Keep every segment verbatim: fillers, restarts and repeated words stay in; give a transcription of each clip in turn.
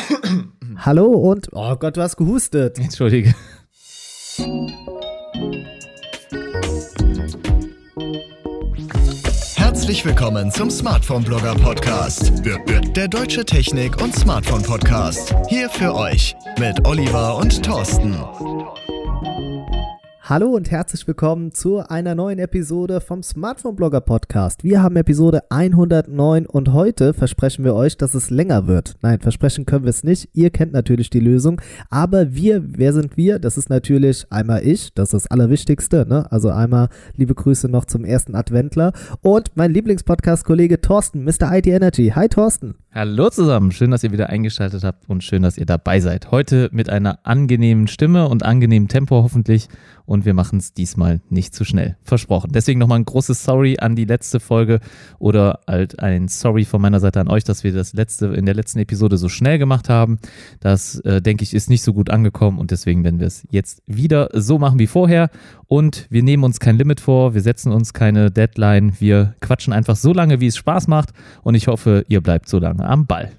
Hallo und, oh Gott, du hast gehustet. Entschuldige. Herzlich willkommen zum Smartphone-Blogger-Podcast. Der deutsche Technik- und Smartphone-Podcast. Hier für euch mit Oliver und Thorsten. Hallo und herzlich willkommen zu einer neuen Episode vom Smartphone-Blogger-Podcast. Wir haben Episode hundertneun und heute versprechen wir euch, dass es länger wird. Nein, versprechen können wir es nicht. Ihr kennt natürlich die Lösung. Aber wir, wer sind wir? Das ist natürlich einmal ich, das ist das Allerwichtigste, ne? Also einmal liebe Grüße noch zum ersten Adventler und mein Lieblingspodcast-Kollege Thorsten, Mister I T Energy. Hi Thorsten. Hallo zusammen, schön, dass ihr wieder eingeschaltet habt und schön, dass ihr dabei seid. Heute mit einer angenehmen Stimme und angenehmem Tempo hoffentlich und wir machen es diesmal nicht zu schnell, versprochen. Deswegen nochmal ein großes Sorry an die letzte Folge oder halt ein Sorry von meiner Seite an euch, dass wir das letzte in der letzten Episode so schnell gemacht haben. Das, äh, denke ich, ist nicht so gut angekommen und deswegen werden wir es jetzt wieder so machen wie vorher und wir nehmen uns kein Limit vor, wir setzen uns keine Deadline, wir quatschen einfach so lange, wie es Spaß macht und ich hoffe, ihr bleibt so lange am Ball.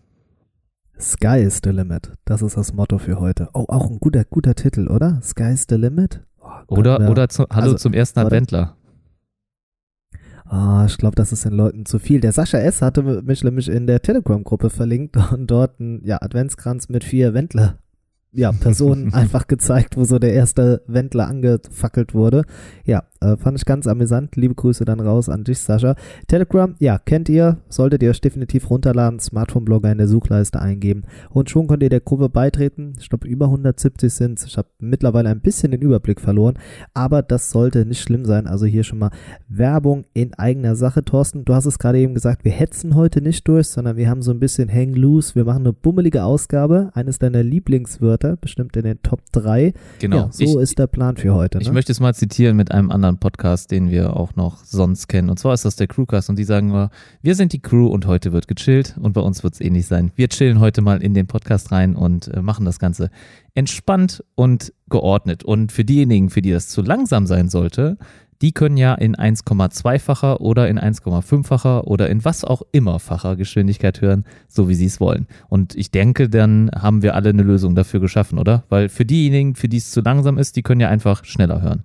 Sky is the limit. Das ist das Motto für heute. Oh, auch ein guter, guter Titel, oder? Sky is the limit? Oh, oder wir, oder zu, Hallo also, zum ersten warte. Adventler. Ah, oh, ich glaube, das ist den Leuten zu viel. Der Sascha S. hatte mich nämlich in der Telegram-Gruppe verlinkt und dort ein ja, Adventskranz mit vier Wendler. Ja, Personen einfach gezeigt, wo so der erste Wendler angefackelt wurde. Ja, äh, fand ich ganz amüsant. Liebe Grüße dann raus an dich, Sascha. Telegram, ja, kennt ihr, solltet ihr euch definitiv runterladen, Smartphone-Blogger in der Suchleiste eingeben und schon könnt ihr der Gruppe beitreten. Ich glaube, über hundertsiebzig sind es. Ich habe mittlerweile ein bisschen den Überblick verloren, aber das sollte nicht schlimm sein. Also hier schon mal Werbung in eigener Sache. Thorsten, du hast es gerade eben gesagt, wir hetzen heute nicht durch, sondern wir haben so ein bisschen Hang Loose. Wir machen eine bummelige Ausgabe, eines deiner Lieblingswörter, bestimmt in den Top drei. Genau. Ja, so ich, ist der Plan für heute. Ne? Ich möchte es mal zitieren mit einem anderen Podcast, den wir auch noch sonst kennen. Und zwar ist das der Crewcast und die sagen immer, wir sind die Crew und heute wird gechillt und bei uns wird es ähnlich sein. Wir chillen heute mal in den Podcast rein und äh, machen das Ganze entspannt und geordnet. Und für diejenigen, für die das zu langsam sein sollte, die können ja in eins Komma zwei-facher oder in eins Komma fünf-facher oder in was auch immer-facher Geschwindigkeit hören, so wie sie es wollen. Und ich denke, dann haben wir alle eine Lösung dafür geschaffen, oder? Weil für diejenigen, für die es zu langsam ist, die können ja einfach schneller hören.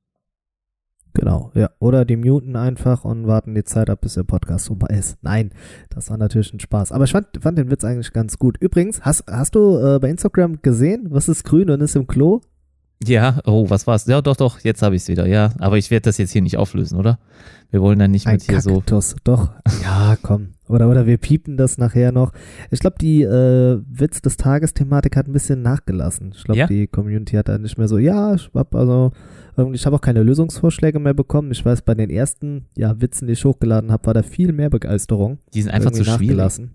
Genau, ja. Oder die muten einfach und warten die Zeit ab, bis der Podcast vorbei ist. Nein, das war natürlich ein Spaß. Aber ich fand, fand den Witz eigentlich ganz gut. Übrigens, hast, hast du äh, bei Instagram gesehen, was ist grün und ist im Klo? Ja, oh, was war's? Ja, doch, doch, jetzt habe ich es wieder, ja. Aber ich werde das jetzt hier nicht auflösen, oder? Wir wollen dann nicht Ein mit hier Kaktus, so... doch. Ja, komm. Oder, oder wir piepen das nachher noch. Ich glaube, die äh, Witz des Tages-Thematik hat ein bisschen nachgelassen. Ich glaube, Ja? die Community hat da nicht mehr so, ja, ich habe also, ich habe auch keine Lösungsvorschläge mehr bekommen. Ich weiß, bei den ersten ja, Witzen, die ich hochgeladen habe, war da viel mehr Begeisterung. Die sind einfach zu schwierig. Nachgelassen.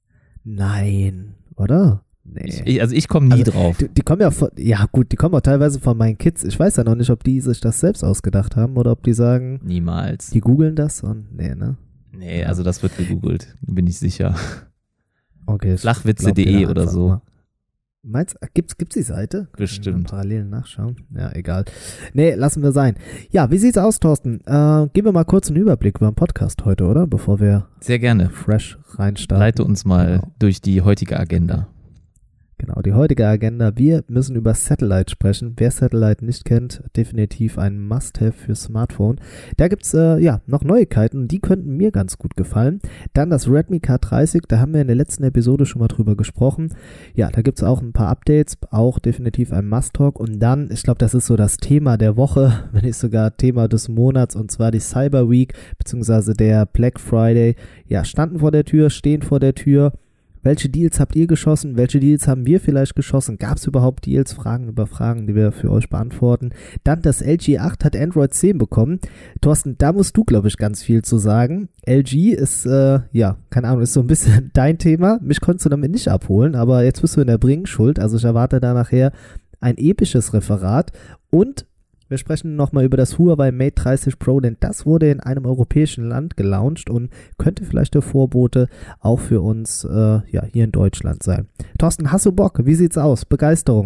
Nein, oder? Nee. Ich, also ich komme nie also, drauf. Die, die kommen ja von, ja gut, die kommen auch teilweise von meinen Kids. Ich weiß ja noch nicht, ob die sich das selbst ausgedacht haben oder ob die sagen, Niemals. die googeln das und, nee, ne? Nee, also das wird gegoogelt, bin ich sicher. Okay. Flachwitze punkt de oder so. Mal. Meinst du, gibt's, gibt's die Seite? Bestimmt. Parallel nachschauen. Ja, egal. Nee, lassen wir sein. Ja, wie sieht's aus, Thorsten? Äh, geben wir mal kurz einen Überblick über den Podcast heute, oder? Bevor wir sehr gerne fresh reinstarten. Leite uns mal genau. durch die heutige Agenda. Genau, die heutige Agenda. Wir müssen über Satellite sprechen. Wer Satellite nicht kennt, definitiv ein Must-Have für Smartphone. Da gibt's äh, ja noch Neuigkeiten, die könnten mir ganz gut gefallen. Dann das Redmi K dreißig, da haben wir in der letzten Episode schon mal drüber gesprochen. Ja, da gibt's auch ein paar Updates, auch definitiv ein Must-Talk. Und dann, ich glaube, das ist so das Thema der Woche, wenn nicht sogar Thema des Monats, und zwar die Cyber Week, beziehungsweise der Black Friday. Ja, standen vor der Tür, stehen vor der Tür. Welche Deals habt ihr geschossen? Welche Deals haben wir vielleicht geschossen? Gab es überhaupt Deals? Fragen über Fragen, die wir für euch beantworten. Dann das L G acht hat Android zehn bekommen. Thorsten, da musst du, glaube ich, ganz viel zu sagen. L G ist, äh, ja, keine Ahnung, ist so ein bisschen dein Thema. Mich konntest du damit nicht abholen, aber jetzt bist du in der Bringschuld. Also ich erwarte da nachher ein episches Referat. Und wir sprechen nochmal über das Huawei Mate dreißig Pro, denn das wurde in einem europäischen Land gelauncht und könnte vielleicht der Vorbote auch für uns äh, ja, hier in Deutschland sein. Thorsten, hast du Bock? Wie sieht's aus? Begeisterung?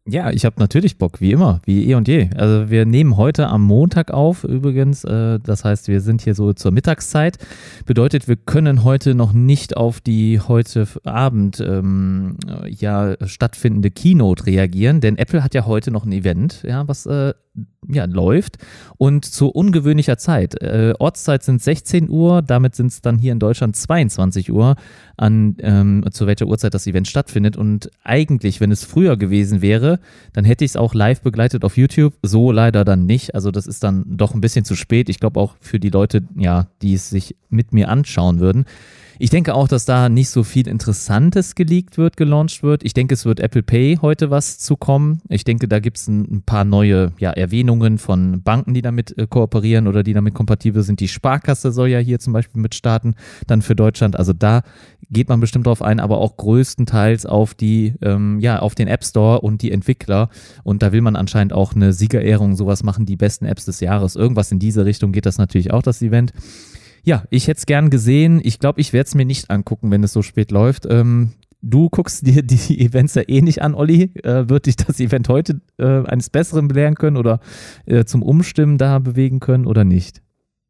Ja, ich habe natürlich Bock, wie immer, wie eh und je. Also wir nehmen heute am Montag auf übrigens, äh, das heißt, wir sind hier so zur Mittagszeit. Bedeutet, wir können heute noch nicht auf die heute Abend ähm, ja stattfindende Keynote reagieren, denn Apple hat ja heute noch ein Event, ja, was äh, ja, läuft und zu ungewöhnlicher Zeit. Äh, Ortszeit sind sechzehn Uhr, damit sind es dann hier in Deutschland zweiundzwanzig Uhr, an ähm, zu welcher Uhrzeit das Event stattfindet. Und eigentlich, wenn es früher gewesen wäre, dann hätte ich es auch live begleitet auf YouTube. So leider dann nicht. Also das ist dann doch ein bisschen zu spät. Ich glaube auch für die Leute, ja, die es sich mit mir anschauen würden. Ich denke auch, dass da nicht so viel Interessantes geleakt wird, gelauncht wird. Ich denke, es wird Apple Pay heute was zukommen. Ich denke, da gibt es ein, ein paar neue ja, Erwähnungen von Banken, die damit äh, kooperieren oder die damit kompatibel sind. Die Sparkasse soll ja hier zum Beispiel mit starten, dann für Deutschland. Also da geht man bestimmt drauf ein, aber auch größtenteils auf die, ähm, ja, auf den App Store und die Entwickler. Und da will man anscheinend auch eine Siegerehrung, sowas machen, die besten Apps des Jahres. Irgendwas in diese Richtung geht das natürlich auch, das Event. Ja, ich hätte es gern gesehen. Ich glaube, ich werde es mir nicht angucken, wenn es so spät läuft. Ähm, du guckst dir die Events ja eh nicht an, Olli. Äh, wird dich das Event heute äh, eines Besseren belehren können oder äh, zum Umstimmen da bewegen können oder nicht?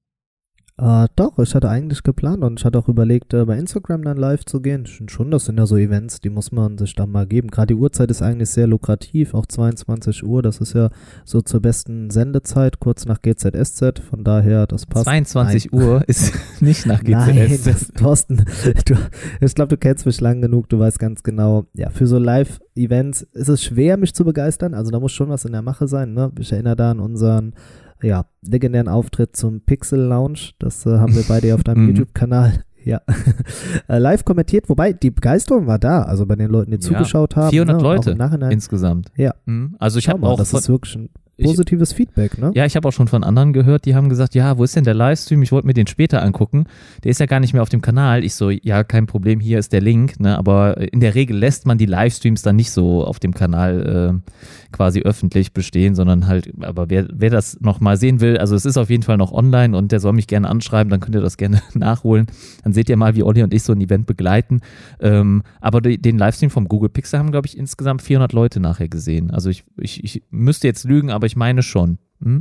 Äh, doch, ich hatte eigentlich geplant und ich hatte auch überlegt, äh, bei Instagram dann live zu gehen. Schon, das sind ja so Events, die muss man sich dann mal geben. Gerade die Uhrzeit ist eigentlich sehr lukrativ, auch zweiundzwanzig Uhr, das ist ja so zur besten Sendezeit, kurz nach G Z S Z, von daher, das passt. zweiundzwanzig Uhr ist nicht nach G Z S Z. Nein, das, Thorsten, du, ich glaube, du kennst mich lang genug, du weißt ganz genau, ja, für so Live-Events ist es schwer, mich zu begeistern, also da muss schon was in der Mache sein, ne? Ich erinnere da an unseren ja, legendären Auftritt zum Pixel Lounge. Das äh, haben wir beide auf deinem YouTube-Kanal ja, äh, live kommentiert. Wobei, die Begeisterung war da. Also bei den Leuten, die ja, zugeschaut haben. vierhundert ne, Leute im Nachhinein. Insgesamt. Ja. Also ich habe auch... Das ist wirklich ein positives ich, Feedback, ne? Ja, ich habe auch schon von anderen gehört, die haben gesagt, ja, wo ist denn der Livestream? Ich wollte mir den später angucken. Der ist ja gar nicht mehr auf dem Kanal. Ich so, ja, kein Problem, hier ist der Link, ne? Aber in der Regel lässt man die Livestreams dann nicht so auf dem Kanal äh, quasi öffentlich bestehen, sondern halt, aber wer, wer das noch mal sehen will, also es ist auf jeden Fall noch online und der soll mich gerne anschreiben, dann könnt ihr das gerne nachholen. Dann seht ihr mal, wie Olli und ich so ein Event begleiten. Ähm, aber die, den Livestream vom Google Pixel haben, glaube ich, insgesamt vierhundert Leute nachher gesehen. Also ich, ich, ich müsste jetzt lügen, aber ich meine schon. Hm?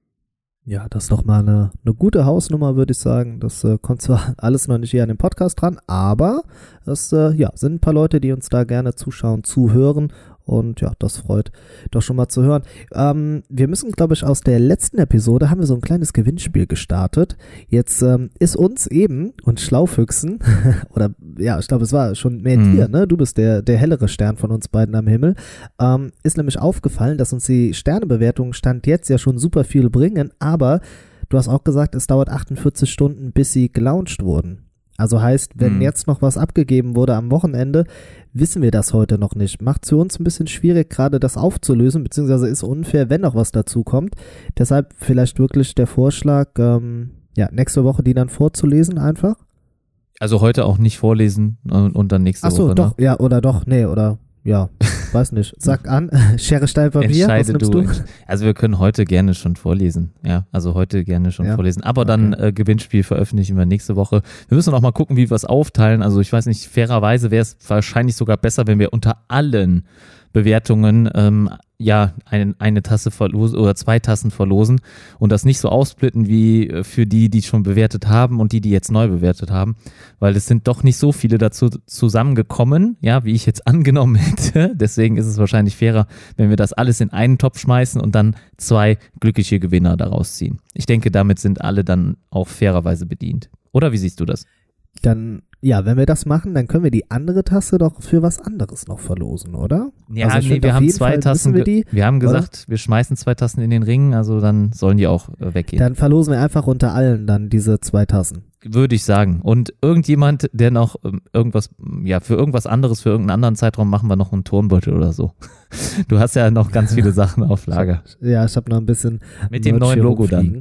Ja, das ist doch mal eine, eine gute Hausnummer, würde ich sagen. Das äh, kommt zwar alles noch nicht hier an den Podcast dran, aber es äh, ja, sind ein paar Leute, die uns da gerne zuschauen, zuhören. Und ja, das freut doch schon mal zu hören. Ähm, wir müssen, glaube ich, aus der letzten Episode haben wir so ein kleines Gewinnspiel gestartet. Jetzt ähm, ist uns eben und Schlaufüchsen, oder ja, ich glaube, es war schon mehr mhm. dir, ne? Du bist der, der hellere Stern von uns beiden am Himmel. Ähm, ist nämlich aufgefallen, dass uns die Sternebewertungen Stand jetzt ja schon super viel bringen, aber du hast auch gesagt, es dauert achtundvierzig Stunden, bis sie gelauncht wurden. Also heißt, wenn hm. jetzt noch was abgegeben wurde am Wochenende, wissen wir das heute noch nicht. Macht es für uns ein bisschen schwierig, gerade das aufzulösen, beziehungsweise ist unfair, wenn noch was dazu kommt. Deshalb vielleicht wirklich der Vorschlag, ähm, ja, nächste Woche die dann vorzulesen einfach. Also heute auch nicht vorlesen und, und dann nächste Ach so, Woche. Achso, doch, ne? ja, oder doch, nee, oder, ja, weiß nicht. Sag an, Schere, Stein, Papier, was nimmst du? Also wir können heute gerne schon vorlesen, ja, also heute gerne schon ja. vorlesen, aber okay. dann äh, Gewinnspiel veröffentlichen wir nächste Woche. Wir müssen auch mal gucken, wie wir es aufteilen, also ich weiß nicht, fairerweise wäre es wahrscheinlich sogar besser, wenn wir unter allen Bewertungen ähm, ja ein, eine Tasse verlosen oder zwei Tassen verlosen und das nicht so aufsplitten wie für die, die schon bewertet haben und die, die jetzt neu bewertet haben, weil es sind doch nicht so viele dazu zusammengekommen, ja, wie ich jetzt angenommen hätte. Deswegen ist es wahrscheinlich fairer, wenn wir das alles in einen Topf schmeißen und dann zwei glückliche Gewinner daraus ziehen. Ich denke, damit sind alle dann auch fairerweise bedient. Oder wie siehst du das? Dann, ja, wenn wir das machen, dann können wir die andere Tasse doch für was anderes noch verlosen, oder? Ja, also nee, wir haben zwei Fall, Tassen, wir, die, wir haben gesagt, oder? Wir schmeißen zwei Tassen in den Ring, also dann sollen die auch äh, weggehen. Dann verlosen wir einfach unter allen dann diese zwei Tassen. Würde ich sagen. Und irgendjemand, der noch ähm, irgendwas, ja, für irgendwas anderes, für irgendeinen anderen Zeitraum machen wir noch einen Turnbeutel oder so. Du hast ja noch ganz viele Sachen auf Lager. Ja, ich habe noch ein bisschen mit dem neuen Logo dann.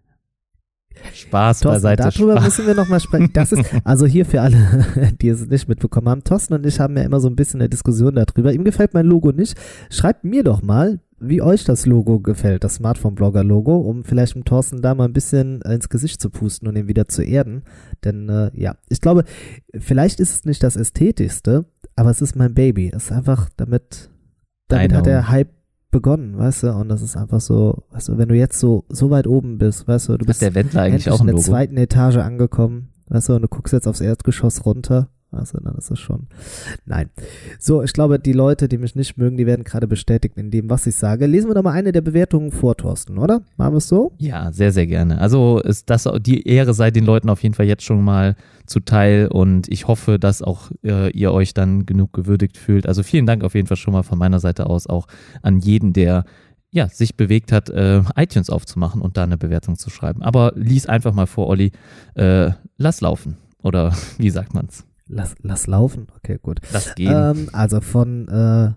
Spaß Thorsten, beiseite. Darüber Spaß. müssen wir nochmal sprechen. Das ist, also hier für alle, die es nicht mitbekommen haben, Thorsten und ich haben ja immer so ein bisschen eine Diskussion darüber. Ihm gefällt mein Logo nicht. Schreibt mir doch mal, wie euch das Logo gefällt, das Smartphone-Blogger-Logo, um vielleicht mit Thorsten da mal ein bisschen ins Gesicht zu pusten und ihn wieder zu erden. Denn äh, ja, ich glaube, vielleicht ist es nicht das Ästhetischste, aber es ist mein Baby. Es ist einfach, damit, damit hat der Hype begonnen, weißt du, und das ist einfach so, weißt du, wenn du jetzt so, so weit oben bist, weißt du, du bist der Wendler eigentlich auch ein in der Logo? zweiten Etage angekommen, weißt du, und du guckst jetzt aufs Erdgeschoss runter, also dann ist es schon, nein. So, ich glaube, die Leute, die mich nicht mögen, die werden gerade bestätigt in dem, was ich sage. Lesen wir doch mal eine der Bewertungen vor, Thorsten, oder? Machen wir es so? Ja, sehr, sehr gerne. Also ist das die Ehre sei den Leuten auf jeden Fall jetzt schon mal zuteil und ich hoffe, dass auch äh, ihr euch dann genug gewürdigt fühlt. Also vielen Dank auf jeden Fall schon mal von meiner Seite aus auch an jeden, der ja, sich bewegt hat, äh, iTunes aufzumachen und da eine Bewertung zu schreiben. Aber lies einfach mal vor, Olli, äh, lass laufen. Oder wie sagt man's? Lass, lass laufen? Okay, gut. Lass gehen. Ähm, also von äh,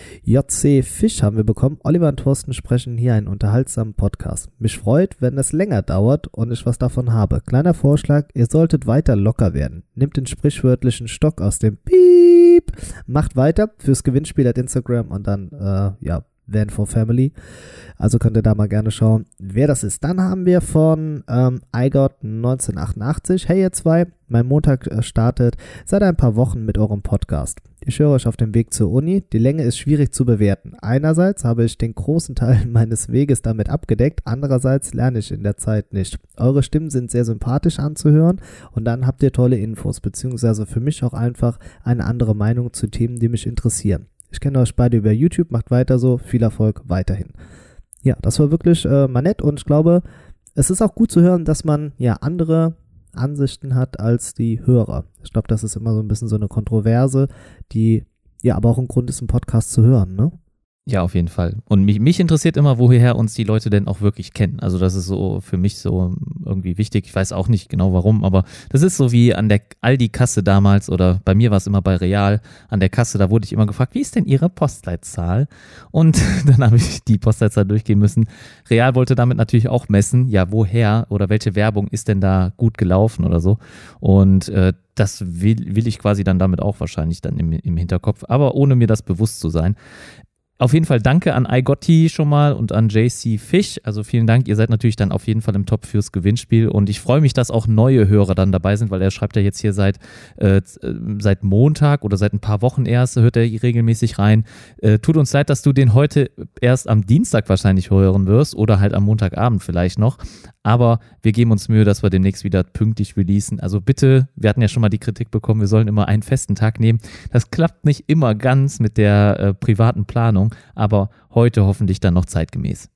J C Fisch haben wir bekommen. Oliver und Thorsten sprechen hier einen unterhaltsamen Podcast. Mich freut, wenn es länger dauert und ich was davon habe. Kleiner Vorschlag, ihr solltet weiter locker werden. Nehmt den sprichwörtlichen Stock aus dem Piep. Macht weiter fürs Gewinnspiel at Instagram und dann, äh, ja, Van for Family. Also könnt ihr da mal gerne schauen, wer das ist. Dann haben wir von ähm, iGot neunzehnhundertachtundachtzig. Hey ihr zwei, mein Montag äh, startet seit ein paar Wochen mit eurem Podcast. Ich höre euch auf dem Weg zur Uni. Die Länge ist schwierig zu bewerten. Einerseits habe ich den großen Teil meines Weges damit abgedeckt, andererseits lerne ich in der Zeit nicht. Eure Stimmen sind sehr sympathisch anzuhören und dann habt ihr tolle Infos, beziehungsweise für mich auch einfach eine andere Meinung zu Themen, die mich interessieren. Ich kenne euch beide über YouTube, macht weiter so, viel Erfolg weiterhin. Ja, das war wirklich äh, mal nett und ich glaube, es ist auch gut zu hören, dass man ja andere Ansichten hat als die Hörer. Ich glaube, das ist immer so ein bisschen so eine Kontroverse, die ja aber auch ein Grund ist, einen Podcast zu hören, ne? Ja, auf jeden Fall. Und mich, mich interessiert immer, woher uns die Leute denn auch wirklich kennen. Also das ist so für mich so irgendwie wichtig. Ich weiß auch nicht genau warum, aber das ist so wie an der Aldi-Kasse damals oder bei mir war es immer bei Real an der Kasse, da wurde ich immer gefragt, wie ist denn Ihre Postleitzahl? Und dann habe ich die Postleitzahl durchgehen müssen. Real wollte damit natürlich auch messen, ja, woher oder welche Werbung ist denn da gut gelaufen oder so. Und äh, das will, will ich quasi dann damit auch wahrscheinlich dann im, im Hinterkopf, aber ohne mir das bewusst zu sein. Auf jeden Fall danke an iGotti schon mal und an J C Fish. Also vielen Dank, ihr seid natürlich dann auf jeden Fall im Top fürs Gewinnspiel und ich freue mich, dass auch neue Hörer dann dabei sind, weil er schreibt ja jetzt hier seit äh, seit Montag oder seit ein paar Wochen erst, hört er regelmäßig rein. Äh, tut uns leid, dass du den heute erst am Dienstag wahrscheinlich hören wirst oder halt am Montagabend vielleicht noch, aber wir geben uns Mühe, dass wir demnächst wieder pünktlich releasen. Also bitte, wir hatten ja schon mal die Kritik bekommen, wir sollen immer einen festen Tag nehmen. Das klappt nicht immer ganz mit der äh, privaten Planung, aber heute hoffentlich dann noch zeitgemäß.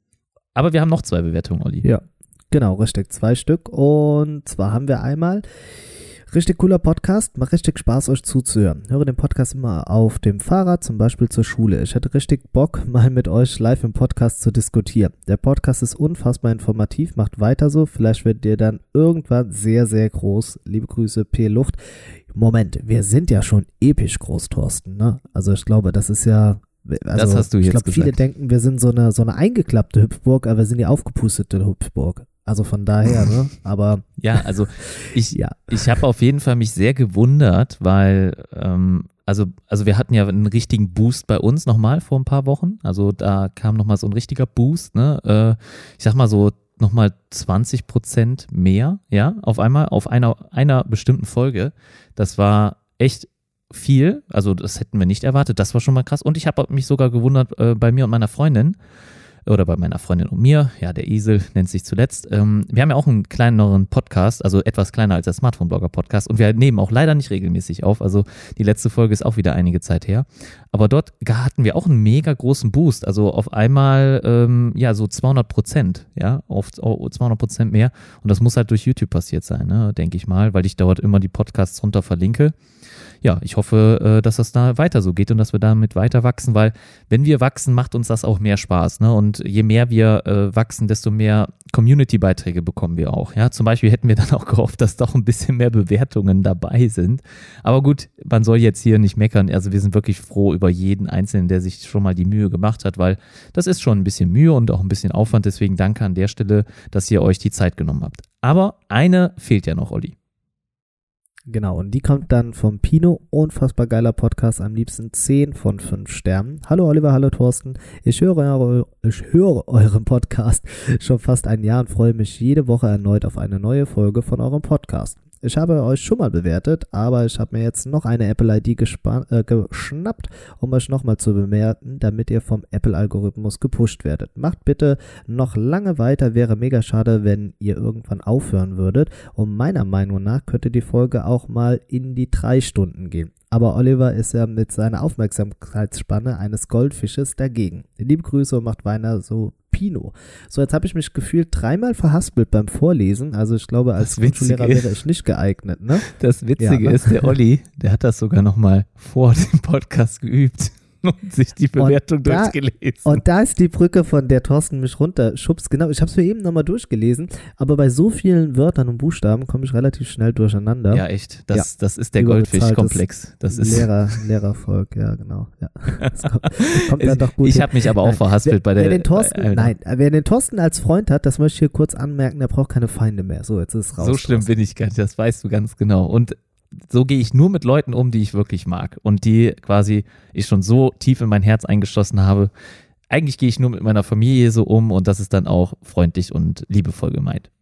Aber wir haben noch zwei Bewertungen, Olli. Ja, genau, richtig, zwei Stück. Und zwar haben wir einmal, richtig cooler Podcast, macht richtig Spaß, euch zuzuhören. Höre den Podcast immer auf dem Fahrrad, zum Beispiel zur Schule. Ich hätte richtig Bock, mal mit euch live im Podcast zu diskutieren. Der Podcast ist unfassbar informativ, macht weiter so. Vielleicht werdet ihr dann irgendwann sehr, sehr groß. Liebe Grüße, P. Luft. Moment, wir sind ja schon episch groß, Thorsten, ne? Also ich glaube, das ist ja... Also, das hast du jetzt ich glaube, viele gesagt. denken, wir sind so eine, so eine eingeklappte Hüpfburg, aber wir sind die aufgepustete Hüpfburg. Also von daher, ne? Aber ja, also ich, ja. ich habe auf jeden Fall mich sehr gewundert, weil ähm, also, also wir hatten ja einen richtigen Boost bei uns nochmal vor ein paar Wochen. Also da kam nochmal so ein richtiger Boost, ne? Äh, ich sag mal so nochmal zwanzig Prozent mehr, ja, auf einmal, auf einer, einer bestimmten Folge. Das war echt viel, also das hätten wir nicht erwartet, das war schon mal krass. Und ich habe mich sogar gewundert äh, bei mir und meiner Freundin, oder bei meiner Freundin und mir, ja, der Esel nennt sich zuletzt. Ähm, wir haben ja auch einen kleineren Podcast, also etwas kleiner als der Smartphone-Blogger-Podcast und wir nehmen auch leider nicht regelmäßig auf, also die letzte Folge ist auch wieder einige Zeit her. Aber dort hatten wir auch einen mega großen Boost, also auf einmal, ähm, ja, so zweihundert Prozent, ja, auf zweihundert Prozent mehr und das muss halt durch YouTube passiert sein, ne, denke ich mal, weil ich dort immer die Podcasts runter verlinke. Ja, ich hoffe, dass das da weiter so geht und dass wir damit weiter wachsen, weil wenn wir wachsen, macht uns das auch mehr Spaß, ne? Und je mehr wir äh, wachsen, desto mehr Community-Beiträge bekommen wir auch, ja? Zum Beispiel hätten wir dann auch gehofft, dass doch ein bisschen mehr Bewertungen dabei sind. Aber gut, man soll jetzt hier nicht meckern. Also wir sind wirklich froh über jeden Einzelnen, der sich schon mal die Mühe gemacht hat, weil das ist schon ein bisschen Mühe und auch ein bisschen Aufwand. Deswegen danke an der Stelle, dass ihr euch die Zeit genommen habt. Aber eine fehlt ja noch, Olli. Genau, und die kommt dann vom Pino, unfassbar geiler Podcast, am liebsten zehn von fünf Sternen. Hallo Oliver, hallo Thorsten, ich höre, eure, ich höre euren Podcast schon fast ein Jahr und freue mich jede Woche erneut auf eine neue Folge von eurem Podcast. Ich habe euch schon mal bewertet, aber ich habe mir jetzt noch eine Apple-I D gespa- äh, geschnappt, um euch nochmal zu bemerken, damit ihr vom Apple-Algorithmus gepusht werdet. Macht bitte noch lange weiter, wäre mega schade, wenn ihr irgendwann aufhören würdet. Und meiner Meinung nach könnte die Folge auch mal in die drei Stunden gehen. Aber Oliver ist ja mit seiner Aufmerksamkeitsspanne eines Goldfisches dagegen. Liebe Grüße und macht weiter so Pino. So, jetzt habe ich mich gefühlt dreimal verhaspelt beim Vorlesen. Also ich glaube, als Grundschullehrer wäre ich nicht geeignet, ne? Das Witzige ja, ne? ist, der Olli, der hat das sogar nochmal vor dem Podcast geübt und sich die Bewertung und da, durchgelesen. Und da ist die Brücke, von der Thorsten mich runterschubst. Genau, ich habe es mir eben nochmal durchgelesen, aber bei so vielen Wörtern und Buchstaben komme ich relativ schnell durcheinander. Ja, echt. Das, ja. das ist der Goldfisch-Komplex. Das ist Lehrer, Lehrervolk, ja, genau. Ja. Das kommt, das kommt dann doch gut ich hin. habe mich aber auch nein, verhaspelt wer, bei der... Wer den Thorsten, äh, nein, wer den Thorsten als Freund hat, das möchte ich hier kurz anmerken, der braucht keine Feinde mehr. So, jetzt ist es raus. So schlimm bin ich gar nicht, das weißt du ganz genau. Und so gehe ich nur mit Leuten um, die ich wirklich mag und die quasi ich schon so tief in mein Herz eingeschlossen habe. Eigentlich gehe ich nur mit meiner Familie so um und das ist dann auch freundlich und liebevoll gemeint.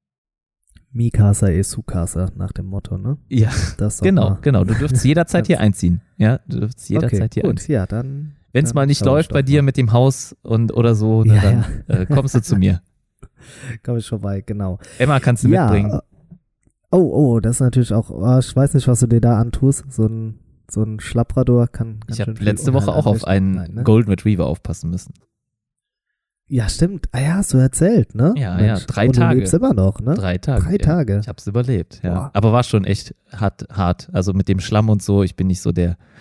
Mi casa e su casa, nach dem Motto, ne? Ja, das genau, mal. genau. Du dürftest jederzeit hier einziehen. Ja, du dürftest jederzeit okay, hier gut, einziehen. Ja, dann. Wenn es mal nicht läuft bei dir mal. mit dem Haus und oder so, ne, ja, dann ja. Äh, kommst du zu mir. Komm ich vorbei, genau. Emma kannst du ja, mitbringen. Oh, oh, das ist natürlich auch, oh, ich weiß nicht, was du dir da antust. So ein, so ein Schlapprador kann. Ich habe letzte Woche auch auf einen Nein, ne? Golden Retriever aufpassen müssen. Ja, stimmt. Ah ja, hast du erzählt, ne? Ja, Mensch. ja, drei Und Tage. Du lebst immer noch, ne? Drei Tage. Drei ja. Tage. Ich habe es überlebt, ja. Boah. Aber war schon echt hart, hart. Also mit dem Schlamm und so, ich bin nicht so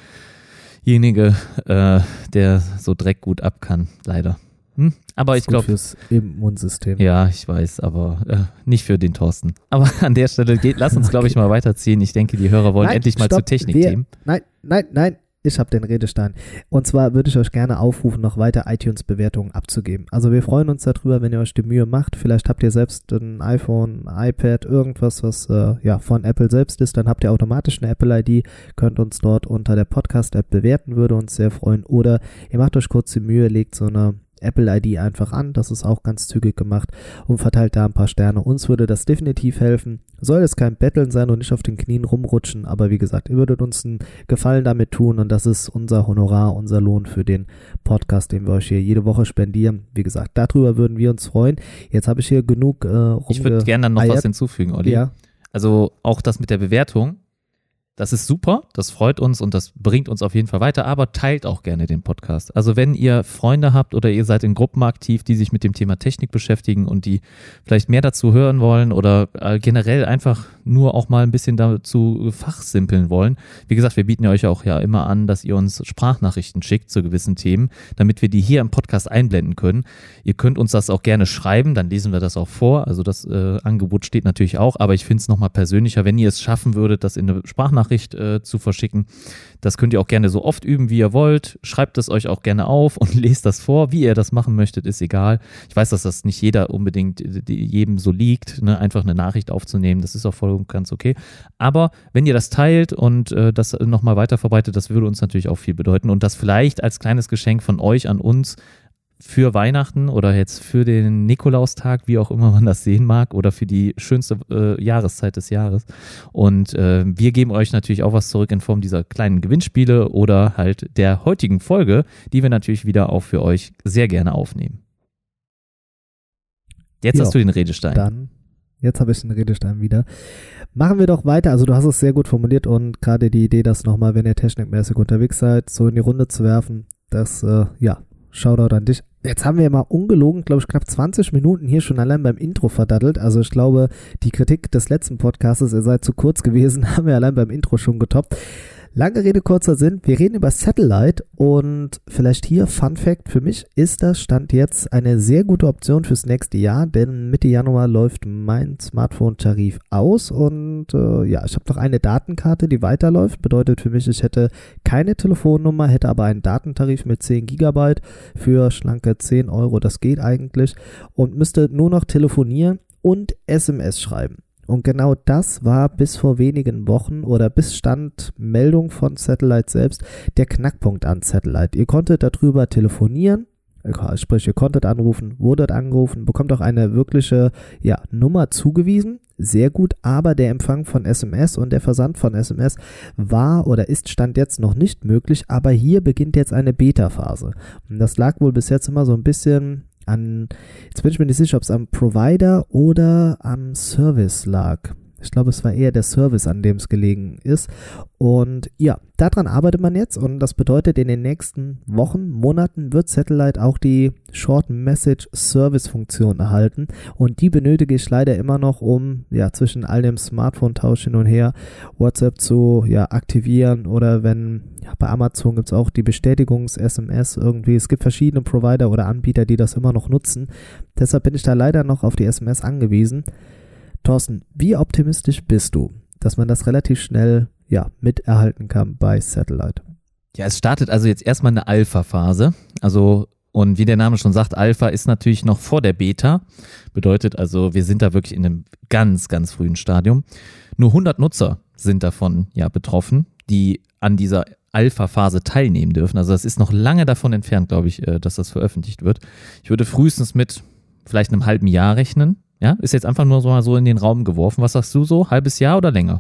derjenige, äh, der so Dreck gut ab kann, leider. Hm? Aber Das ich ist gut glaube, fürs Immunsystem. ja, ich weiß, aber äh, nicht für den Thorsten. Aber an der Stelle geht, lass uns, glaube ich, mal weiterziehen. Ich denke, die Hörer wollen Nein, endlich mal stopp, zu Technikthemen. wir- Nein, nein, nein. Ich habe den Redestein. Und zwar würde ich euch gerne aufrufen, noch weiter iTunes-Bewertungen abzugeben. Also wir freuen uns darüber, wenn ihr euch die Mühe macht. Vielleicht habt ihr selbst ein iPhone, ein iPad, irgendwas, was äh, ja von Apple selbst ist. Dann habt ihr automatisch eine Apple-I D, könnt uns dort unter der Podcast-App bewerten, würde uns sehr freuen. Oder ihr macht euch kurz die Mühe, legt so eine Apple-I D einfach an, das ist auch ganz zügig gemacht und verteilt da ein paar Sterne. Uns würde das definitiv helfen. Soll es kein Betteln sein und nicht auf den Knien rumrutschen, aber wie gesagt, ihr würdet uns einen Gefallen damit tun und das ist unser Honorar, unser Lohn für den Podcast, den wir euch hier jede Woche spendieren. Wie gesagt, darüber würden wir uns freuen. Jetzt habe ich hier genug äh, rumge- Ich würde gerne dann noch eiert. was hinzufügen, Olli. Ja, Also auch das mit der Bewertung, das ist super, das freut uns und das bringt uns auf jeden Fall weiter, aber teilt auch gerne den Podcast. Also wenn ihr Freunde habt oder ihr seid in Gruppen aktiv, die sich mit dem Thema Technik beschäftigen und die vielleicht mehr dazu hören wollen oder äh, generell einfach nur auch mal ein bisschen dazu fachsimpeln wollen. Wie gesagt, wir bieten ja euch auch ja immer an, dass ihr uns Sprachnachrichten schickt zu gewissen Themen, damit wir die hier im Podcast einblenden können. Ihr könnt uns das auch gerne schreiben, dann lesen wir das auch vor. Also das äh, Angebot steht natürlich auch, aber ich finde es nochmal persönlicher, wenn ihr es schaffen würdet, das in eine Sprachnachricht äh, zu verschicken. Das könnt ihr auch gerne so oft üben, wie ihr wollt. Schreibt es euch auch gerne auf und lest das vor. Wie ihr das machen möchtet, ist egal. Ich weiß, dass das nicht jeder unbedingt die, jedem so liegt, ne? Einfach eine Nachricht aufzunehmen. Das ist auch voll und ganz okay. Aber wenn ihr das teilt und äh, das nochmal weiter verbreitet, das würde uns natürlich auch viel bedeuten und das vielleicht als kleines Geschenk von euch an uns für Weihnachten oder jetzt für den Nikolaustag, wie auch immer man das sehen mag, oder für die schönste äh, Jahreszeit des Jahres. Und äh, wir geben euch natürlich auch was zurück in Form dieser kleinen Gewinnspiele oder halt der heutigen Folge, die wir natürlich wieder auch für euch sehr gerne aufnehmen. Jetzt Ja, hast du den Redestein. dann, jetzt habe ich den Redestein wieder. Machen wir doch weiter. Also du hast es sehr gut formuliert und gerade die Idee, das nochmal, wenn ihr technikmäßig unterwegs seid, so in die Runde zu werfen, das, äh, ja, Shoutout an dich. Jetzt haben wir mal ungelogen, glaube ich, knapp zwanzig Minuten hier schon allein beim Intro verdattelt. Also ich glaube, die Kritik des letzten Podcastes, ihr seid zu kurz gewesen, haben wir allein beim Intro schon getoppt. Lange Rede, kurzer Sinn. Wir reden über Satellite und vielleicht hier Fun Fact für mich ist das Stand jetzt eine sehr gute Option fürs nächste Jahr, denn Mitte Januar läuft mein Smartphone-Tarif aus und äh, ja, ich habe noch eine Datenkarte, die weiterläuft. Bedeutet für mich, ich hätte keine Telefonnummer, hätte aber einen Datentarif mit zehn Gigabyte für schlanke zehn Euro, das geht eigentlich und müsste nur noch telefonieren und S M S schreiben. Und genau das war bis vor wenigen Wochen oder bis Stand Meldung von Satellite selbst der Knackpunkt an Satellite. Ihr konntet darüber telefonieren, sprich ihr konntet anrufen, wurdet angerufen, bekommt auch eine wirkliche ja, Nummer zugewiesen, sehr gut, aber der Empfang von S M S und der Versand von S M S war oder ist Stand jetzt noch nicht möglich, aber hier beginnt jetzt eine Beta-Phase. Und das lag wohl bis jetzt immer so ein bisschen an, jetzt bin ich mir nicht sicher, ob es am Provider oder am Service lag. Ich glaube, es war eher der Service, an dem es gelegen ist. Und ja, daran arbeitet man jetzt und das bedeutet, in den nächsten Wochen, Monaten wird Satellite auch die Short Message Service Funktion erhalten und die benötige ich leider immer noch, um ja zwischen all dem Smartphone-Tausch hin und her WhatsApp zu ja, aktivieren oder wenn, ja, bei Amazon gibt es auch die Bestätigungs-S M S irgendwie. Es gibt verschiedene Provider oder Anbieter, die das immer noch nutzen. Deshalb bin ich da leider noch auf die S M S angewiesen. Thorsten, wie optimistisch bist du, dass man das relativ schnell ja, miterhalten kann bei Satellite? Ja, es startet also jetzt erstmal eine Alpha-Phase. Also, und wie der Name schon sagt, Alpha ist natürlich noch vor der Beta. Bedeutet also, wir sind da wirklich in einem ganz, ganz frühen Stadium. Nur hundert Nutzer sind davon ja betroffen, die an dieser Alpha-Phase teilnehmen dürfen. Also das ist noch lange davon entfernt, glaube ich, dass das veröffentlicht wird. Ich würde frühestens mit vielleicht einem halben Jahr rechnen. Ja, ist jetzt einfach nur so mal so in den Raum geworfen. Was sagst du so? Halbes Jahr oder länger?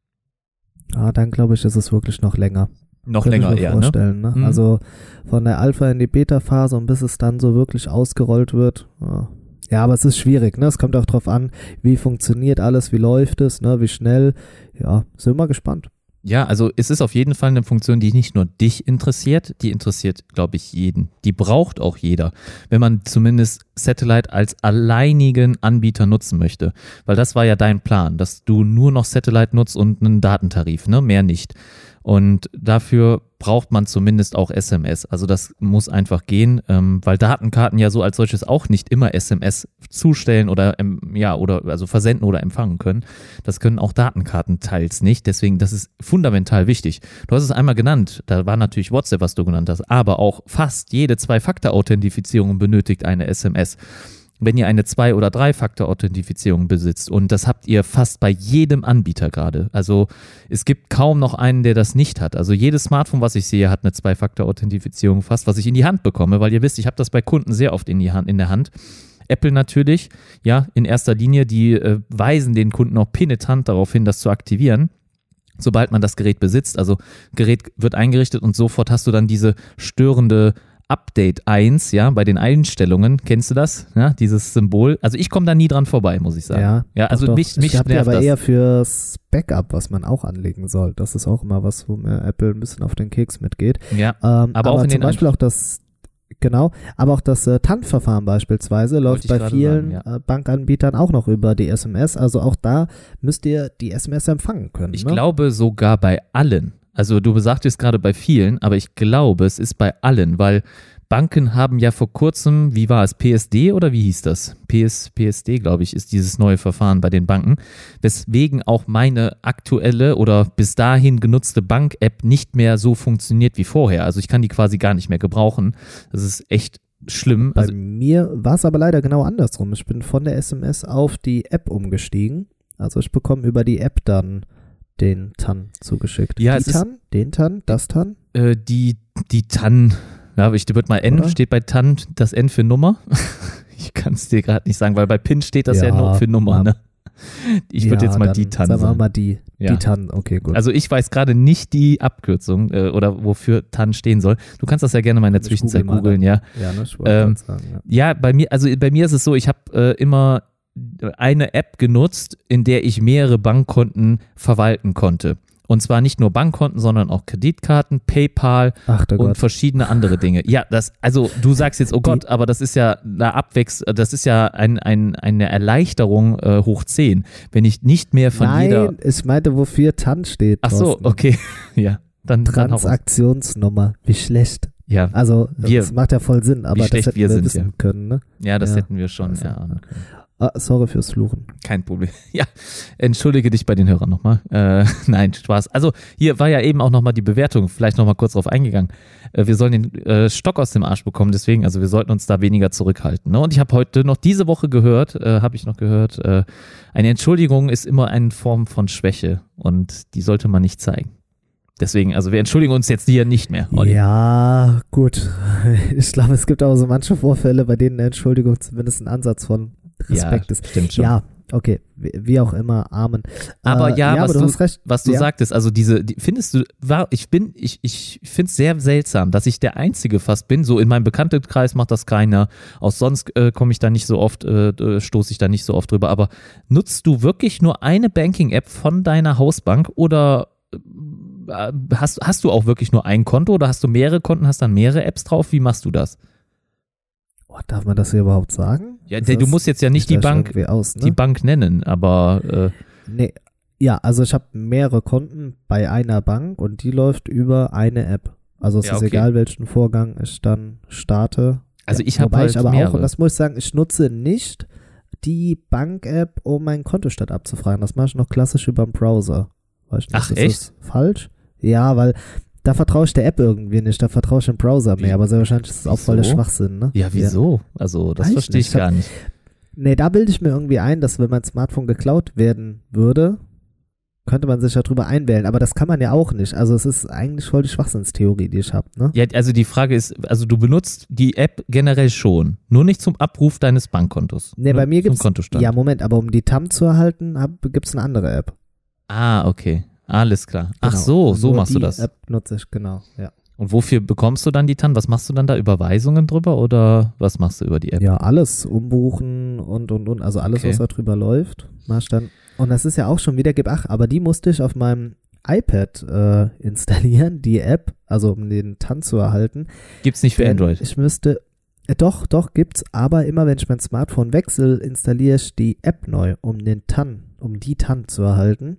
Ah, dann glaube ich, ist es wirklich noch länger. Noch länger ich mir eher, vorstellen, ne? ne? Mhm. Also von der Alpha in die Beta-Phase und bis es dann so wirklich ausgerollt wird. Ja, ja, aber es ist schwierig, ne? Es kommt auch drauf an, wie funktioniert alles, wie läuft es, ne? Wie schnell. Ja, sind wir gespannt. Ja, also es ist auf jeden Fall eine Funktion, die nicht nur dich interessiert, die interessiert, glaube ich, jeden. Die braucht auch jeder, wenn man zumindest Satellite als alleinigen Anbieter nutzen möchte. Weil das war ja dein Plan, dass du nur noch Satellite nutzt und einen Datentarif, ne? Mehr nicht. Und dafür braucht man zumindest auch S M S. Also das muss einfach gehen, ähm, weil Datenkarten ja so als solches auch nicht immer S M S zustellen oder ähm, ja oder also versenden oder empfangen können. Das können auch Datenkarten teils nicht. Deswegen, das ist fundamental wichtig. Du hast es einmal genannt, da war natürlich WhatsApp, was du genannt hast, aber auch fast jede Zwei-Faktor-Authentifizierung benötigt eine S M S. Wenn ihr eine Zwei- oder Drei-Faktor-Authentifizierung besitzt und das habt ihr fast bei jedem Anbieter gerade. Also es gibt kaum noch einen, der das nicht hat. Also jedes Smartphone, was ich sehe, hat eine Zwei-Faktor-Authentifizierung fast, was ich in die Hand bekomme, weil ihr wisst, ich habe das bei Kunden sehr oft in, die Hand, in der Hand. Apple natürlich, ja, in erster Linie, die äh, weisen den Kunden auch penetrant darauf hin, das zu aktivieren. Sobald man das Gerät besitzt, also Gerät wird eingerichtet und sofort hast du dann diese störende Update eins, ja, bei den Einstellungen, kennst du das? Ja, dieses Symbol. Also ich komme da nie dran vorbei, muss ich sagen. Ja, ja also doch, mich, mich ich habe nervt aber das. eher fürs Backup, was man auch anlegen soll. Das ist auch immer was, wo mir Apple ein bisschen auf den Keks mitgeht. Ja, ähm, aber, aber auch in zum den Beispiel auch das, genau, aber auch das äh, T A N-Verfahren beispielsweise läuft bei vielen sagen, ja. äh, Bankanbietern auch noch über die S M S. Also auch da müsst ihr die S M S empfangen können. Ich ne? glaube sogar bei allen. Also du sagtest gerade bei vielen, aber ich glaube, es ist bei allen, weil Banken haben ja vor kurzem, wie war es, P S D oder wie hieß das? P S, P S D, glaube ich, ist dieses neue Verfahren bei den Banken, weswegen auch meine aktuelle oder bis dahin genutzte Bank-App nicht mehr so funktioniert wie vorher. Also ich kann die quasi gar nicht mehr gebrauchen. Das ist echt schlimm. Bei Also, mir war es aber leider genau andersrum. Ich bin von der S M S auf die App umgestiegen. Also ich bekomme über die App dann den T A N zugeschickt. Ja, die es T A N, den T A N, das T A N? äh, die, die T A N, ja, ich würde mal N, Oder? steht bei T A N das N für Nummer? Ich kann es dir gerade nicht sagen, weil bei PIN steht das ja, ja nur für Nummer, ne? Ich würde ja, jetzt mal dann die T A N sagen. Sagen wir sagen. mal die, Ja. die T A N, okay, gut. Also ich weiß gerade nicht die Abkürzung äh, oder wofür T A N stehen soll. Du kannst das ja gerne mal in der Ich Zwischenzeit google mal googeln, ja. ja, ne, ich wollte Ähm, grad sagen, ja. Ja, bei mir, also bei mir ist es so, ich habe äh, immer eine App genutzt, in der ich mehrere Bankkonten verwalten konnte. Und zwar nicht nur Bankkonten, sondern auch Kreditkarten, PayPal Ach der und Gott. verschiedene andere Dinge. Ja, das, also du sagst jetzt, oh Gott, aber das ist ja eine Abwechs, das ist ja ein, ein, eine Erleichterung äh, hoch zehn, wenn ich nicht mehr von Nein, jeder. ich meinte, wofür T A N steht. Ach so, Thorsten. okay, ja, dann, dann hau raus. Transaktionsnummer, wie schlecht. Ja, Also, Wir- das macht ja voll Sinn, aber das schlecht hätten wir wir sind, wissen ja. können, ne? ja, das Ja, hätten wir schon also, erahnen können. Ah, sorry fürs Fluchen. Kein Problem. Ja, entschuldige dich bei den Hörern nochmal. Äh, nein, Spaß. Also hier war ja eben auch nochmal die Bewertung, vielleicht nochmal kurz drauf eingegangen. Äh, wir sollen den äh, Stock aus dem Arsch bekommen, deswegen, also wir sollten uns da weniger zurückhalten. Ne? Und ich habe heute noch diese Woche gehört, äh, habe ich noch gehört, äh, eine Entschuldigung ist immer eine Form von Schwäche und die sollte man nicht zeigen. Deswegen, also wir entschuldigen uns jetzt hier nicht mehr, Olli. Ja, gut. Ich glaube, es gibt auch so manche Vorfälle, bei denen eine Entschuldigung zumindest ein Ansatz von Respekt ja, ist. Stimmt schon. Ja, okay, wie, wie auch immer, Amen. Aber äh, ja, ja, was, aber du, du, hast recht. was du ja. sagtest, also diese, die, findest du, war, ich bin, ich, ich finde es sehr seltsam, dass ich der Einzige fast bin, so in meinem Bekanntenkreis macht das keiner, auch sonst äh, komme ich da nicht so oft, äh, stoße ich da nicht so oft drüber, aber nutzt du wirklich nur eine Banking-App von deiner Hausbank oder äh, hast, hast du auch wirklich nur ein Konto oder hast du mehrere Konten, hast dann mehrere Apps drauf, wie machst du das? Oh, darf man das hier überhaupt sagen? Ja, der, du musst jetzt ja nicht die Bank, aus, ne? die Bank nennen, aber äh, nee. Ja, also ich habe mehrere Konten bei einer Bank und die läuft über eine App. Also es ja, ist okay. egal, welchen Vorgang ich dann starte. Also ja, ich habe wobei halt ich aber mehrere. auch, und das muss ich sagen, ich nutze nicht die Bank-App, um meinen Kontostand abzufragen. Das mache ich noch klassisch über den Browser. Weiß nicht, Ach, ist echt? das falsch? Ja, weil da vertraue ich der App irgendwie nicht, da vertraue ich dem Browser mehr, aber sehr wahrscheinlich ist es auch voll der Schwachsinn, ne? Ja, wieso? Ja. Also, das Weiß verstehe ich nicht. gar nicht. Nee, da bilde ich mir irgendwie ein, dass wenn mein Smartphone geklaut werden würde, könnte man sich darüber einwählen, aber das kann man ja auch nicht. Also es ist eigentlich voll die Schwachsinnstheorie, die ich habe, ne? Ja, also die Frage ist, also du benutzt die App generell schon, nur nicht zum Abruf deines Bankkontos. Nee, bei mir zum gibt's, Kontostand. ja Moment, aber um die T A M zu erhalten, gibt es eine andere App. Ah, okay. Alles klar. Ach Genau. so, Und so nur machst du die das. App nutze ich, genau, ja. Und wofür bekommst du dann die T A N? Was machst du dann da? Überweisungen drüber oder was machst du über die App? Ja, alles umbuchen und, und, und, also alles, Okay. was da drüber läuft, mach ich dann. Und das ist ja auch schon wieder, gib ach, aber die musste ich auf meinem iPad äh, installieren, die App, also um den T A N zu erhalten. Gibt's nicht für Denn Android? Ich müsste, äh, doch, doch, gibt's, aber immer wenn ich mein Smartphone wechsle, installiere ich die App neu, um den T A N, um die T A N zu erhalten.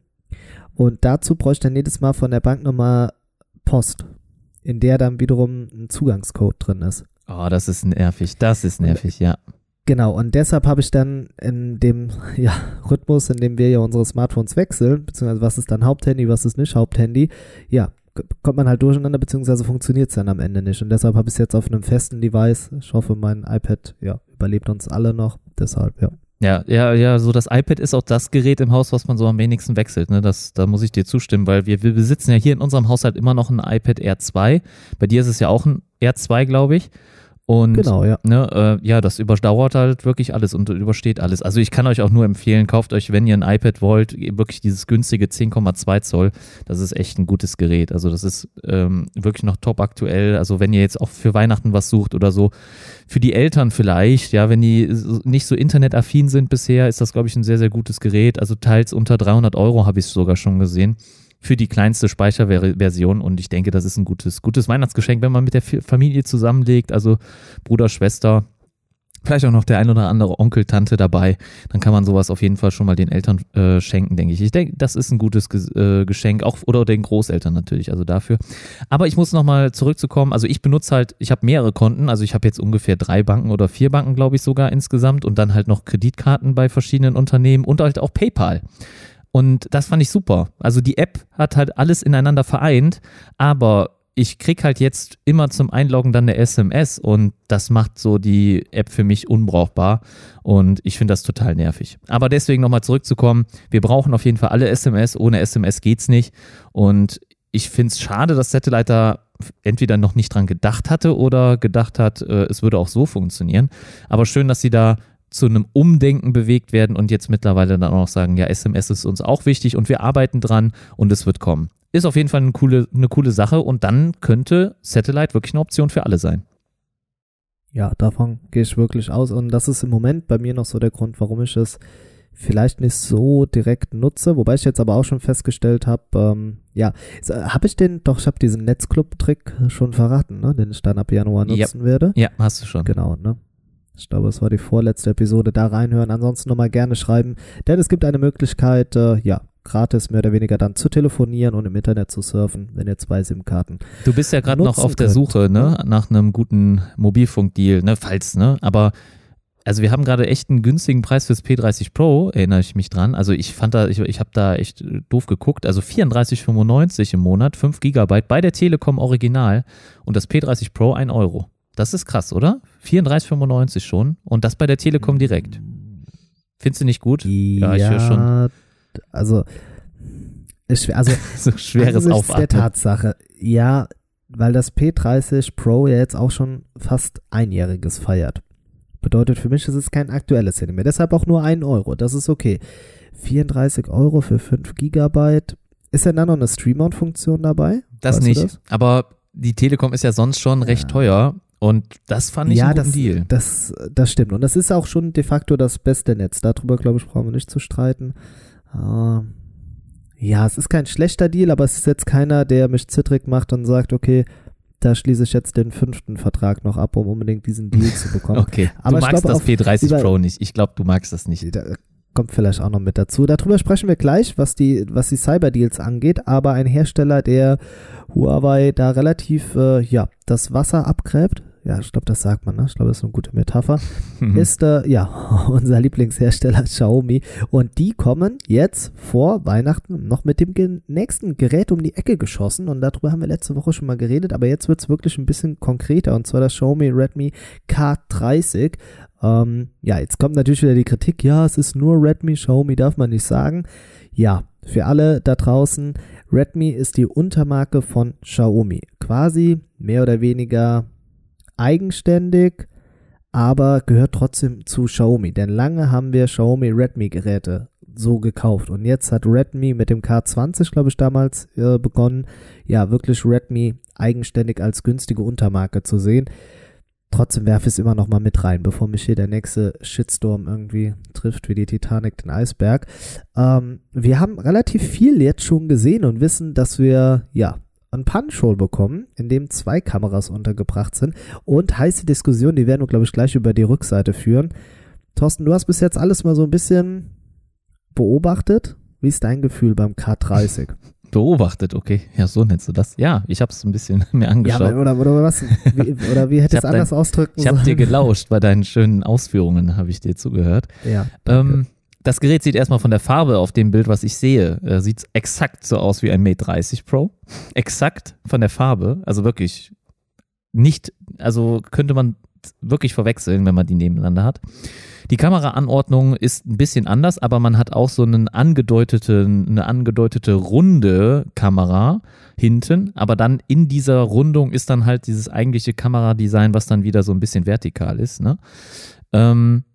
Und dazu bräuchte ich dann jedes Mal von der Bank nochmal Post, in der dann wiederum ein Zugangscode drin ist. Oh, das ist nervig. Das ist nervig, ja. Genau, und deshalb habe ich dann in dem ja, Rhythmus, in dem wir ja unsere Smartphones wechseln, beziehungsweise was ist dann Haupthandy, was ist nicht Haupthandy, ja, kommt man halt durcheinander, beziehungsweise funktioniert es dann am Ende nicht. Und deshalb habe ich es jetzt auf einem festen Device. Ich hoffe, mein iPad, ja, überlebt uns alle noch. Deshalb, ja. Ja, ja, ja, so das iPad ist auch das Gerät im Haus, was man so am wenigsten wechselt, ne? Das, da muss ich dir zustimmen, weil wir, wir besitzen ja hier in unserem Haushalt immer noch ein iPad Air zwei. Bei dir ist es ja auch ein Air zwei, glaube ich. Und Genau, ja. ne, äh, ja, das überdauert halt wirklich alles und übersteht alles. Also ich kann euch auch nur empfehlen, kauft euch, wenn ihr ein iPad wollt, wirklich dieses günstige zehn Komma zwei Zoll. Das ist echt ein gutes Gerät. Also das ist ähm, wirklich noch top aktuell. Also wenn ihr jetzt auch für Weihnachten was sucht oder so, für die Eltern vielleicht, ja, wenn die nicht so internetaffin sind bisher, ist das, glaube ich, ein sehr, sehr gutes Gerät. Also teils unter dreihundert Euro habe ich es sogar schon gesehen. Für die kleinste Speicherversion und ich denke, das ist ein gutes, gutes Weihnachtsgeschenk, wenn man mit der Familie zusammenlegt, also Bruder, Schwester, vielleicht auch noch der ein oder andere Onkel, Tante dabei, dann kann man sowas auf jeden Fall schon mal den Eltern äh, schenken, denke ich. Ich denke, das ist ein gutes äh, Geschenk, auch oder den Großeltern natürlich, also dafür. Aber ich muss nochmal zurückzukommen, also ich benutze halt, ich habe mehrere Konten, also ich habe jetzt ungefähr drei Banken oder vier Banken, glaube ich sogar insgesamt und dann halt noch Kreditkarten bei verschiedenen Unternehmen und halt auch PayPal. Und das fand ich super. Also die App hat halt alles ineinander vereint, aber ich krieg halt jetzt immer zum Einloggen dann eine S M S und das macht so die App für mich unbrauchbar und ich finde das total nervig. Aber deswegen nochmal zurückzukommen, wir brauchen auf jeden Fall alle S M S, ohne S M S geht's nicht und ich finde es schade, dass Satellite da entweder noch nicht dran gedacht hatte oder gedacht hat, äh, es würde auch so funktionieren, aber schön, dass sie da zu einem Umdenken bewegt werden und jetzt mittlerweile dann auch sagen, ja, S M S ist uns auch wichtig und wir arbeiten dran und es wird kommen. Ist auf jeden Fall eine coole, eine coole Sache und dann könnte Satellite wirklich eine Option für alle sein. Ja, davon gehe ich wirklich aus und das ist im Moment bei mir noch so der Grund, warum ich es vielleicht nicht so direkt nutze, wobei ich jetzt aber auch schon festgestellt habe, ähm, ja, habe ich den, doch, ich habe diesen Netzclub-Trick schon verraten, ne, den ich dann ab Januar nutzen ja. werde. Ja, hast du schon. Genau, ne. Ich glaube, es war die vorletzte Episode, da reinhören. Ansonsten nochmal gerne schreiben, denn es gibt eine Möglichkeit, äh, ja, gratis mehr oder weniger dann zu telefonieren und im Internet zu surfen, wenn ihr zwei SIM-Karten Du bist ja gerade noch auf der könnt, Suche, ne, nach einem guten Mobilfunkdeal, ne, falls, ne, aber also wir haben gerade echt einen günstigen Preis fürs P dreißig Pro, erinnere ich mich dran. Also ich fand da, ich, ich habe da echt doof geguckt. Also vierunddreißig fünfundneunzig im Monat, fünf Gigabyte bei der Telekom Original und das P dreißig Pro ein Euro. Das ist krass, oder? vierunddreißig fünfundneunzig schon und das bei der Telekom direkt. Findest du nicht gut? Ja, ich höre schon. Also Ist schwer. Also so schweres angesichts Aufatmen. der Tatsache, ja, weil das P dreißig Pro ja jetzt auch schon fast einjähriges feiert. Bedeutet für mich, es ist kein aktuelles Handy mehr. Deshalb auch nur ein Euro. Das ist okay. vierunddreißig Euro für fünf Gigabyte. Ist denn da noch eine Stream-On-Funktion dabei? Das Weißt du nicht. das? Aber die Telekom ist ja sonst schon Ja. recht teuer. Und das fand ich ja, einen guten das, Deal. Das, das stimmt. Und das ist auch schon de facto das beste Netz. Darüber, glaube ich, brauchen wir nicht zu streiten. Äh, ja, es ist kein schlechter Deal, aber es ist jetzt keiner, der mich zittrig macht und sagt, okay, da schließe ich jetzt den fünften Vertrag noch ab, um unbedingt diesen Deal zu bekommen. Okay, aber du ich magst glaube, das auf- P dreißig über- Pro nicht. Ich glaube, du magst das nicht. Da kommt vielleicht auch noch mit dazu. Darüber sprechen wir gleich, was die, was die Cyber-Deals angeht, aber ein Hersteller, der Huawei da relativ, äh, ja, das Wasser abgräbt, ja, ich glaube, das sagt man, ne? Ich glaube, das ist eine gute Metapher, Mhm. ist, äh, ja, unser Lieblingshersteller Xiaomi. Und die kommen jetzt vor Weihnachten noch mit dem ge- nächsten Gerät um die Ecke geschossen. Und darüber haben wir letzte Woche schon mal geredet, aber jetzt wird es wirklich ein bisschen konkreter. Und zwar das Xiaomi Redmi K dreißig. Ähm, ja, jetzt kommt natürlich wieder die Kritik, ja, es ist nur Redmi, Xiaomi darf man nicht sagen. Ja, für alle da draußen, Redmi ist die Untermarke von Xiaomi. Quasi mehr oder weniger eigenständig, aber gehört trotzdem zu Xiaomi. Denn lange haben wir Xiaomi Redmi Geräte so gekauft. Und jetzt hat Redmi mit dem K zwanzig, glaube ich, damals äh, begonnen, ja, wirklich Redmi eigenständig als günstige Untermarke zu sehen. Trotzdem werfe ich es immer noch mal mit rein, bevor mich hier der nächste Shitstorm irgendwie trifft, wie die Titanic den Eisberg. Ähm, wir haben relativ viel jetzt schon gesehen und wissen, dass wir, ja, ein Punch-Hole bekommen, in dem zwei Kameras untergebracht sind und heiße Diskussionen, die werden wir, glaube ich, gleich über die Rückseite führen. Thorsten, du hast bis jetzt alles mal so ein bisschen beobachtet. Wie ist dein Gefühl beim K dreißig? Beobachtet, okay. Ja, so nennst du das. Ja, ich habe es ein bisschen mir Ja, angeschaut. oder, oder was? Wie, oder wie hätte Ich es hab anders ausdrücken Ich habe dir sollen? gelauscht bei deinen schönen Ausführungen, habe ich dir zugehört. Ja, danke. Ähm, das Gerät sieht erstmal von der Farbe auf dem Bild, was ich sehe, äh, sieht exakt so aus wie ein Mate dreißig Pro. Exakt von der Farbe, also wirklich nicht, also könnte man wirklich verwechseln, wenn man die nebeneinander hat. Die Kameraanordnung ist ein bisschen anders, aber man hat auch so einen angedeuteten, eine angedeutete runde Kamera hinten, aber dann in dieser Rundung ist dann halt dieses eigentliche Kameradesign, was dann wieder so ein bisschen vertikal ist, ne? Ähm,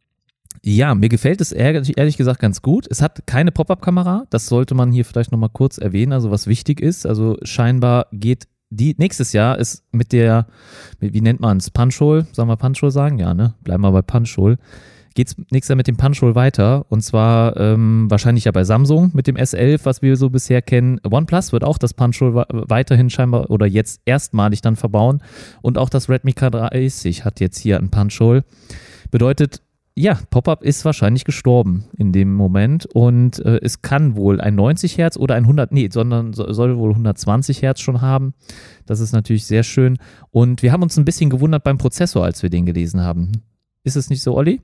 Ja, mir gefällt es ehrlich, ehrlich gesagt ganz gut. Es hat keine Pop-Up-Kamera, das sollte man hier vielleicht nochmal kurz erwähnen, also was wichtig ist. Also scheinbar geht die, nächstes Jahr ist mit der, mit, wie nennt man es, Punch-Hole, sollen wir Punch-Hole sagen? Ja, ne? Bleiben wir bei Punch-Hole. Geht es nächstes Jahr mit dem Punch-Hole weiter und zwar ähm, wahrscheinlich ja bei Samsung mit dem S elf, was wir so bisher kennen. OnePlus wird auch das Punch-Hole weiterhin scheinbar oder jetzt erstmalig dann verbauen und auch das Redmi K dreißig hat jetzt hier ein Punch-Hole. Bedeutet, ja, Pop-Up ist wahrscheinlich gestorben in dem Moment und äh, es kann wohl ein neunzig Hertz oder ein hundert, nee, sondern so, soll wohl hundertzwanzig Hertz schon haben. Das ist natürlich sehr schön und wir haben uns ein bisschen gewundert beim Prozessor, als wir den gelesen haben. Ist es nicht so, Olli?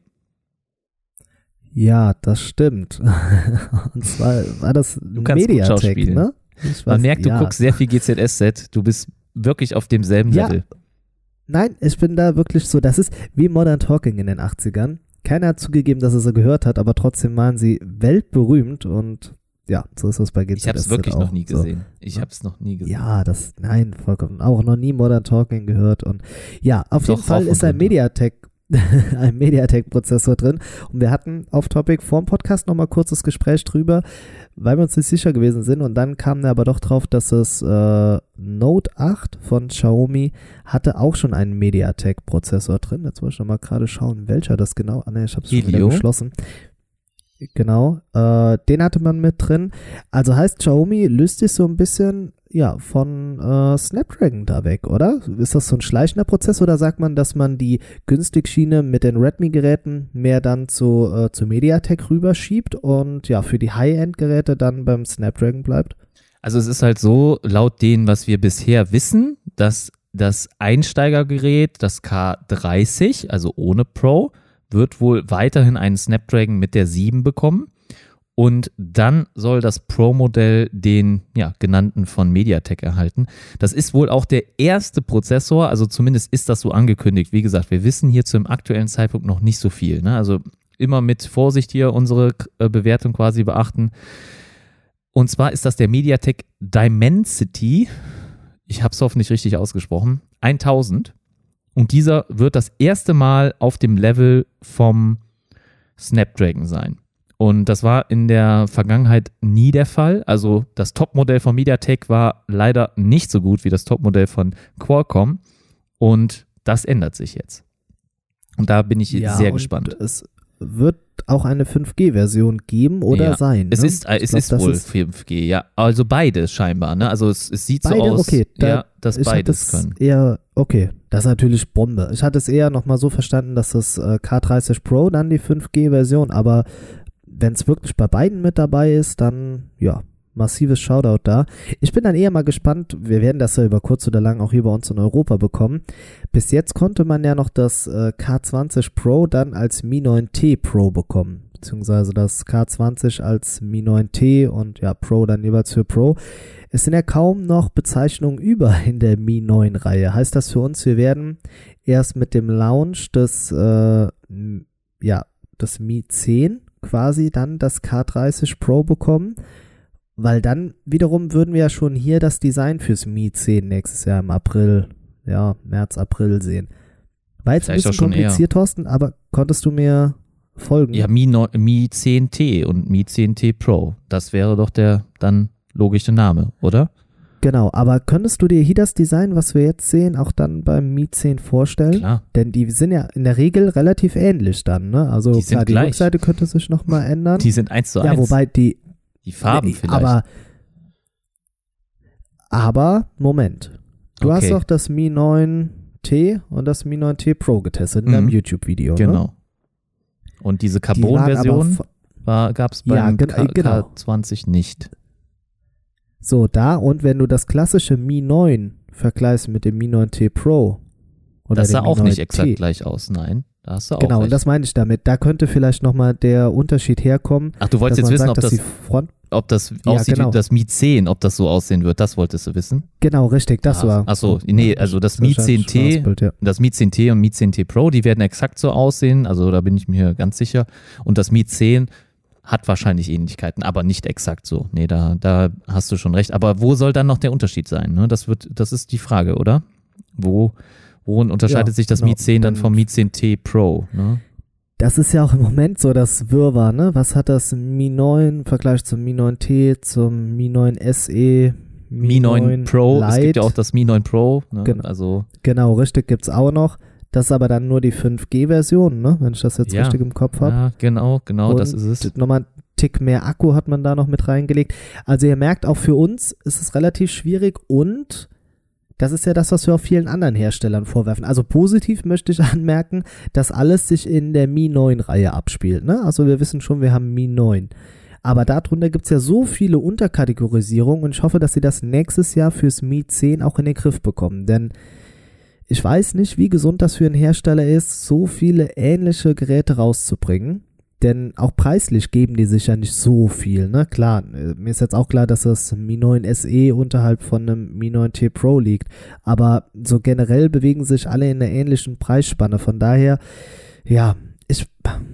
Ja, das stimmt. Und zwar war das Du kannst gut Mediatek, schauspielen. ne? Ich Man weiß- merkt, du ja. guckst sehr viel G Z S-Set. Du bist wirklich auf demselben Ja. Level. Nein, ich bin da wirklich so, das ist wie Modern Talking in den achtzigern. Keiner hat zugegeben, dass er sie gehört hat, aber trotzdem waren sie weltberühmt und ja, so ist das bei G Z S. Ich habe es wirklich auch noch nie so. gesehen. Ich habe es noch nie gesehen. Ja, das, nein, vollkommen, auch noch nie Modern Talking gehört und ja, auf Doch, jeden Fall rauf ist und ein runter. Mediatek ein Mediatek-Prozessor drin und wir hatten off-topic vor dem Podcast nochmal kurzes Gespräch drüber, weil wir uns nicht sicher gewesen sind und dann kam er aber doch drauf, dass das äh, Note acht von Xiaomi hatte auch schon einen Mediatek-Prozessor drin. Jetzt muss ich nochmal gerade schauen, welcher das genau, ah ne, ich habe es schon wieder Helio? geschlossen. Genau, äh, den hatte man mit drin. Also heißt, Xiaomi löst sich so ein bisschen ja, von äh, Snapdragon da weg, oder? Ist das so ein schleichender Prozess oder sagt man, dass man die Günstigschiene mit den Redmi-Geräten mehr dann zu, äh, zu Mediatek rüberschiebt und ja, für die High-End-Geräte dann beim Snapdragon bleibt? Also es ist halt so, laut dem, was wir bisher wissen, dass das Einsteigergerät, das K dreißig, also ohne Pro, wird wohl weiterhin einen Snapdragon mit der sieben bekommen. Und dann soll das Pro-Modell den ja, genannten von Mediatek erhalten. Das ist wohl auch der erste Prozessor, also zumindest ist das so angekündigt. Wie gesagt, wir wissen hier zum aktuellen Zeitpunkt noch nicht so viel. Ne? Also immer mit Vorsicht hier unsere äh, Bewertung quasi beachten. Und zwar ist das der MediaTek Dimensity, ich habe es hoffentlich richtig ausgesprochen, tausend. Und dieser wird das erste Mal auf dem Level vom Snapdragon sein. Und das war in der Vergangenheit nie der Fall. Also das Topmodell von MediaTek war leider nicht so gut wie das Topmodell von Qualcomm. Und das ändert sich jetzt. Und da bin ich ja, sehr und gespannt. Es wird auch eine fünf G-Version geben oder ja, sein. Es ne? ist, äh, es glaub, ist wohl ist fünf G, ja. Also beides scheinbar, ne? Also es, es sieht beide, so aus, okay, da, ja, dass ich beides das können. Eher, okay, das ist natürlich Bombe. Ich hatte es eher nochmal so verstanden, dass das äh, K dreißig Pro dann die fünf G-Version, aber wenn es wirklich bei beiden mit dabei ist, dann ja, massives Shoutout da. Ich bin dann eher mal gespannt, wir werden das ja über kurz oder lang auch hier bei uns in Europa bekommen. Bis jetzt konnte man ja noch das äh, K zwanzig Pro dann als Mi neun T Pro bekommen, beziehungsweise das K zwanzig als Mi neun T und ja, Pro dann jeweils für Pro. Es sind ja kaum noch Bezeichnungen über in der Mi neun Reihe. Heißt das für uns, wir werden erst mit dem Launch des, äh, ja, des Mi zehn quasi dann das K dreißig Pro bekommen? Weil dann wiederum würden wir ja schon hier das Design fürs Mi zehn nächstes Jahr im April, ja, März, April sehen. War jetzt Vielleicht ein bisschen auch schon kompliziert, eher. Thorsten, aber konntest du mir folgen? Ja, Mi, neun, Mi zehn T und Mi zehn T Pro. Das wäre doch der dann logische Name, oder? Genau, aber könntest du dir hier das Design, was wir jetzt sehen, auch dann beim Mi zehn vorstellen? Klar. Denn die sind ja in der Regel relativ ähnlich dann, ne? Also Die sind klar, die gleich. Rückseite könnte sich nochmal ändern. Die sind eins zu ja, eins. wobei die Die Farben nee, vielleicht. Aber, aber, Moment. Du Okay. hast doch das Mi neun T und das Mi neun T Pro getestet in Mhm. deinem YouTube-Video, ne? Genau. Und diese Die waren aber Carbon-Version f- gab es Ja, beim gen- K- genau. K zwanzig nicht. So, da und wenn du das klassische Mi neun vergleichst mit dem Mi neun T Pro oder Das dem sah Mi auch neun nicht T, exakt gleich aus, nein. Da hast du auch Genau, recht. und das meine ich damit. Da könnte vielleicht nochmal der Unterschied herkommen, Ach, du wolltest dass jetzt man wissen, sagt, ob dass das, die Front, ob das Ja, aussieht genau. wie das Mi zehn, ob das so aussehen wird. Das wolltest du wissen. genau, richtig, das Ah, war. ach so, nee, also das Mi zehn T, Bild, ja. das Mi zehn T und Mi zehn T Pro, die werden exakt so aussehen. Also da bin ich mir ganz sicher. Und das Mi zehn hat wahrscheinlich Ähnlichkeiten, aber nicht exakt so. Nee, da, da hast du schon recht. Aber wo soll dann noch der Unterschied sein? Ne? Das wird, das ist die Frage, oder? Wo, worin unterscheidet Ja, sich das genau. Mi zehn dann Dann- vom Mi zehn T Pro? Ne? Das ist ja auch im Moment so das Wirrwarr, ne? Was hat das Mi neun im Vergleich zum Mi neun T, zum Mi neun S E, Mi neun Pro, Lite? es gibt ja auch das Mi neun Pro. Ne? Genau. Also Genau, richtig, gibt's auch noch. Das ist aber dann nur die fünf G-Version, ne? Wenn ich das jetzt Ja. richtig im Kopf habe. ja, genau, genau, Und das ist es. nochmal einen Tick mehr Akku hat man da noch mit reingelegt. Also ihr merkt, auch für uns ist es relativ schwierig und das ist ja das, was wir auch vielen anderen Herstellern vorwerfen. Also positiv möchte ich anmerken, dass alles sich in der Mi neun Reihe abspielt, ne? Also wir wissen schon, wir haben Mi neun. Aber darunter gibt es ja so viele Unterkategorisierungen und ich hoffe, dass sie das nächstes Jahr fürs Mi zehn auch in den Griff bekommen. Denn ich weiß nicht, wie gesund das für einen Hersteller ist, so viele ähnliche Geräte rauszubringen. Denn auch preislich geben die sich ja nicht so viel, ne? Klar, äh, mir ist jetzt auch klar, dass das Mi neun S E unterhalb von einem Mi neun T Pro liegt. Aber so generell bewegen sich alle in einer ähnlichen Preisspanne. Von daher, ja, ich,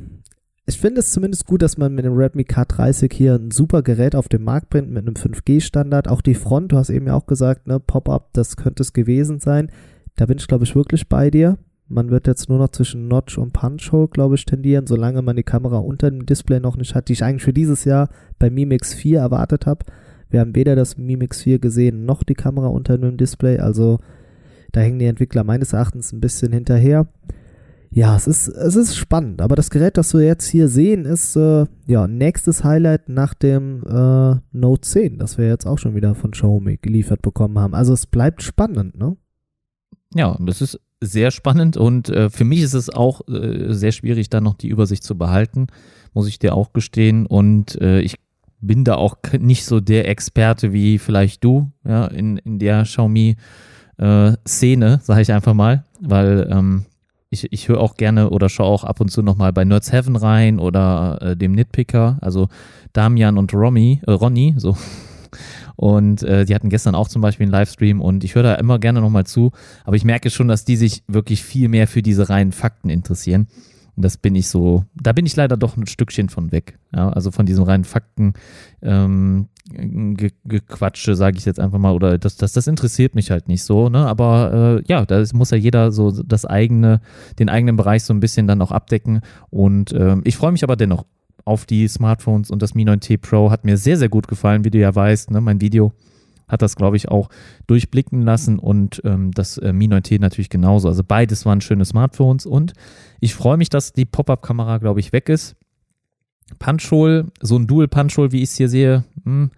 ich finde es zumindest gut, dass man mit dem Redmi K dreißig hier ein super Gerät auf den Markt bringt mit einem fünf G Standard. Auch die Front, du hast eben ja auch gesagt, ne, Pop-up, das könnte es gewesen sein. Da bin ich, glaube ich, wirklich bei dir. Man wird jetzt nur noch zwischen Notch und Punch-Hole, glaube ich, tendieren, solange man die Kamera unter dem Display noch nicht hat, die ich eigentlich für dieses Jahr bei Mi Mix vier erwartet habe. Wir haben weder das Mi Mix vier gesehen, noch die Kamera unter dem Display, also da hängen die Entwickler meines Erachtens ein bisschen hinterher. Ja, es ist, es ist spannend, aber das Gerät, das wir jetzt hier sehen, ist äh, ja nächstes Highlight nach dem äh, Note zehn, das wir jetzt auch schon wieder von Xiaomi geliefert bekommen haben. Also es bleibt spannend, ne? Ja, das ist sehr spannend und äh, für mich ist es auch äh, sehr schwierig, da noch die Übersicht zu behalten, muss ich dir auch gestehen. Und äh, ich bin da auch k- nicht so der Experte wie vielleicht du, ja, in, in der Xiaomi-Szene, sage ich einfach mal, weil ähm, ich, ich höre auch gerne oder schaue auch ab und zu nochmal bei Nerds Heaven rein oder äh, dem Nitpicker, also Damian und Romy, äh, Ronny, so. Und äh, die hatten gestern auch zum Beispiel einen Livestream und ich höre da immer gerne nochmal zu, aber ich merke schon, dass die sich wirklich viel mehr für diese reinen Fakten interessieren. Und das bin ich so, da bin ich leider doch ein Stückchen von weg. Ja, also von diesen reinen Fakten, ähm, Ge- Gequatsche, sage ich jetzt einfach mal, oder das, das, das interessiert mich halt nicht so, ne? Aber äh, ja, da muss ja jeder so das eigene, den eigenen Bereich so ein bisschen dann auch abdecken. Und äh, ich freue mich aber dennoch auf die Smartphones und das Mi neun T Pro hat mir sehr, sehr gut gefallen, wie du ja weißt, ne? Mein Video hat das, glaube ich, auch durchblicken lassen und ähm, das äh, Mi neun T natürlich genauso. Also beides waren schöne Smartphones und ich freue mich, dass die Pop-Up-Kamera, glaube ich, weg ist. Punch-Hole, so ein Dual-Punch-Hole, wie ich es hier sehe, hm,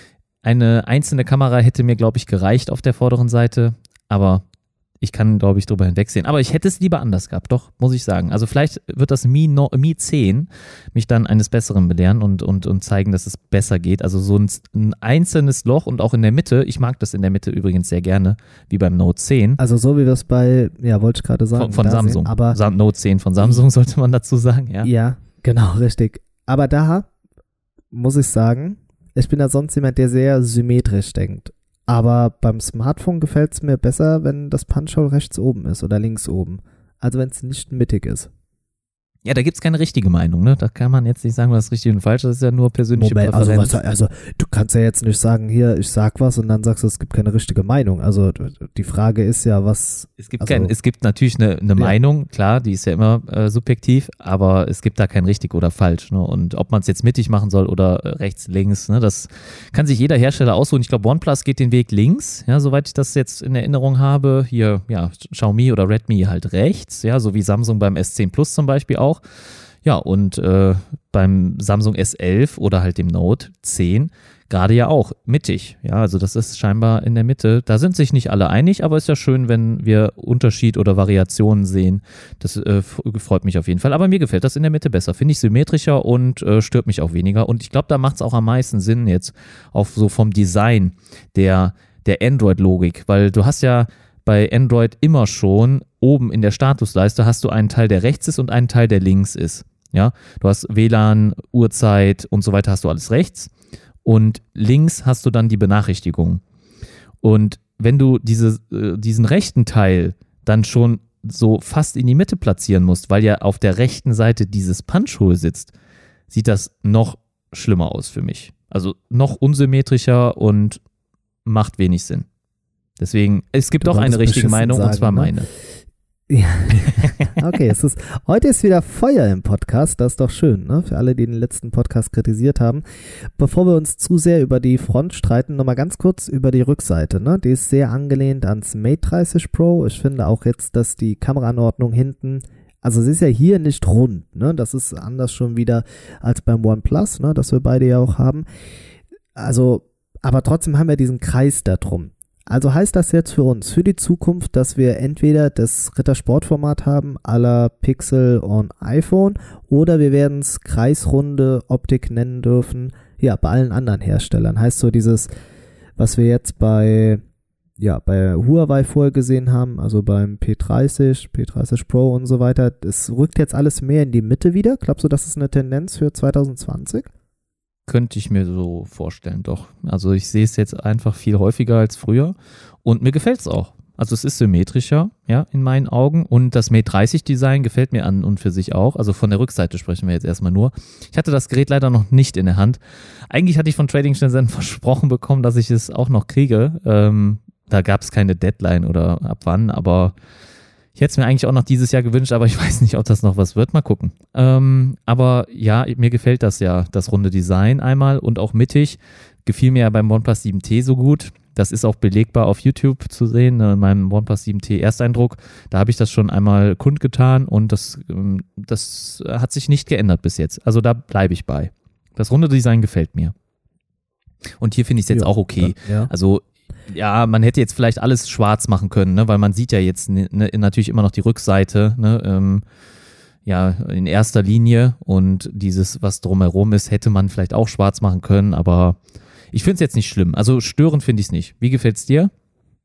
eine einzelne Kamera hätte mir, glaube ich, gereicht auf der vorderen Seite, aber ich kann, glaube ich, drüber hinwegsehen. Aber ich hätte es lieber anders gehabt, doch, muss ich sagen. Also vielleicht wird das Mi, no, Mi zehn mich dann eines Besseren belehren und, und, und zeigen, dass es besser geht. Also so ein, ein einzelnes Loch und auch in der Mitte, ich mag das in der Mitte übrigens sehr gerne, wie beim Note zehn. Also so wie wir es bei, ja, wollte ich gerade sagen. Von, von Samsung, sehen, aber Sam- Note zehn von Samsung sollte man dazu sagen, ja. Ja, genau, richtig. Aber da muss ich sagen, ich bin ja sonst jemand, der sehr symmetrisch denkt. Aber beim Smartphone gefällt es mir besser, wenn das Punch-Hole rechts oben ist oder links oben. Also wenn es nicht mittig ist. Ja, da gibt es keine richtige Meinung, ne? Da kann man jetzt nicht sagen, was richtig und falsch ist, das ist ja nur persönliche Moment, also, Präferenz. was, also du kannst ja jetzt nicht sagen, hier, ich sag was und dann sagst du, es gibt keine richtige Meinung. Also die Frage ist ja, was... Es gibt, also, kein, es gibt natürlich eine, eine ja. Meinung, klar, die ist ja immer äh, subjektiv, aber es gibt da kein richtig oder falsch. Ne? Und ob man es jetzt mittig machen soll oder äh, rechts, links, ne? Das kann sich jeder Hersteller aussuchen. Ich glaube, OnePlus geht den Weg links, ja, soweit ich das jetzt in Erinnerung habe. Hier, ja, Xiaomi oder Redmi halt rechts, ja, so wie Samsung beim S zehn Plus zum Beispiel auch. Ja, und äh, beim Samsung S elf oder halt dem Note zehn gerade ja auch mittig. Ja, also das ist scheinbar in der Mitte. Da sind sich nicht alle einig, aber ist ja schön, wenn wir Unterschied oder Variationen sehen. Das äh, freut mich auf jeden Fall. Aber mir gefällt das in der Mitte besser. Finde ich symmetrischer und äh, stört mich auch weniger. Und ich glaube, da macht es auch am meisten Sinn jetzt, auch so vom Design der, der Android-Logik. Weil du hast ja bei Android immer schon oben in der Statusleiste hast du einen Teil, der rechts ist und einen Teil, der links ist. Ja, du hast W L A N, Uhrzeit und so weiter, hast du alles rechts und links hast du dann die Benachrichtigungen. Und wenn du diese, äh, diesen rechten Teil dann schon so fast in die Mitte platzieren musst, weil ja auf der rechten Seite dieses Punch-Hole sitzt, sieht das noch schlimmer aus für mich. Also noch unsymmetrischer und macht wenig Sinn. Deswegen, es gibt Du doch eine wolltest richtige beschissen Meinung und sagen, zwar ne? meine. Ja. Okay, es ist, heute ist wieder Feuer im Podcast, das ist doch schön, ne? Für alle, die den letzten Podcast kritisiert haben. Bevor wir uns zu sehr über die Front streiten, nochmal ganz kurz über die Rückseite, ne? Die ist sehr angelehnt ans Mate dreißig Pro. Ich finde auch jetzt, dass die Kameraanordnung hinten, also es ist ja hier nicht rund, ne? Das ist anders schon wieder als beim OnePlus, ne? Das wir beide ja auch haben. Also, aber trotzdem haben wir diesen Kreis da drum. Also heißt das jetzt für uns, für die Zukunft, dass wir entweder das Rittersportformat haben, à la Pixel und iPhone, oder wir werden es kreisrunde Optik nennen dürfen, ja, bei allen anderen Herstellern. Heißt so dieses, was wir jetzt bei, ja, bei Huawei vorher gesehen haben, also beim P dreißig, P dreißig Pro und so weiter, das rückt jetzt alles mehr in die Mitte wieder. Glaubst du, das ist eine Tendenz für zwanzig zwanzig? Könnte ich mir so vorstellen, doch. Also ich sehe es jetzt einfach viel häufiger als früher und mir gefällt es auch. Also es ist symmetrischer, ja, in meinen Augen und das Mate dreißig Design gefällt mir an und für sich auch. Also von der Rückseite sprechen wir jetzt erstmal nur. Ich hatte das Gerät leider noch nicht in der Hand. Eigentlich hatte ich von Trading Shenzhen versprochen bekommen, dass ich es auch noch kriege. Ähm, da gab es keine Deadline oder ab wann, aber ich hätte es mir eigentlich auch noch dieses Jahr gewünscht, aber ich weiß nicht, ob das noch was wird. Mal gucken. Ähm, aber ja, mir gefällt das ja, das runde Design einmal und auch mittig. Gefiel mir ja beim OnePlus sieben T so gut. Das ist auch belegbar auf YouTube zu sehen, in meinem OnePlus sieben T Ersteindruck. Da habe ich das schon einmal kundgetan und das, das hat sich nicht geändert bis jetzt. Also da bleibe ich bei. Das runde Design gefällt mir. Und hier finde ich es jetzt Ja, auch okay. dann, ja. Also ja, man hätte jetzt vielleicht alles schwarz machen können, ne, weil man sieht ja jetzt ne, natürlich immer noch die Rückseite, ne, ähm, ja, in erster Linie und dieses, was drumherum ist, hätte man vielleicht auch schwarz machen können, aber ich finde es jetzt nicht schlimm. Also störend finde ich es nicht. Wie gefällt es dir?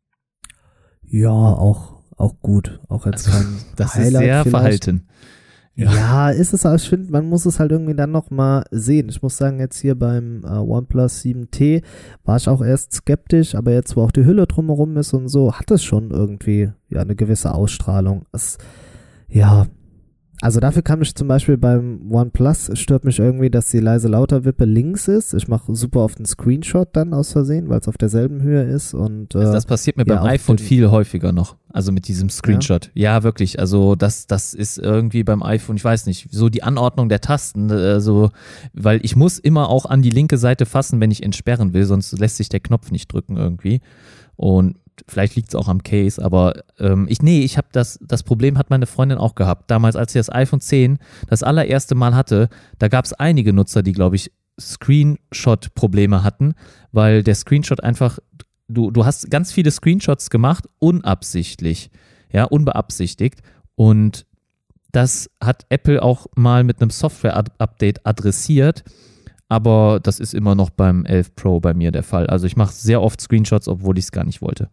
Ja, auch, auch gut. Auch jetzt Also, kein das Highlight ist sehr vielleicht. verhalten. Ja. ja, ist es, aber ich finde, man muss es halt irgendwie dann nochmal sehen. Ich muss sagen, jetzt hier beim äh, OnePlus sieben T war ich auch erst skeptisch, aber jetzt, wo auch die Hülle drumherum ist und so, hat es schon irgendwie ja eine gewisse Ausstrahlung. Es, ja, Also dafür kann mich zum Beispiel beim OnePlus, stört mich irgendwie, dass die leise lauter Wippe links ist. Ich mache super oft einen Screenshot dann aus Versehen, weil es auf derselben Höhe ist. Und, äh, also das passiert mir ja, beim iPhone viel häufiger noch, also mit diesem Screenshot. Ja, ja wirklich, also das, das ist irgendwie beim iPhone, ich weiß nicht, so die Anordnung der Tasten, äh, so, weil ich muss immer auch an die linke Seite fassen, wenn ich entsperren will, sonst lässt sich der Knopf nicht drücken irgendwie. Und vielleicht liegt es auch am Case, aber ähm, ich, nee, ich habe das, das Problem hat meine Freundin auch gehabt. Damals, als sie das iPhone zehn das allererste Mal hatte, da gab es einige Nutzer, die, glaube ich, Screenshot-Probleme hatten, weil der Screenshot einfach, du, du hast ganz viele Screenshots gemacht, unabsichtlich, ja, unbeabsichtigt, und das hat Apple auch mal mit einem Software-Update adressiert, aber das ist immer noch beim elf Pro bei mir der Fall. Also ich mache sehr oft Screenshots, obwohl ich es gar nicht wollte.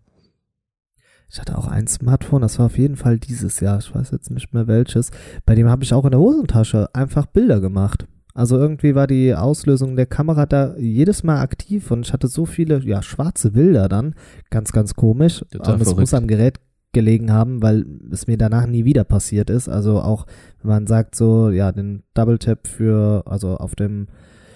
Ich hatte auch ein Smartphone, das war auf jeden Fall dieses Jahr, ich weiß jetzt nicht mehr welches, bei dem habe ich auch in der Hosentasche einfach Bilder gemacht. Also irgendwie war die Auslösung der Kamera da jedes Mal aktiv und ich hatte so viele, ja, schwarze Bilder dann, ganz, ganz komisch. Total und es verrückt. muss am Gerät gelegen haben, weil es mir danach nie wieder passiert ist. Also auch, wenn man sagt so, ja, den Double Tap für, also auf dem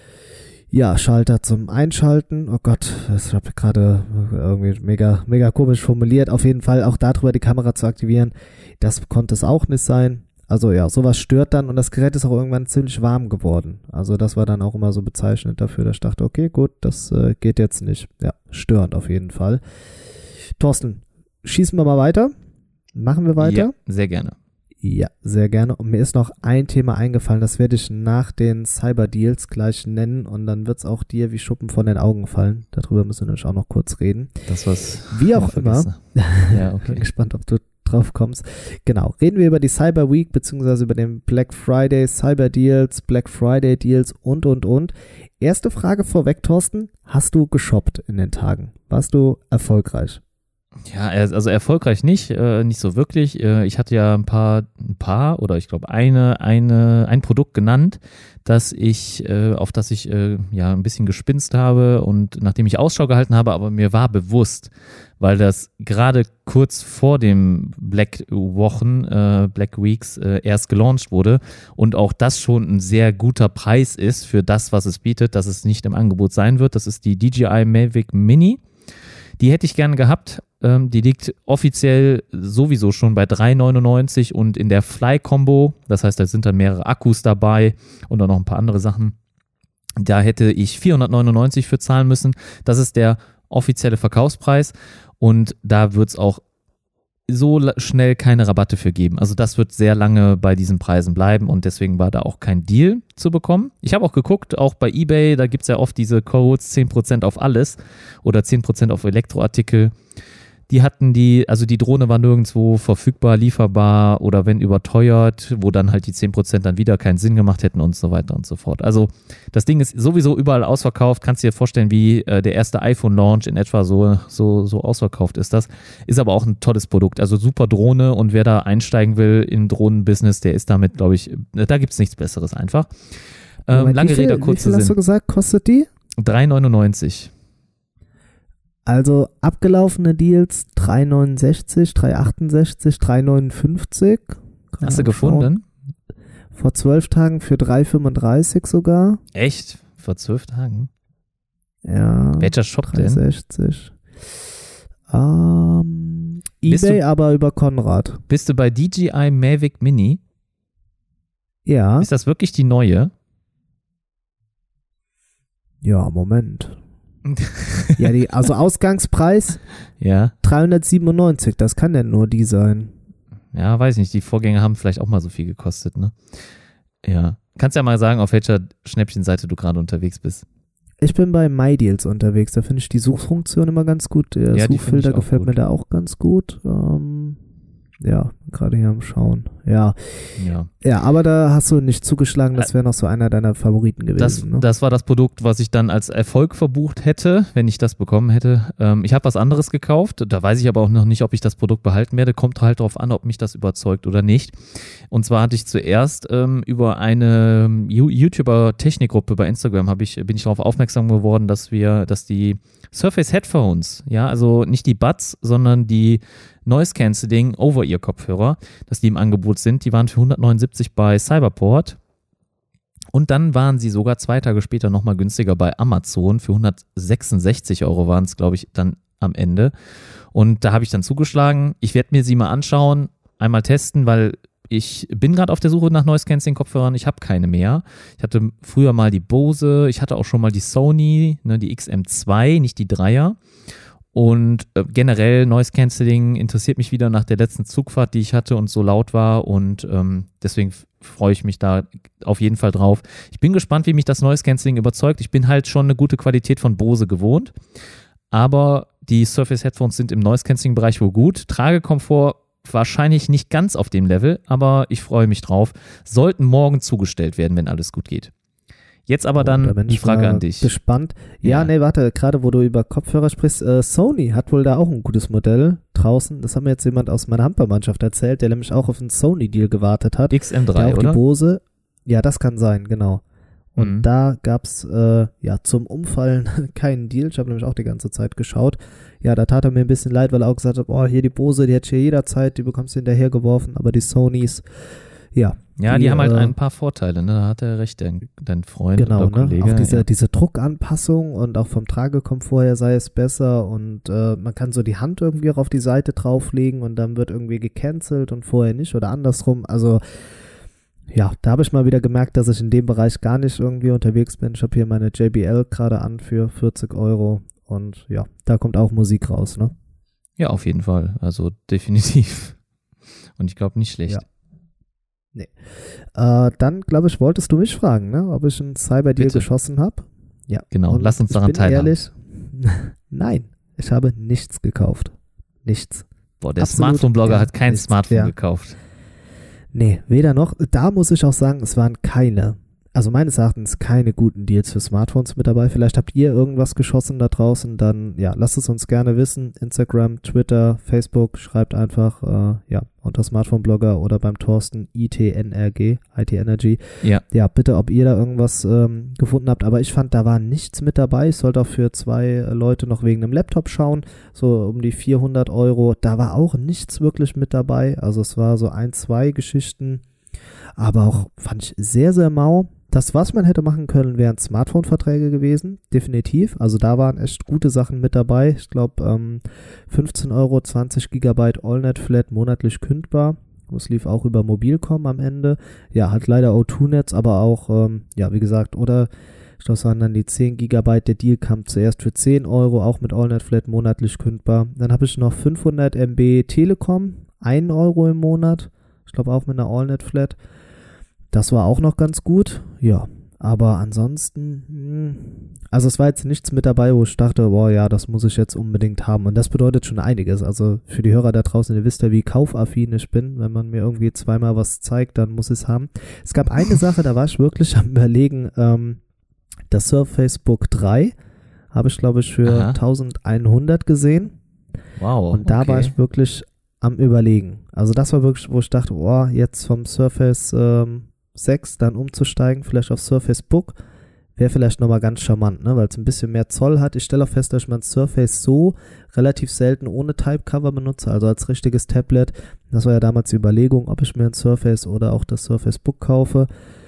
Ja, Schalter zum Einschalten. Oh Gott, das habe ich gerade irgendwie mega, mega komisch formuliert. Auf jeden Fall auch darüber die Kamera zu aktivieren, das konnte es auch nicht sein. Also ja, sowas stört dann und das Gerät ist auch irgendwann ziemlich warm geworden. Also das war dann auch immer so bezeichnend dafür, dass ich dachte, okay, gut, das äh, geht jetzt nicht. Ja, störend auf jeden Fall. Thorsten, schießen wir mal weiter? Machen wir weiter? Ja, sehr gerne. Ja, sehr gerne. Und mir ist noch ein Thema eingefallen, das werde ich nach den Cyber-Deals gleich nennen und dann wird es auch dir wie Schuppen von den Augen fallen. Darüber müssen wir nämlich auch noch kurz reden. Das, was Wie auch immer. Ja, okay. Bin gespannt, ob du drauf kommst. Genau, reden wir über die Cyber Week beziehungsweise über den Black Friday, Cyber Deals, Black Friday Deals und, und, und. Erste Frage vorweg, Thorsten. Hast du geshoppt in den Tagen? Warst du erfolgreich? Ja, also erfolgreich nicht, äh, nicht so wirklich. Äh, ich hatte ja ein paar, ein paar oder ich glaube eine, eine, ein Produkt genannt, das ich, äh, auf das ich äh, ja ein bisschen gespinst habe und nachdem ich Ausschau gehalten habe, aber mir war bewusst, weil das gerade kurz vor dem Black Wochen, äh, Black Weeks äh, erst gelauncht wurde und auch das schon ein sehr guter Preis ist für das, was es bietet, dass es nicht im Angebot sein wird. Das ist die D J I Mavic Mini. Die hätte ich gerne gehabt. Ähm, die liegt offiziell sowieso schon bei drei neunundneunzig und in der Fly-Combo, das heißt, da sind dann mehrere Akkus dabei und auch noch ein paar andere Sachen. Da hätte ich vierhundertneunundneunzig für zahlen müssen. Das ist der offizielle Verkaufspreis und da wird es auch so schnell keine Rabatte für geben. Also das wird sehr lange bei diesen Preisen bleiben und deswegen war da auch kein Deal zu bekommen. Ich habe auch geguckt, auch bei eBay, da gibt es ja oft diese Codes, zehn Prozent auf alles oder zehn Prozent auf Elektroartikel. Die hatten die, also die Drohne war nirgendwo verfügbar, lieferbar oder wenn überteuert, wo dann halt die zehn Prozent dann wieder keinen Sinn gemacht hätten und so weiter und so fort. Also das Ding ist sowieso überall ausverkauft. Kannst dir vorstellen, wie äh, der erste iPhone-Launch in etwa so, so, so ausverkauft ist das. Ist aber auch ein tolles Produkt. Also super Drohne und wer da einsteigen will im Drohnenbusiness, der ist damit, glaube ich, da gibt es nichts Besseres einfach. Ähm, Moment, lange wie viel, Rede, kurzer Sinn. Wie viel hast du Sinn. gesagt, kostet die? drei neunundneunzig. Also abgelaufene Deals drei neunundsechzig, drei achtundsechzig, drei neunundfünfzig. Kann Hast du man gefunden? schauen. Vor zwölf Tagen für drei fünfunddreißig sogar. Echt? Vor zwölf Tagen? Ja. Welcher Shop denn? dreihundertsechzig. Ähm, Bist eBay, du- aber über Konrad. Bist du bei D J I Mavic Mini? Ja. Ist das wirklich die neue? Ja, Moment. Ja, die, also Ausgangspreis Ja, dreihundertsiebenundneunzig, das kann denn nur die sein. ja, weiß nicht. Die Vorgänger haben vielleicht auch mal so viel gekostet, ne? Ja. Kannst ja mal sagen, auf welcher Schnäppchenseite du gerade unterwegs bist. Ich bin bei MyDeals unterwegs, da finde ich die Suchfunktion immer ganz gut. Der Ja, die finde ich Suchfilter auch gefällt gut. mir da auch ganz gut. Ähm, ja, gerade hier am Schauen. Ja. Ja. Ja, aber da hast du nicht zugeschlagen, das wäre noch so einer deiner Favoriten gewesen. Das, ne? das war das Produkt, was ich dann als Erfolg verbucht hätte, wenn ich das bekommen hätte. Ähm, ich habe was anderes gekauft, da weiß ich aber auch noch nicht, ob ich das Produkt behalten werde. Kommt halt darauf an, ob mich das überzeugt oder nicht. Und zwar hatte ich zuerst ähm, über eine Ju- YouTuber-Technikgruppe bei Instagram habe ich, bin ich darauf aufmerksam geworden, dass wir, dass die Surface Headphones, ja, also nicht die Buds, sondern die Noise Cancelling Over-Ear-Kopfhörer, dass die im Angebot sind. Die waren für hundertneunundsiebzig bei Cyberport. Und dann waren sie sogar zwei Tage später nochmal günstiger bei Amazon. Für hundertsechsundsechzig Euro waren es, glaube ich, dann am Ende. Und da habe ich dann zugeschlagen. Ich werde mir sie mal anschauen, einmal testen, weil ich bin gerade auf der Suche nach Noise-Canceling-Kopfhörern. Ich habe keine mehr. Ich hatte früher mal die Bose, ich hatte auch schon mal die Sony, ne, die X M zwei, nicht die Dreier. Und äh, generell Noise-Canceling interessiert mich wieder nach der letzten Zugfahrt, die ich hatte und so laut war. Und ähm, deswegen f- freue ich mich da auf jeden Fall drauf. Ich bin gespannt, wie mich das Noise-Canceling überzeugt. Ich bin halt schon eine gute Qualität von Bose gewohnt. Aber die Surface Headphones sind im Noise-Canceling-Bereich wohl gut. Tragekomfort wahrscheinlich nicht ganz auf dem Level, aber ich freue mich drauf. Sollten morgen zugestellt werden, wenn alles gut geht. Jetzt aber dann oh, da die Frage an dich. Gespannt. Ja, ja, nee, warte, gerade wo du über Kopfhörer sprichst, äh, Sony hat wohl da auch ein gutes Modell draußen. Das hat mir jetzt jemand aus meiner Handballmannschaft erzählt, der nämlich auch auf einen Sony-Deal gewartet hat. X M drei, der auch oder? Die Bose, ja, das kann sein, genau. Und Mhm. da gab es äh, ja zum Umfallen keinen Deal. Ich habe nämlich auch die ganze Zeit geschaut. Ja, da tat er mir ein bisschen leid, weil er auch gesagt hat, oh, hier die Bose, die hätte ich hier jederzeit, die bekommst du hinterhergeworfen, aber die Sonys, ja. Ja, die, die haben halt äh, ein paar Vorteile, ne? Da hat er recht, dein, dein Freund Genau, oder ne? Kollege. Auch diese, ja. diese Druckanpassung und auch vom Tragekomfort her sei es besser und äh, man kann so die Hand irgendwie auch auf die Seite drauflegen und dann wird irgendwie gecancelt und vorher nicht oder andersrum. Also ja, da habe ich mal wieder gemerkt, dass ich in dem Bereich gar nicht irgendwie unterwegs bin. Ich habe hier meine J B L gerade an für vierzig Euro und ja, da kommt auch Musik raus, ne? Ja, auf jeden Fall. Also definitiv. Und ich glaube nicht schlecht. Ja. Nee. Äh, dann, glaube ich, wolltest du mich fragen, ne? Ob ich einen Cyberdeal Bitte. geschossen habe. Ja. Genau, Und lass uns ich daran bin teilhaben. Ehrlich, nein, ich habe nichts gekauft. Nichts. Boah, der Absolut Smartphone-Blogger gar hat kein nichts, Smartphone ja. gekauft. Nee, weder noch. Da muss ich auch sagen, es waren keine, also meines Erachtens keine guten Deals für Smartphones mit dabei. Vielleicht habt ihr irgendwas geschossen da draußen, dann ja, lasst es uns gerne wissen. Instagram, Twitter, Facebook, schreibt einfach äh, ja, unter Smartphone-Blogger oder beim Thorsten I T N R G, I T Energy. Ja. Ja, bitte, ob ihr da irgendwas ähm, gefunden habt. Aber ich fand, da war nichts mit dabei. Ich sollte auch für zwei äh, Leute noch wegen einem Laptop schauen, so um die vierhundert Euro. Da war auch nichts wirklich mit dabei. Also es war so ein, zwei Geschichten, aber auch fand ich sehr, sehr mau. Das, was man hätte machen können, wären Smartphone-Verträge gewesen, definitiv. Also da waren echt gute Sachen mit dabei. Ich glaube, ähm, fünfzehn Euro, zwanzig Gigabyte AllNet-Flat monatlich kündbar. Das lief auch über Mobilcom am Ende. Ja, hat leider O zwei Netz, aber auch, ähm, ja, wie gesagt, oder ich glaube, es waren dann die zehn Gigabyte. Der Deal kam zuerst für zehn Euro, auch mit AllNet-Flat monatlich kündbar. Dann habe ich noch fünfhundert Megabyte Telekom, ein Euro im Monat. Ich glaube auch mit einer AllNet-Flat. Das war auch noch ganz gut, ja, aber ansonsten, mh, also es war jetzt nichts mit dabei, wo ich dachte, boah, ja, das muss ich jetzt unbedingt haben und das bedeutet schon einiges, also für die Hörer da draußen, ihr wisst ja, wie kaufaffin ich bin, wenn man mir irgendwie zweimal was zeigt, dann muss ich es haben. Es gab eine Sache, da war ich wirklich am Überlegen, ähm, das Surface Book drei habe ich, glaube ich, für Aha. eintausendeinhundert gesehen. Wow. Und da okay. war ich wirklich am Überlegen. Also das war wirklich, wo ich dachte, oh, jetzt vom Surface ähm, sechs dann umzusteigen, vielleicht auf Surface Book, wäre vielleicht nochmal ganz charmant, ne? Weil es ein bisschen mehr Zoll hat. Ich stelle auch fest, dass ich mein Surface so relativ selten ohne Type-Cover benutze, also als richtiges Tablet. Das war ja damals die Überlegung, ob ich mir ein Surface oder auch das Surface Book kaufe.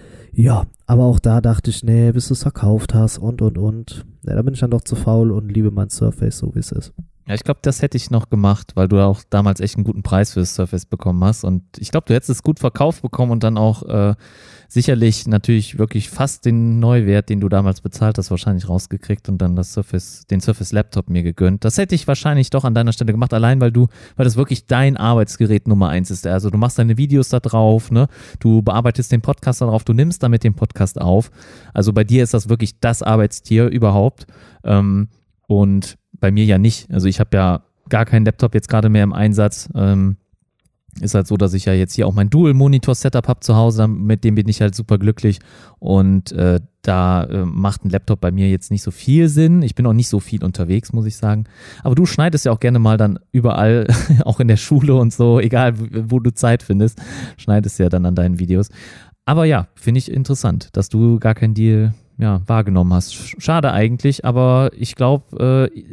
Ja, aber auch da dachte ich, nee, bis du es verkauft hast und, und, und. Ja, da bin ich dann doch zu faul und liebe mein Surface, so wie es ist. Ja, ich glaube, das hätte ich noch gemacht, weil du auch damals echt einen guten Preis für das Surface bekommen hast. Und ich glaube, du hättest es gut verkauft bekommen und dann auch äh, sicherlich natürlich wirklich fast den Neuwert, den du damals bezahlt hast, wahrscheinlich rausgekriegt und dann das Surface, den Surface Laptop mir gegönnt. Das hätte ich wahrscheinlich doch an deiner Stelle gemacht, allein weil du, weil das wirklich dein Arbeitsgerät Nummer eins ist. Also du machst deine Videos da drauf, ne? Du bearbeitest den Podcast da drauf, du nimmst damit den Podcast auf. Also bei dir ist das wirklich das Arbeitstier überhaupt. Ähm, und bei mir ja nicht. Also ich habe ja gar keinen Laptop jetzt gerade mehr im Einsatz. Ähm, ist halt so, dass ich ja jetzt hier auch mein Dual-Monitor-Setup habe zu Hause, mit dem bin ich halt super glücklich und äh, da äh, macht ein Laptop bei mir jetzt nicht so viel Sinn. Ich bin auch nicht so viel unterwegs, muss ich sagen. Aber du schneidest ja auch gerne mal dann überall, auch in der Schule und so, egal wo du Zeit findest, schneidest ja dann an deinen Videos. Aber ja, finde ich interessant, dass du gar keinen Deal ja, wahrgenommen hast. Schade eigentlich, aber ich glaube, äh, es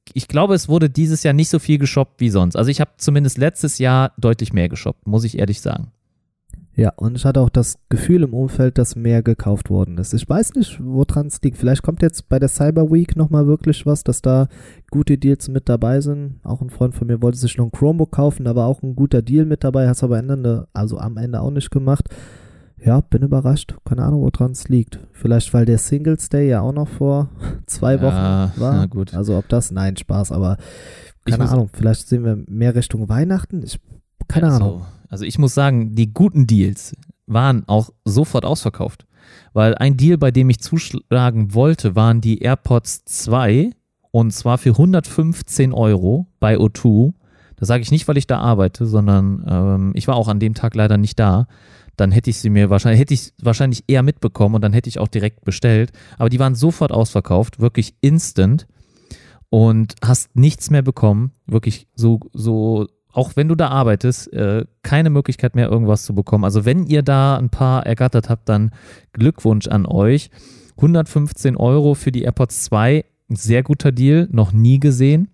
ich glaube, es wurde dieses Jahr nicht so viel geshoppt wie sonst. Also ich habe zumindest letztes Jahr deutlich mehr geshoppt, muss ich ehrlich sagen. Ja, und ich hatte auch das Gefühl im Umfeld, dass mehr gekauft worden ist. Ich weiß nicht, woran es liegt. Vielleicht kommt jetzt bei der Cyber Week nochmal wirklich was, dass da gute Deals mit dabei sind. Auch ein Freund von mir wollte sich noch ein Chromebook kaufen, da war auch ein guter Deal mit dabei, hat es aber Ende, also am Ende auch nicht gemacht. Ja, bin überrascht. Keine Ahnung, woran es liegt. Vielleicht, weil der Singles Day ja auch noch vor zwei Wochen ja, war. Na gut. Also ob das, nein, Spaß, aber keine Ich Ahnung. Vielleicht sehen wir mehr Richtung Weihnachten. Ich, keine also, Ahnung. Also ich muss sagen, die guten Deals waren auch sofort ausverkauft. Weil ein Deal, bei dem ich zuschlagen wollte, waren die AirPods zwei und zwar für hundertfünfzehn Euro bei O zwei. Das sage ich nicht, weil ich da arbeite, sondern ähm, ich war auch an dem Tag leider nicht da. Dann hätte ich sie mir wahrscheinlich, hätte ich wahrscheinlich eher mitbekommen und dann hätte ich auch direkt bestellt. Aber die waren sofort ausverkauft, wirklich instant und hast nichts mehr bekommen. Wirklich so, so, auch wenn du da arbeitest, äh, keine Möglichkeit mehr irgendwas zu bekommen. Also wenn ihr da ein paar ergattert habt, dann Glückwunsch an euch. hundertfünfzehn Euro für die AirPods zwei, sehr guter Deal, noch nie gesehen.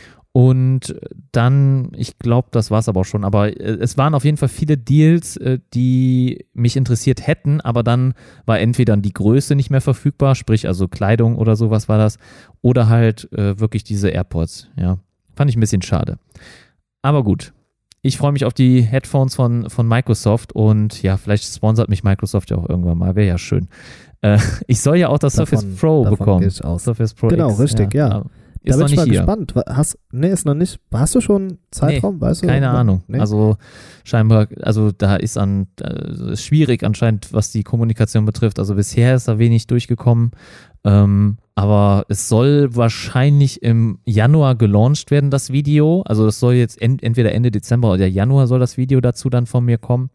Und dann, ich glaube, das war es aber auch schon, aber es waren auf jeden Fall viele Deals, die mich interessiert hätten, aber dann war entweder die Größe nicht mehr verfügbar, sprich also Kleidung oder sowas war das, oder halt äh, wirklich diese AirPods, ja. Fand ich ein bisschen schade. Aber gut, ich freue mich auf die Headphones von, von Microsoft und ja, vielleicht sponsert mich Microsoft ja auch irgendwann mal, wäre ja schön. Äh, ich soll ja auch das Davon, Surface Pro davon bekommen. gehe ich aus. Surface Pro Genau, X, richtig, ja. ja. Ist da bin noch ich mal nicht hier. gespannt. Hast, nee, ist noch nicht. Hast du schon einen Zeitraum? Nee, weißt du? keine Ahnung. Nee. Also scheinbar, also da ist an äh, ist schwierig anscheinend, was die Kommunikation betrifft. Also bisher ist da wenig durchgekommen. Ähm, aber es soll wahrscheinlich im Januar gelauncht werden, das Video. Also es soll jetzt ent- entweder Ende Dezember oder Januar soll das Video dazu dann von mir kommen.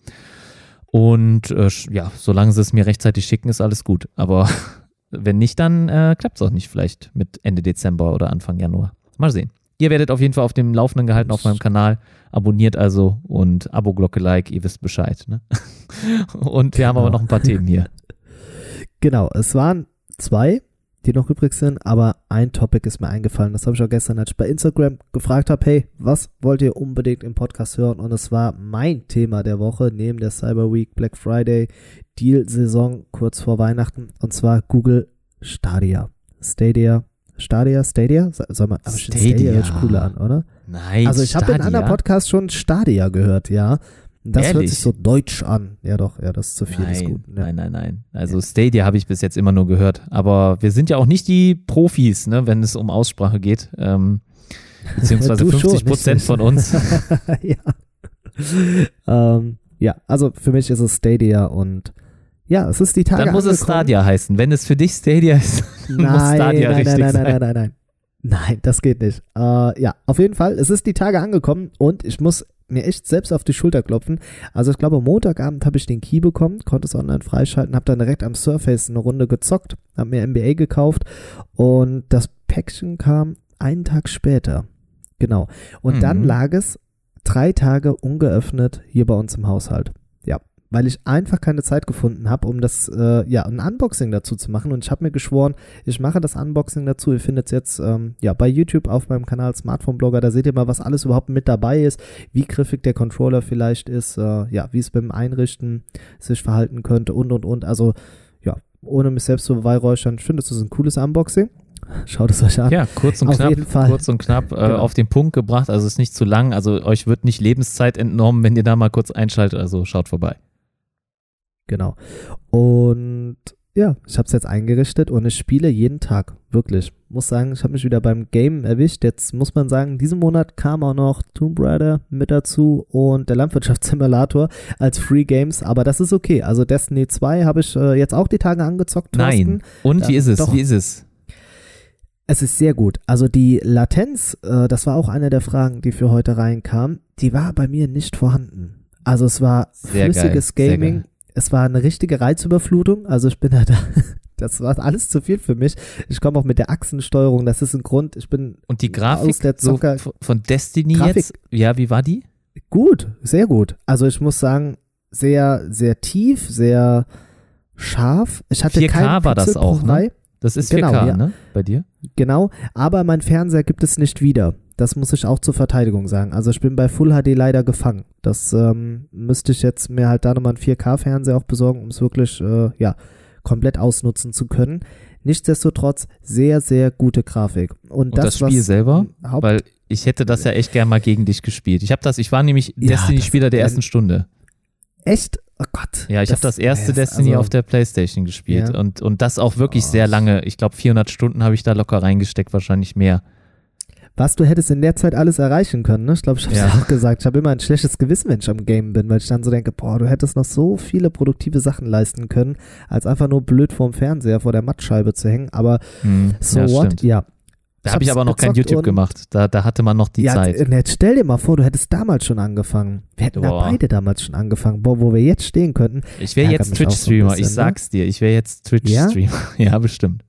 Und äh, ja, solange sie es mir rechtzeitig schicken, ist alles gut. Aber wenn nicht, dann äh, klappt es auch nicht vielleicht mit Ende Dezember oder Anfang Januar. Mal sehen. Ihr werdet auf jeden Fall auf dem Laufenden gehalten auf meinem Kanal. Abonniert also und Abo-Glocke, Like, ihr wisst Bescheid. Ne? Und wir genau. haben aber noch ein paar Themen hier. Genau, es waren zwei, die noch übrig sind, aber ein Topic ist mir eingefallen. Das habe ich auch gestern, als ich bei Instagram gefragt habe, hey, was wollt ihr unbedingt im Podcast hören? Und es war mein Thema der Woche, neben der Cyber Week, Black Friday, Deal-Saison kurz vor Weihnachten, und zwar Google Stadia. Stadia, Stadia, Stadia? Sag mal, aber Stadia, Stadia hört sich cooler an, oder? Nein, Also ich habe in einem anderen Podcast schon Stadia gehört, ja. Das Ehrlich? hört sich so deutsch an. Ja doch, ja, das ist zu viel, nein, ist gut. Ja. Nein, nein, nein. Also Stadia habe ich bis jetzt immer nur gehört. Aber wir sind ja auch nicht die Profis, ne, wenn es um Aussprache geht. Ähm, beziehungsweise Du fünfzig schon, Prozent nicht von uns. ja. ähm, ja, also für mich ist es Stadia und ja, es ist die Tage Dann muss es angekommen. Stadia heißen. Wenn es für dich Stadia ist, dann Nein, muss Stadia nein, richtig nein, nein, sein. nein, nein, nein, nein. Nein, das geht nicht. Äh, ja, auf jeden Fall, es ist die Tage angekommen und ich muss mir echt selbst auf die Schulter klopfen. Also ich glaube, Montagabend habe ich den Key bekommen, konnte es online freischalten, habe dann direkt am Surface eine Runde gezockt, habe mir N B A gekauft und das Päckchen kam einen Tag später. Genau. Und Mhm. dann lag es drei Tage ungeöffnet hier bei uns im Haushalt. Ja, weil ich einfach keine Zeit gefunden habe, um das, äh, ja, ein Unboxing dazu zu machen. Und ich habe mir geschworen, ich mache das Unboxing dazu. Ihr findet es jetzt, ähm, ja, bei YouTube auf meinem Kanal Smartphone Blogger. Da seht ihr mal, was alles überhaupt mit dabei ist, wie griffig der Controller vielleicht ist, äh, ja, wie es beim Einrichten sich verhalten könnte und, und, und. Also, ja, ohne mich selbst zu beweihräuchern, ich finde, das ist ein cooles Unboxing. Schaut es euch an. Ja, kurz und Auf knapp, jeden Fall. kurz und knapp äh, Genau. auf den Punkt gebracht. Also es ist nicht zu lang. Also euch wird nicht Lebenszeit entnommen, wenn ihr da mal kurz einschaltet. Also schaut vorbei. Genau. Und ja, ich habe es jetzt eingerichtet und ich spiele jeden Tag, wirklich. Muss sagen, ich habe mich wieder beim Game erwischt. Jetzt muss man sagen, diesen Monat kam auch noch Tomb Raider mit dazu und der Landwirtschaftssimulator als Free Games, aber das ist okay. Also Destiny zwei habe ich äh, jetzt auch die Tage angezockt, Thorsten. Nein. Und wie Ja, ist es? doch. Wie ist es? Es ist sehr gut. Also die Latenz, äh, das war auch eine der Fragen, die für heute reinkam, die war bei mir nicht vorhanden. Also es war Sehr flüssiges geil, sehr Gaming, geil. es war eine richtige Reizüberflutung, also ich bin ja da, das war alles zu viel für mich. Ich komme auch mit der Achsensteuerung, das ist ein Grund, ich bin Und die Grafik aus der so Zocker- f- von Destiny Grafik- jetzt? Ja, wie war die? gut, sehr gut. Also ich muss sagen, sehr, sehr tief, sehr scharf. Ich hatte vier K keinen war das Pixel auch, pro ne? Reihe. Das ist vier K, genau, ja. ne? Bei dir? Genau, aber mein Fernseher gibt es nicht wieder. Das muss ich auch zur Verteidigung sagen. Also ich bin bei Full H D leider gefangen. Das ähm, müsste ich jetzt mir halt da nochmal einen vier K-Fernseher auch besorgen, um es wirklich äh, ja, komplett ausnutzen zu können. Nichtsdestotrotz sehr, sehr gute Grafik. Und, Und das, das Spiel was selber? Haupt- Weil ich hätte das ja echt gern mal gegen dich gespielt. Ich habe das, ich war nämlich Ja, Destiny-Spieler der das- ersten Stunde. Echt? Oh Gott. Ja, ich habe das erste ja, Destiny also, auf der PlayStation gespielt Ja. und, und das auch wirklich Oh. sehr lange. Ich glaube vierhundert Stunden habe ich da locker reingesteckt, wahrscheinlich mehr. Was du hättest in der Zeit alles erreichen können, ne? Ich glaube, ich habe es Ja. ja auch gesagt. Ich habe immer ein schlechtes Gewissen, wenn ich am Game bin, weil ich dann so denke, boah, du hättest noch so viele produktive Sachen leisten können, als einfach nur blöd vorm Fernseher, vor der Mattscheibe zu hängen. Aber Hm, so ja, what? stimmt. Ja. Da habe ich hab's aber noch kein gezockt YouTube und- gemacht. Da, da hatte man noch die ja, Zeit. d- jetzt stell dir mal vor, du hättest damals schon angefangen. Wir hätten da Boah. beide damals schon angefangen. Boah, wo wir jetzt stehen könnten. Ich wäre ärgert jetzt mich auch so ein Twitch-Streamer, ich bisschen, ne? sag's dir. Ich wäre jetzt Twitch-Streamer. Ja? bestimmt.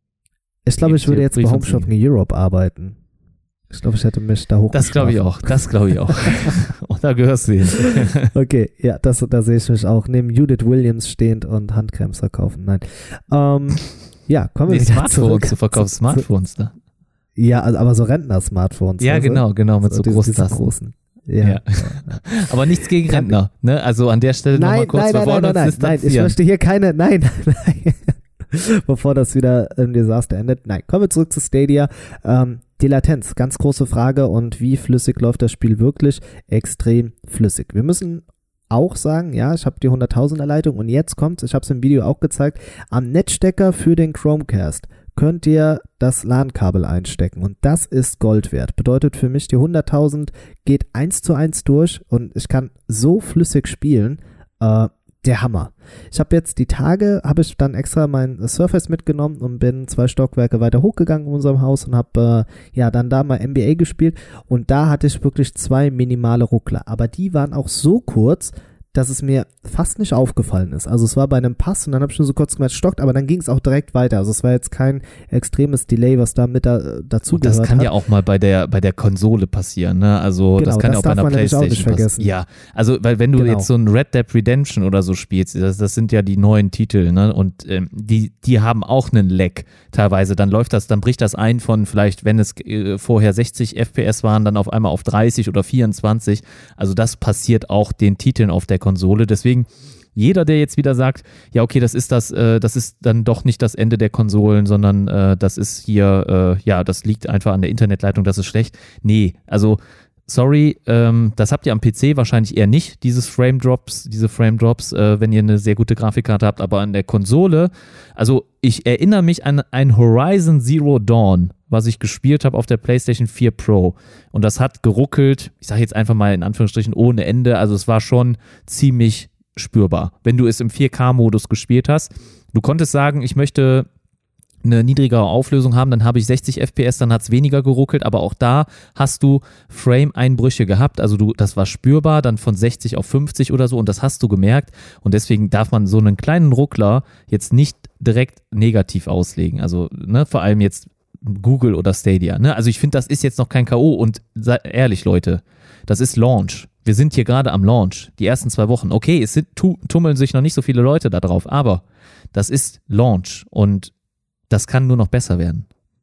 Ich glaube, Gibt's ich würde hier jetzt bei Brief und Home Shopping Europe arbeiten. Ich glaube, ich hätte mich da hoch. Das glaube ich auch. Das glaube ich auch. Und da gehörst du hin. Okay, ja, das, da sehe ich mich auch. Neben Judith Williams stehend und Handcremes verkaufen. Nein. Ähm, ja, kommen wir Nee, wieder Smartphones, zurück. du verkaufst zu- Smartphones da. Ja, also, aber so Rentner-Smartphones. Ja, weißt du? genau, genau, mit so diese- diese Großtasten. großen. Ja. Ja. Ja. Aber nichts gegen Rentner, ne? Also an der Stelle nochmal Nein, kurz, nein, wir nein, wollen nein, nein, uns nein, nein, ich distanzieren. möchte hier keine, nein, nein, bevor das wieder im Desaster endet. Nein, kommen wir zurück zu Stadia. Ähm, die Latenz, ganz große Frage und wie flüssig läuft das Spiel wirklich? Extrem flüssig. Wir müssen auch sagen, ja, ich habe die hunderttausender Leitung und jetzt kommt's, ich habe es im Video auch gezeigt, am Netzstecker für den Chromecast könnt ihr das LAN-Kabel einstecken und das ist Gold wert. Bedeutet für mich, die hunderttausend geht eins zu eins durch und ich kann so flüssig spielen, äh, der Hammer. Ich habe jetzt die Tage, habe ich dann extra mein Surface mitgenommen und bin zwei Stockwerke weiter hochgegangen in unserem Haus und habe äh, ja dann da mal N B A gespielt und da hatte ich wirklich zwei minimale Ruckler, aber die waren auch so kurz, dass es mir fast nicht aufgefallen ist. Also es war bei einem Pass und dann habe ich nur so kurz gemerkt, stockt, aber dann ging es auch direkt weiter. Also es war jetzt kein extremes Delay, was da mit da, dazu Und das gehört kann hat. ja auch mal bei der bei der Konsole passieren, ne? Also Genau, das kann ja das auch bei darf einer man nämlich auch nicht Playstation vergessen. passieren. Ja, also weil wenn du Genau. jetzt so ein Red Dead Redemption oder so spielst, das, das sind ja die neuen Titel, ne? Und ähm, die die haben auch einen Lag teilweise. Dann läuft das, dann bricht das ein von vielleicht, wenn es äh, vorher sechzig F P S waren, dann auf einmal auf dreißig oder vierundzwanzig. Also das passiert auch den Titeln auf der Konsole. Deswegen jeder, der jetzt wieder sagt, ja okay, das ist das, äh, das ist dann doch nicht das Ende der Konsolen, sondern äh, das ist hier, äh, ja, das liegt einfach an der Internetleitung, das ist schlecht. Nee, also sorry, ähm, das habt ihr am P C wahrscheinlich eher nicht, dieses Frame Drops, diese Frame Drops, äh, wenn ihr eine sehr gute Grafikkarte habt, aber an der Konsole, also ich erinnere mich an ein Horizon Zero Dawn, was ich gespielt habe auf der PlayStation vier Pro und das hat geruckelt, ich sage jetzt einfach mal in Anführungsstrichen ohne Ende, also es war schon ziemlich spürbar, wenn du es im vier K-Modus gespielt hast. Du konntest sagen, ich möchte eine niedrigere Auflösung haben, dann habe ich sechzig F P S, dann hat es weniger geruckelt, aber auch da hast du Frame-Einbrüche gehabt, also du, das war spürbar, dann von sechzig auf fünfzig oder so und das hast du gemerkt und deswegen darf man so einen kleinen Ruckler jetzt nicht direkt negativ auslegen, also ne, vor allem jetzt Google oder Stadia, ne? Also ich finde, das ist jetzt noch kein K O und sei ehrlich, Leute, das ist Launch. Wir sind hier gerade am Launch, die ersten zwei Wochen. Okay, es sind, tu, tummeln sich noch nicht so viele Leute da drauf, aber das ist Launch und das kann nur noch besser werden.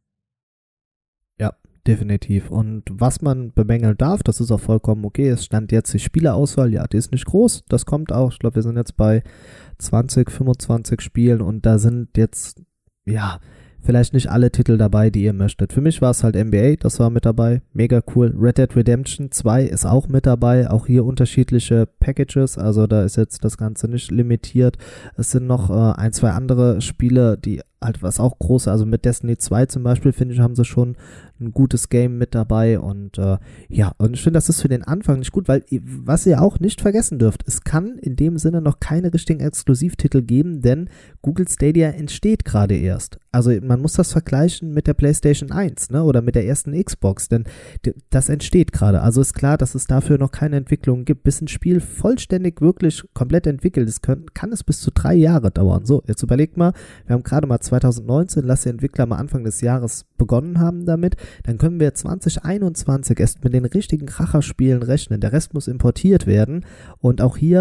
Ja, definitiv. Und was man bemängeln darf, das ist auch vollkommen okay, es stand jetzt die Spielerauswahl, ja, die ist nicht groß, das kommt auch, ich glaube, wir sind jetzt bei zwanzig, fünfundzwanzig Spielen und da sind jetzt, ja, vielleicht nicht alle Titel dabei, die ihr möchtet. Für mich war es halt N B A, das war mit dabei, mega cool. Red Dead Redemption zwei ist auch mit dabei, auch hier unterschiedliche Packages, also da ist jetzt das Ganze nicht limitiert. Es sind noch äh, ein, zwei andere Spiele, die halt was auch große, also mit Destiny zwei zum Beispiel, finde ich, haben sie schon ein gutes Game mit dabei und äh, ja, und ich finde, das ist für den Anfang nicht gut, weil, was ihr auch nicht vergessen dürft, es kann in dem Sinne noch keine richtigen Exklusivtitel geben, denn Google Stadia entsteht gerade erst. Also man muss das vergleichen mit der PlayStation eins, ne, oder mit der ersten Xbox, denn das entsteht gerade. Also ist klar, dass es dafür noch keine Entwicklung gibt. Bis ein Spiel vollständig wirklich komplett entwickelt ist, können, kann es bis zu drei Jahre dauern. So, jetzt überlegt mal, wir haben gerade mal zwanzig neunzehn, lass die Entwickler mal Anfang des Jahres begonnen haben damit, dann können wir zwanzig einundzwanzig erst mit den richtigen Kracherspielen rechnen. Der Rest muss importiert werden und auch hier,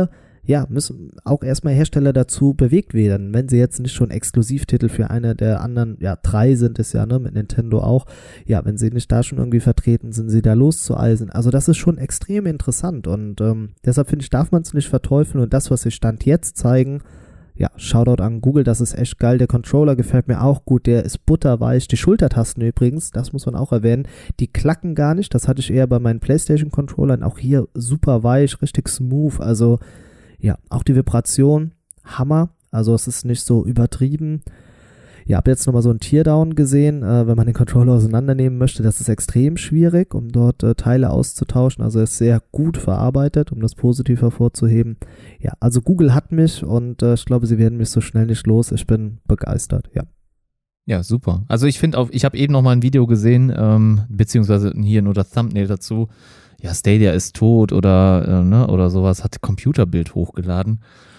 ja, müssen auch erstmal Hersteller dazu bewegt werden, wenn sie jetzt nicht schon Exklusivtitel für eine der anderen, ja, drei sind es ja, ne, mit Nintendo auch, ja, wenn sie nicht da schon irgendwie vertreten sind, sie da loszueisen. Also das ist schon extrem interessant und ähm, deshalb finde ich, darf man es nicht verteufeln und das, was sie Stand jetzt zeigen, ja, Shoutout an Google, das ist echt geil. Der Controller gefällt mir auch gut, der ist butterweich. Die Schultertasten übrigens, das muss man auch erwähnen, die klacken gar nicht. Das hatte ich eher bei meinen PlayStation-Controllern. Auch hier super weich, richtig smooth. Also ja, auch die Vibration, Hammer. Also es ist nicht so übertrieben. Ja, habe jetzt nochmal so ein Teardown gesehen, äh, wenn man den Controller auseinandernehmen möchte, das ist extrem schwierig, um dort äh, Teile auszutauschen, also ist sehr gut verarbeitet, um das positiv hervorzuheben. Ja, also Google hat mich und äh, ich glaube, sie werden mich so schnell nicht los, ich bin begeistert, ja. Ja, super. Also ich finde auch, ich habe eben noch mal ein Video gesehen, ähm, beziehungsweise hier nur das Thumbnail dazu, ja, Stadia ist tot oder, äh, ne, oder sowas, hat Computerbild hochgeladen.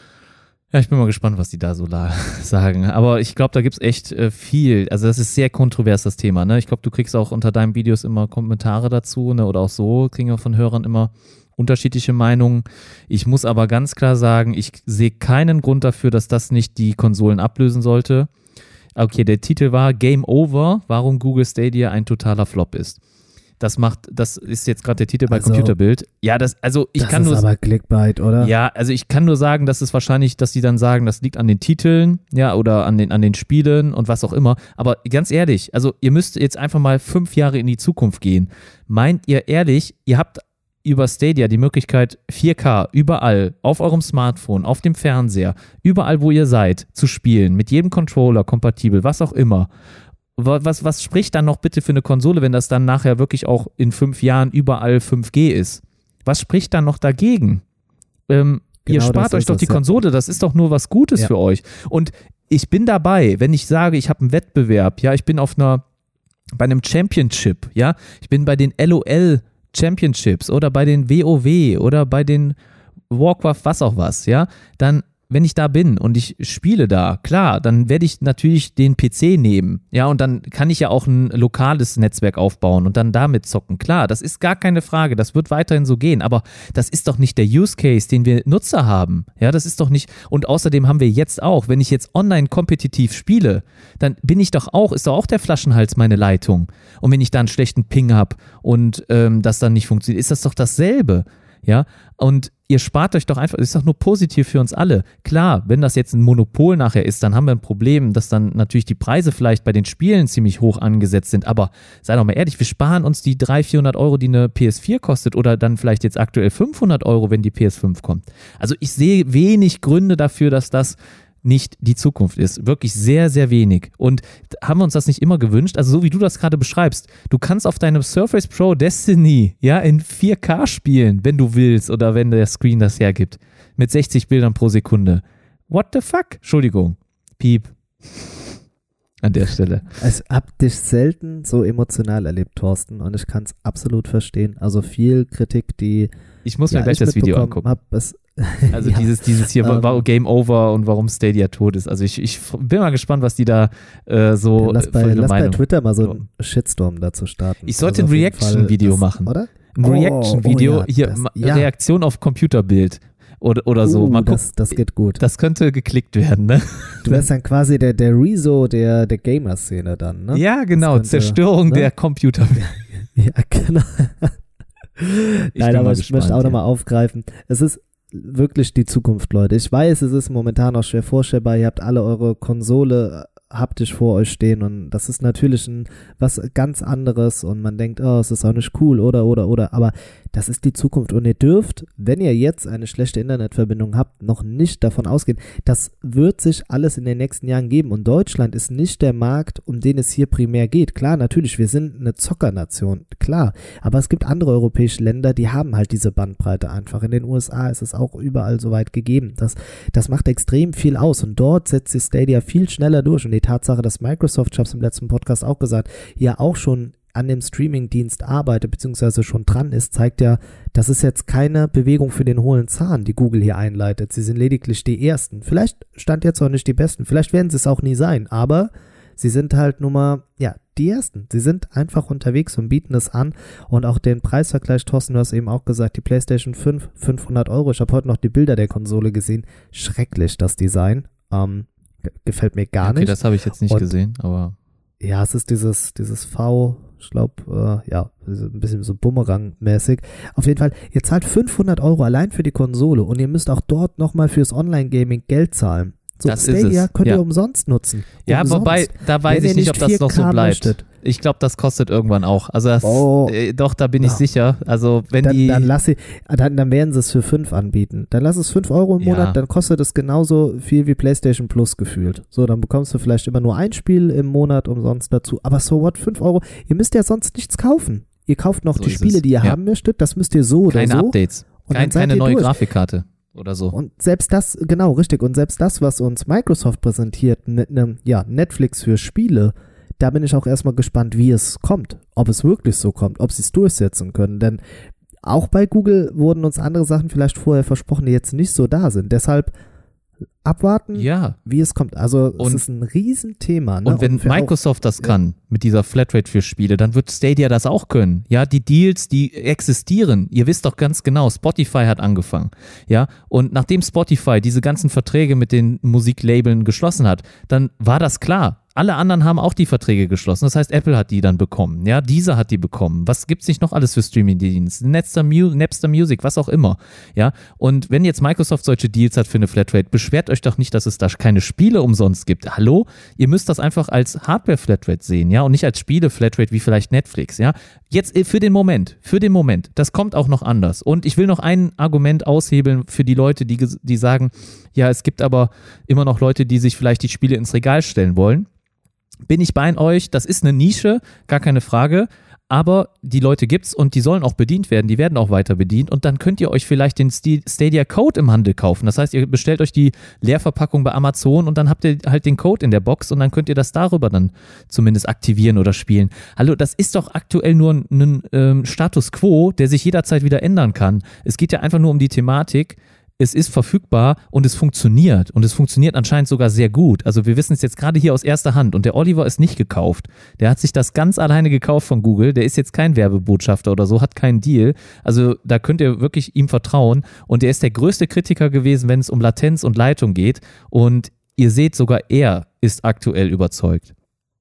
Ja, ich bin mal gespannt, was die da so la- sagen. Aber ich glaube, da gibt's echt äh, viel. Also das ist sehr kontrovers, das Thema. Ne? Ich glaube, du kriegst auch unter deinen Videos immer Kommentare dazu, ne? Oder auch so kriegen wir von Hörern immer unterschiedliche Meinungen. Ich muss aber ganz klar sagen, ich sehe keinen Grund dafür, dass das nicht die Konsolen ablösen sollte. Okay, der Titel war Game Over, warum Google Stadia ein totaler Flop ist. Das macht, das ist jetzt gerade der Titel bei Also, Computerbild. Ja, das, also ich das kann ist nur. aber Clickbait, oder? Ja, also ich kann nur sagen, dass es wahrscheinlich, dass die dann sagen, das liegt an den Titeln, ja, oder an den, an den Spielen und was auch immer. Aber ganz ehrlich, also ihr müsst jetzt einfach mal fünf Jahre in die Zukunft gehen. Meint ihr ehrlich, ihr habt über Stadia die Möglichkeit, vier K überall, auf eurem Smartphone, auf dem Fernseher, überall, wo ihr seid, zu spielen, mit jedem Controller kompatibel, was auch immer. Was, was spricht dann noch bitte für eine Konsole, wenn das dann nachher wirklich auch in fünf Jahren überall fünf G ist? Was spricht dann noch dagegen? Ähm, Genau, ihr spart das euch ist doch es, die ja. Konsole, das ist doch nur was Gutes Ja. für euch. Und ich bin dabei, wenn ich sage, ich habe einen Wettbewerb, ja, ich bin auf einer, bei einem Championship, ja, ich bin bei den L O L Championships oder bei den W O W oder bei den Warcraft, was auch was, ja, dann wenn ich da bin und ich spiele da, klar, dann werde ich natürlich den P C nehmen, ja, und dann kann ich ja auch ein lokales Netzwerk aufbauen und dann damit zocken. Klar, das ist gar keine Frage, das wird weiterhin so gehen, aber das ist doch nicht der Use Case, den wir Nutzer haben, ja, das ist doch nicht, und außerdem haben wir jetzt auch, wenn ich jetzt online kompetitiv spiele, dann bin ich doch auch, ist doch auch der Flaschenhals meine Leitung, und wenn ich da einen schlechten Ping habe und ähm, das dann nicht funktioniert, ist das doch dasselbe. Ja, und ihr spart euch doch einfach, das ist doch nur positiv für uns alle. Klar, wenn das jetzt ein Monopol nachher ist, dann haben wir ein Problem, dass dann natürlich die Preise vielleicht bei den Spielen ziemlich hoch angesetzt sind, aber sei doch mal ehrlich, wir sparen uns die dreihundert, vierhundert Euro, die eine P S vier kostet, oder dann vielleicht jetzt aktuell fünfhundert Euro, wenn die P S fünf kommt. Also ich sehe wenig Gründe dafür, dass das nicht die Zukunft ist. Wirklich sehr, sehr wenig. Und haben wir uns das nicht immer gewünscht? Also so wie du das gerade beschreibst, du kannst auf deinem Surface Pro Destiny ja in vier K spielen, wenn du willst oder wenn der Screen das hergibt. Mit sechzig Bildern pro Sekunde. What the fuck? Entschuldigung. Piep. An der Stelle. Ich hab dich selten so emotional erlebt, Thorsten, und ich kann es absolut verstehen. Also viel Kritik, die Ich muss ja, mir gleich ich das Video mitbekommen angucken. Hab, es, Also ja, dieses, dieses hier, ähm, war Game Over und warum Stadia tot ist. Also ich, ich bin mal gespannt, was die da äh, so ja, lass bei, für eine lass bei Meinung. Twitter mal so einen Shitstorm dazu starten. Ich sollte Also ein auf jeden Reaction-Video Fall das- machen. Oder? Ein Oh, Reaction-Video, oh ja, hier, das- ma- ja. Reaktion auf Computerbild oder, oder so. Uh, Mal gucken. das, das geht gut. Das könnte geklickt werden, ne? Du wärst dann quasi der, der Rezo der, der Gamer-Szene dann, ne? Ja, genau. könnte, Zerstörung ne? der Computer. Ja, genau. Ich Nein, bin aber mal ich gespannt, möchte auch ja. nochmal aufgreifen. Es ist wirklich die Zukunft, Leute. Ich weiß, es ist momentan auch schwer vorstellbar. Ihr habt alle eure Konsole haptisch vor euch stehen und das ist natürlich ein, was ganz anderes und man denkt, oh, es ist auch nicht cool oder, oder, oder, aber das ist die Zukunft und ihr dürft, wenn ihr jetzt eine schlechte Internetverbindung habt, noch nicht davon ausgehen. Das wird sich alles in den nächsten Jahren geben und Deutschland ist nicht der Markt, um den es hier primär geht. Klar, natürlich, wir sind eine Zockernation, klar, aber es gibt andere europäische Länder, die haben halt diese Bandbreite einfach. In den U S A ist es auch überall so weit gegeben. Das, das macht extrem viel aus und dort setzt sich Stadia viel schneller durch und die Tatsache, dass Microsoft, ich habe es im letzten Podcast auch gesagt, ja auch schon an dem Streaming-Dienst arbeitet, beziehungsweise schon dran ist, zeigt ja, das ist jetzt keine Bewegung für den hohlen Zahn, die Google hier einleitet. Sie sind lediglich die Ersten. Vielleicht stand jetzt auch nicht die Besten, vielleicht werden sie es auch nie sein, aber sie sind halt nun mal, ja, die Ersten. Sie sind einfach unterwegs und bieten es an und auch den Preisvergleich, Thorsten, du hast eben auch gesagt, die PlayStation fünf, fünfhundert Euro. Ich habe heute noch die Bilder der Konsole gesehen. Schrecklich, das Design. Ähm, gefällt mir gar okay, nicht. Das habe ich jetzt nicht und, gesehen, aber... Ja, es ist dieses, dieses V, ich glaube, äh, ja, ein bisschen so Bumerang-mäßig. Auf jeden Fall, ihr zahlt fünfhundert Euro allein für die Konsole und ihr müsst auch dort nochmal fürs Online-Gaming Geld zahlen. So, das Stadia ist es. könnt ja. ihr umsonst nutzen. Ja, umsonst. wobei, da weiß Wenn ich nicht, ob das noch so bleibt. Möchtet. Ich glaube, das kostet irgendwann auch. Also das, oh. äh, doch, da bin ich oh. sicher. Also wenn dann, die... Dann, lass sie, dann, dann werden sie es für fünf anbieten. Dann lass es fünf Euro im ja. Monat, dann kostet es genauso viel wie PlayStation Plus gefühlt. So, dann bekommst du vielleicht immer nur ein Spiel im Monat umsonst dazu. Aber so what, fünf Euro? Ihr müsst ja sonst nichts kaufen. Ihr kauft noch so die Spiele, es. die ihr ja. haben möchtet. Das müsst ihr so oder keine so. Keine Updates. Kein, keine neue durch. Grafikkarte. Oder so. Und selbst das, genau, richtig, und selbst das, was uns Microsoft präsentiert, mit einem, ja, Netflix für Spiele, da bin ich auch erstmal gespannt, wie es kommt, ob es wirklich so kommt, ob sie es durchsetzen können, denn auch bei Google wurden uns andere Sachen vielleicht vorher versprochen, die jetzt nicht so da sind, deshalb abwarten, ja. wie es kommt. Also und, es ist ein Riesenthema. Ne? Und wenn und Microsoft auch, das kann, ja. mit dieser Flatrate für Spiele, dann wird Stadia das auch können. Ja, die Deals, die existieren. Ihr wisst doch ganz genau, Spotify hat angefangen. Ja, und nachdem Spotify diese ganzen Verträge mit den Musiklabeln geschlossen hat, dann war das klar. Alle anderen haben auch die Verträge geschlossen. Das heißt, Apple hat die dann bekommen. Ja, Deezer hat die bekommen. Was gibt's nicht noch alles für Streaming-Dienste? Napster, Mu- Napster Music, was auch immer. Ja, und wenn jetzt Microsoft solche Deals hat für eine Flatrate, beschwert euch doch nicht, dass es da keine Spiele umsonst gibt. Hallo? Ihr müsst das einfach als Hardware-Flatrate sehen, ja, und nicht als Spiele-Flatrate wie vielleicht Netflix, ja. Jetzt für den Moment, für den Moment. Das kommt auch noch anders. Und ich will noch ein Argument aushebeln für die Leute, die, die sagen, ja, es gibt aber immer noch Leute, die sich vielleicht die Spiele ins Regal stellen wollen. Bin ich bei euch, das ist eine Nische, gar keine Frage, aber die Leute gibt's und die sollen auch bedient werden, die werden auch weiter bedient und dann könnt ihr euch vielleicht den Stadia Code im Handel kaufen, das heißt, ihr bestellt euch die Leerverpackung bei Amazon und dann habt ihr halt den Code in der Box und dann könnt ihr das darüber dann zumindest aktivieren oder spielen. Hallo, das ist doch aktuell nur ein, ein ähm, Status Quo, der sich jederzeit wieder ändern kann. Es geht ja einfach nur um die Thematik, es ist verfügbar und es funktioniert. Und es funktioniert anscheinend sogar sehr gut. Also wir wissen es jetzt gerade hier aus erster Hand. Und der Oliver ist nicht gekauft. Der hat sich das ganz alleine gekauft von Google. Der ist jetzt kein Werbebotschafter oder so, hat keinen Deal. Also da könnt ihr wirklich ihm vertrauen. Und er ist der größte Kritiker gewesen, wenn es um Latenz und Leitung geht. Und ihr seht, sogar er ist aktuell überzeugt.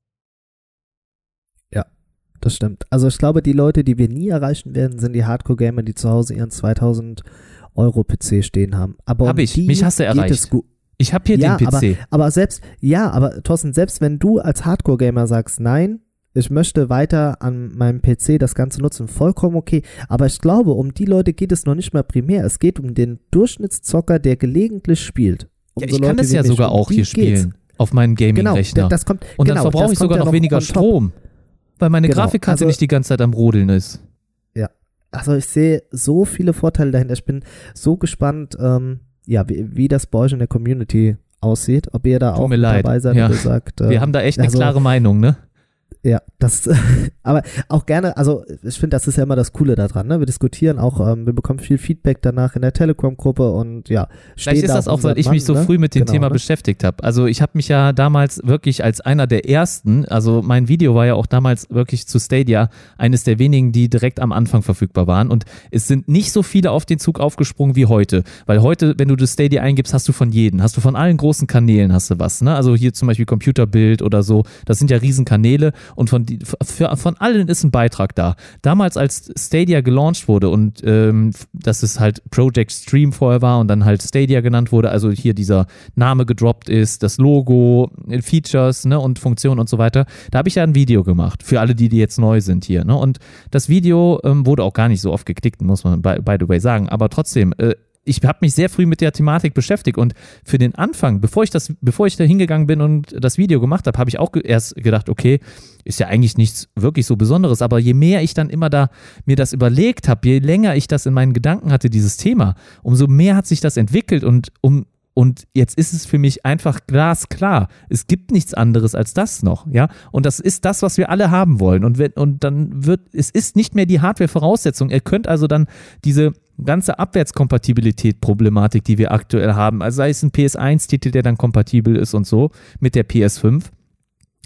Ja, das stimmt. Also ich glaube, die Leute, die wir nie erreichen werden, sind die Hardcore-Gamer, die zu Hause ihren zweitausend Euro P C stehen haben. Aber hab um ich, mich hast du erreicht. Ich habe hier ja, den P C. Aber, aber selbst, ja, aber Thorsten, selbst wenn du als Hardcore-Gamer sagst, nein, ich möchte weiter an meinem P C das Ganze nutzen, vollkommen okay. Aber ich glaube, um die Leute geht es noch nicht mal primär. Es geht um den Durchschnittszocker, der gelegentlich spielt. Um ja, so ich kann Leute das ja mich. sogar um auch hier spielen. Geht's. Auf meinem Gaming-Rechner. Genau, das kommt, und dann genau, verbrauche ich sogar ja noch noch weniger Strom, weil meine genau, Grafikkarte also, nicht die ganze Zeit am Rodeln ist. Ja, also ich sehe so viele Vorteile dahinter. Ich bin so gespannt, ähm, ja, wie, wie das bei euch in der Community aussieht, ob ihr da Tut auch mir dabei leid. seid Ja. und ihr sagt, äh, wir haben da echt eine also, klare Meinung, ne? Ja, das, aber auch gerne, also ich finde, das ist ja immer das Coole daran, ne? Wir diskutieren auch, ähm, wir bekommen viel Feedback danach in der Telegram-Gruppe und ja. Vielleicht ist da das auch, weil ich mich so Mann, früh mit dem genau, Thema ne? beschäftigt habe. Also ich habe mich ja damals wirklich als einer der ersten, also mein Video war ja auch damals wirklich zu Stadia eines der wenigen, die direkt am Anfang verfügbar waren und es sind nicht so viele auf den Zug aufgesprungen wie heute, weil heute, wenn du das Stadia eingibst, hast du von jedem, hast du von allen großen Kanälen hast du was, ne? Also hier zum Beispiel Computerbild oder so, das sind ja Riesenkanäle und von, die, für, von allen ist ein Beitrag da. Damals, als Stadia gelauncht wurde und ähm, dass es halt Project Stream vorher war und dann halt Stadia genannt wurde, also hier dieser Name gedroppt ist, das Logo, Features, ne, und Funktionen und so weiter, da habe ich ja ein Video gemacht, für alle, die, die jetzt neu sind hier, ne, und das Video ähm, wurde auch gar nicht so oft geklickt, muss man by, by the way sagen, aber trotzdem, äh, ich habe mich sehr früh mit der Thematik beschäftigt und für den Anfang, bevor ich das, bevor ich da hingegangen bin und das Video gemacht habe, habe ich auch ge- erst gedacht, okay, ist ja eigentlich nichts wirklich so Besonderes, aber je mehr ich dann immer da mir das überlegt habe, je länger ich das in meinen Gedanken hatte, dieses Thema, umso mehr hat sich das entwickelt und um Und jetzt ist es für mich einfach glasklar. Es gibt nichts anderes als das noch, ja. Und das ist das, was wir alle haben wollen. Und wenn, und dann wird, es ist nicht mehr die Hardware-Voraussetzung. Ihr könnt also dann diese ganze Abwärtskompatibilität-Problematik, die wir aktuell haben, also sei es ein P S eins Titel, der dann kompatibel ist und so, mit der P S fünf,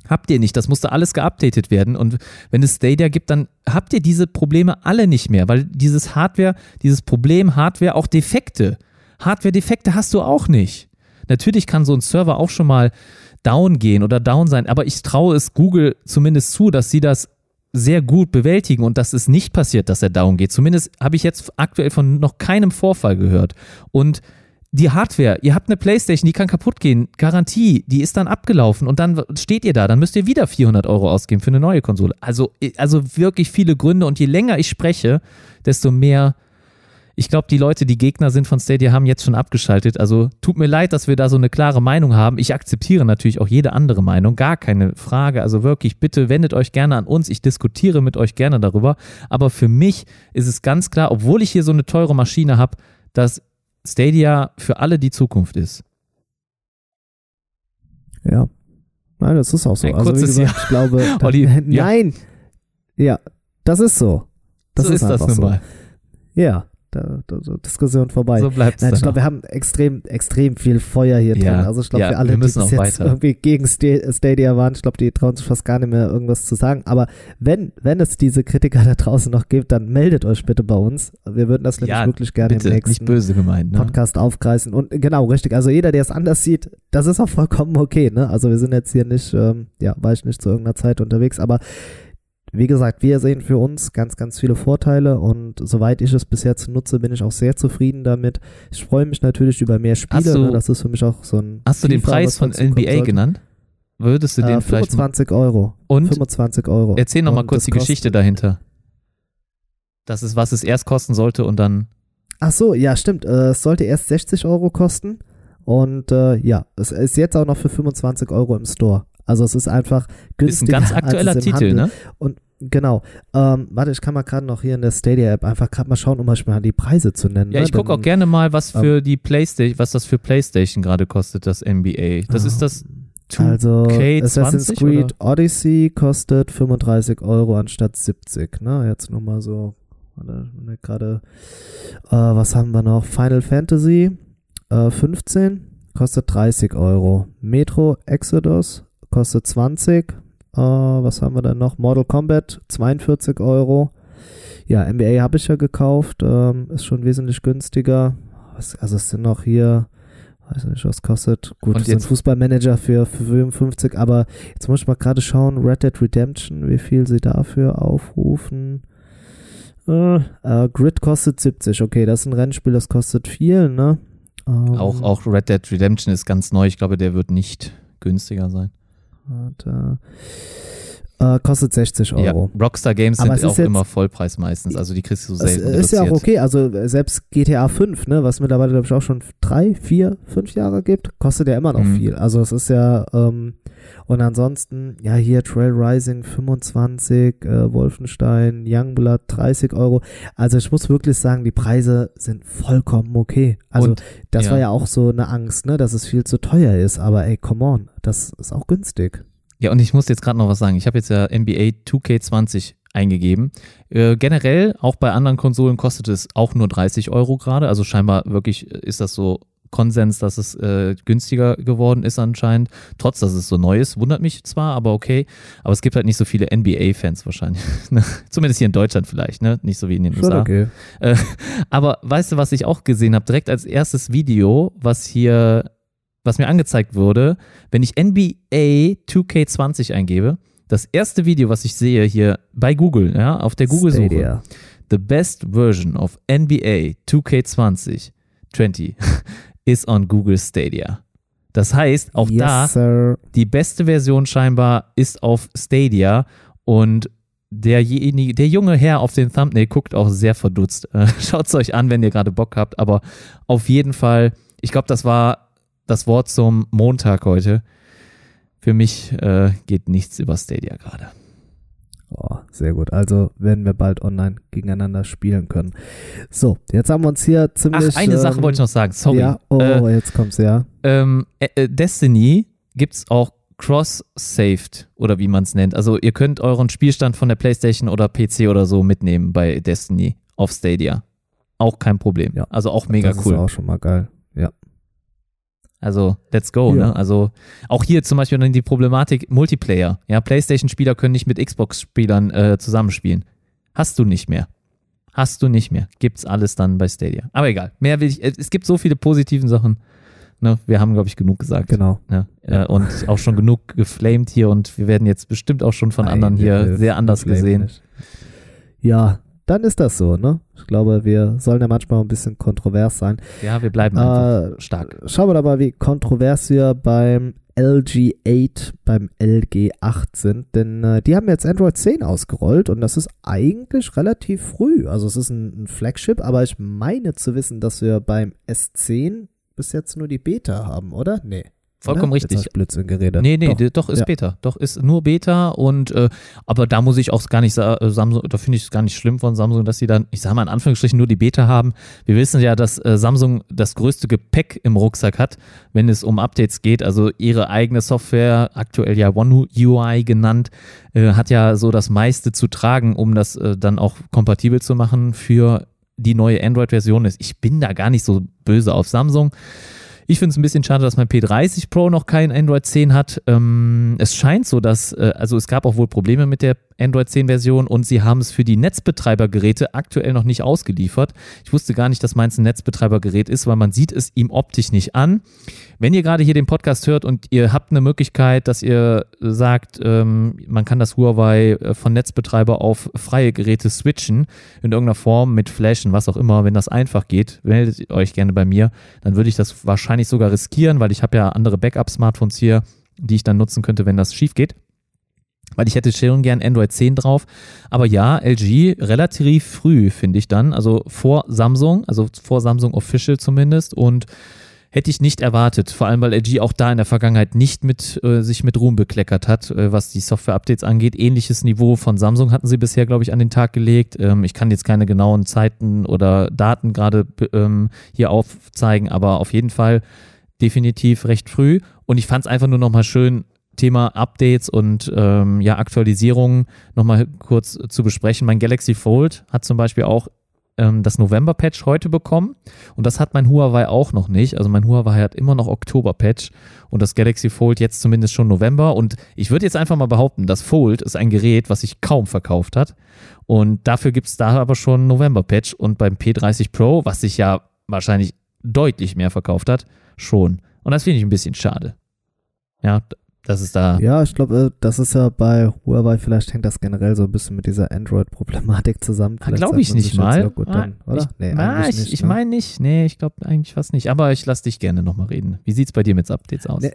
Habt ihr nicht. Das musste alles geupdatet werden. Und wenn es Stadia gibt, dann habt ihr diese Probleme alle nicht mehr, weil dieses Hardware, dieses Problem Hardware, auch Defekte. Hardware-Defekte hast du auch nicht. Natürlich kann so ein Server auch schon mal down gehen oder down sein, aber ich traue es Google zumindest zu, dass sie das sehr gut bewältigen und dass es nicht passiert, dass er down geht. Zumindest habe ich jetzt aktuell von noch keinem Vorfall gehört. Und die Hardware, ihr habt eine Playstation, die kann kaputt gehen, Garantie, die ist dann abgelaufen und dann steht ihr da, dann müsst ihr wieder vierhundert Euro ausgeben für eine neue Konsole. Also, also wirklich viele Gründe und je länger ich spreche, desto mehr, ich glaube, die Leute, die Gegner sind von Stadia, haben jetzt schon abgeschaltet. Also tut mir leid, dass wir da so eine klare Meinung haben. Ich akzeptiere natürlich auch jede andere Meinung, gar keine Frage. Also wirklich, bitte wendet euch gerne an uns. Ich diskutiere mit euch gerne darüber. Aber für mich ist es ganz klar, obwohl ich hier so eine teure Maschine habe, dass Stadia für alle die Zukunft ist. Ja, nein, das ist auch so. Ein also wie kurzes gesagt, Ja. ich glaube, da, Olli, ja. nein, ja, das ist so. Das so ist, ist das einfach nun so. mal. Ja, da, da, da, Diskussion vorbei. So bleibt es Nein, dann ich glaube, auch. wir haben extrem, extrem viel Feuer hier Ja, drin. Also ich glaube, ja, für alle, wir die müssen bis auch jetzt weiter. irgendwie gegen Sta- Stadia waren, ich glaube, die trauen sich fast gar nicht mehr irgendwas zu sagen. Aber wenn, wenn es diese Kritiker da draußen noch gibt, dann meldet euch bitte bei uns. Wir würden das nämlich Ja, wirklich gerne bitte, im nicht nächsten böse gemeint. Ne? Podcast aufgreifen. Und genau, richtig. Also jeder, der es anders sieht, das ist auch vollkommen okay. Ne? Also wir sind jetzt hier nicht, ähm, ja, war ich nicht zu irgendeiner Zeit unterwegs, aber wie gesagt, wir sehen für uns ganz, ganz viele Vorteile und soweit ich es bis jetzt nutze, bin ich auch sehr zufrieden damit. Ich freue mich natürlich über mehr Spiele. Hast du- Ne? Das ist für mich auch so ein Hast du den FIFA, Preis was von dazu N B A kommen sollte. genannt? Würdest du den Äh, vielleicht mal... fünfundzwanzig Euro. Und fünfundzwanzig Euro. erzähl noch mal Und kurz das die kostet- Geschichte dahinter. Das ist, was es erst kosten sollte und dann... Ach so, ja, stimmt. Äh, es sollte erst sechzig Euro kosten und äh, ja, es ist jetzt auch noch für fünfundzwanzig Euro im Store. Also es ist einfach Ist ein günstiger ganz als aktueller es im Titel, Handel. ne? Und genau. Ähm, warte, ich kann mal gerade noch hier in der Stadia-App einfach gerade mal schauen, um euch mal die Preise zu nennen. Ja, ne? ich gucke Dann- auch gerne mal, was für die Playstation, was das für Playstation gerade kostet, das N B A. Das ist das Also two K Assassin's zwanzig, Creed oder? Odyssey kostet fünfunddreißig Euro anstatt siebzig. Ne? Jetzt nur mal so. Warte, ne, gerade. Äh, was haben wir noch? Final Fantasy äh, fünfzehn kostet dreißig Euro. Metro Exodus kostet zwanzig. Äh, was haben wir dann noch? Mortal Kombat zweiundvierzig Euro. Ja, N B A habe ich ja gekauft. Ähm, ist schon wesentlich günstiger. Was, also es sind noch hier. Weiß nicht, was kostet. Gut, Und das ist ein jetzt- Fußballmanager für, für fünfundfünfzig, aber jetzt muss ich mal gerade schauen, Red Dead Redemption, wie viel sie dafür aufrufen. Äh, äh, Grid kostet siebzig, okay, das ist ein Rennspiel, das kostet viel, ne? Ähm, Auch, auch Red Dead Redemption ist ganz neu. Ich glaube, der wird nicht günstiger sein. Warte. Äh, kostet sechzig Euro. Ja, Rockstar Games Aber sind es ist auch jetzt- immer Vollpreis meistens. Also die kriegst du Das selten ist ja auch reduziert. okay, also äh, selbst G T A fünf, ne, was mittlerweile glaube ich auch schon drei, vier, fünf Jahre gibt, kostet ja immer noch Mhm. viel. Also es ist ja, ähm, und ansonsten, ja hier Trail Rising fünfundzwanzig, äh, Wolfenstein, Youngblood dreißig Euro. Also ich muss wirklich sagen, die Preise sind vollkommen okay. Also Und, das ja. war ja auch so eine Angst, ne, dass es viel zu teuer ist, aber ey, come on, das ist auch günstig. Ja, und ich muss jetzt gerade noch was sagen. Ich habe jetzt ja N B A two K zwanzig eingegeben. Äh, generell, auch bei anderen Konsolen kostet es auch nur dreißig Euro gerade. Also scheinbar wirklich ist das so Konsens, dass es äh, günstiger geworden ist anscheinend. Trotz, dass es so neu ist. Wundert mich zwar, aber okay. Aber es gibt halt nicht so viele N B A-Fans wahrscheinlich. Zumindest hier in Deutschland vielleicht, ne? Nicht so wie in den U S Schon A. okay. Äh, aber weißt du, was ich auch gesehen habe? Direkt als erstes Video, was hier, was mir angezeigt wurde, wenn ich N B A two K zwanzig eingebe, das erste Video, was ich sehe hier bei Google, ja, auf der Google-Suche, Stadia. the best version of N B A two K twenty twenty is on Google Stadia. Das heißt, auch yes, da, Sir. die beste Version scheinbar ist auf Stadia und derjenige, der junge Herr auf dem Thumbnail guckt auch sehr verdutzt. Äh, Schaut es euch an, wenn ihr gerade Bock habt, aber auf jeden Fall, ich glaube, das war das Wort zum Montag heute. Für mich äh, geht nichts über Stadia gerade. Oh, sehr gut. Also werden wir bald online gegeneinander spielen können. So, jetzt haben wir uns hier ziemlich... Ach, eine ähm, Sache wollte ich noch sagen, sorry. Ja, oh, Äh, jetzt kommt's, ja. ähm, äh, Destiny gibt's auch cross-saved oder wie man es nennt. Also ihr könnt euren Spielstand von der PlayStation oder P C oder so mitnehmen bei Destiny auf Stadia. Auch kein Problem. Ja, Also auch mega das cool. ist auch schon mal geil. Ja. Also, let's go, ja. ne? Also, auch hier zum Beispiel dann die Problematik Multiplayer. Ja, PlayStation-Spieler können nicht mit Xbox-Spielern äh, zusammenspielen. Hast du nicht mehr. Hast du nicht mehr. Gibt's alles dann bei Stadia. Aber egal. Mehr will ich, es gibt so viele positive Sachen. Ne? Wir haben, glaube ich, genug gesagt. Genau. Ne? Ja. Äh, und auch schon genug geflamed hier und wir werden jetzt bestimmt auch schon von Nein, anderen hier sehr anders gesehen. Nicht. Ja, dann ist das so, ne? Ich glaube, wir sollen ja manchmal ein bisschen kontrovers sein. Ja, wir bleiben einfach äh, stark. Schauen wir doch mal, wie kontrovers wir beim L G acht, beim L G acht sind, denn äh, die haben jetzt Android zehn ausgerollt und das ist eigentlich relativ früh. Also es ist ein, ein Flagship, aber ich meine zu wissen, dass wir beim S zehn bis jetzt nur die Beta haben, oder? Nee. Vollkommen oder? richtig. Jetzt Blödsinn geredet. Nee, nee, doch, doch ist ja. Beta. Doch ist nur Beta und äh, aber da muss ich auch gar nicht sagen, Samsung, da finde ich es gar nicht schlimm von Samsung, dass sie dann, ich sage mal in Anführungsstrichen, nur die Beta haben. Wir wissen ja, dass äh, Samsung das größte Gepäck im Rucksack hat, wenn es um Updates geht. Also ihre eigene Software, aktuell ja One U I genannt, äh, hat ja so das meiste zu tragen, um das äh, dann auch kompatibel zu machen für die neue Android-Version. Ich bin da gar nicht so böse auf Samsung. Ich finde es ein bisschen schade, dass mein P dreißig Pro noch kein Android zehn hat. Ähm, es scheint so, dass, äh, also es gab auch wohl Probleme mit der Android zehn Version und sie haben es für die Netzbetreibergeräte aktuell noch nicht ausgeliefert. Ich wusste gar nicht, dass meins ein Netzbetreibergerät ist, weil man sieht es ihm optisch nicht an. Wenn ihr gerade hier den Podcast hört und ihr habt eine Möglichkeit, dass ihr sagt, ähm, man kann das Huawei von Netzbetreiber auf freie Geräte switchen, in irgendeiner Form mit Flashen, was auch immer, wenn das einfach geht, meldet euch gerne bei mir. Dann würde ich das wahrscheinlich sogar riskieren, weil ich habe ja andere Backup-Smartphones hier, die ich dann nutzen könnte, wenn das schief geht. Weil ich hätte schon gern Android zehn drauf. Aber ja, L G relativ früh, finde ich dann. Also vor Samsung, also vor Samsung Official zumindest. Und hätte ich nicht erwartet. Vor allem, weil L G auch da in der Vergangenheit nicht mit äh, sich mit Ruhm bekleckert hat, äh, was die Software-Updates angeht. Ähnliches Niveau von Samsung hatten sie bisher, glaube ich, an den Tag gelegt. Ähm, ich kann jetzt keine genauen Zeiten oder Daten gerade ähm, hier aufzeigen, aber auf jeden Fall definitiv recht früh. Und ich fand es einfach nur nochmal schön, Thema Updates und ähm, ja, Aktualisierungen nochmal kurz zu besprechen. Mein Galaxy Fold hat zum Beispiel auch ähm, das November-Patch heute bekommen und das hat mein Huawei auch noch nicht. Also mein Huawei hat immer noch Oktober-Patch und das Galaxy Fold jetzt zumindest schon November und ich würde jetzt einfach mal behaupten, das Fold ist ein Gerät, was sich kaum verkauft hat und dafür gibt es da aber schon November-Patch und beim P dreißig Pro, was sich ja wahrscheinlich deutlich mehr verkauft hat, schon. Und das finde ich ein bisschen schade. Ja, das ist da. Ja, ich glaube, das ist ja bei Huawei, vielleicht hängt das generell so ein bisschen mit dieser Android-Problematik zusammen. Glaube ich nicht mal. Ja gut, dann, oder? Ich, nee, na, ich, nicht, ich ne? meine nicht. Nee, ich glaube eigentlich fast nicht. Aber ich lasse dich gerne nochmal reden. Wie sieht es bei dir mit Updates aus? Nee.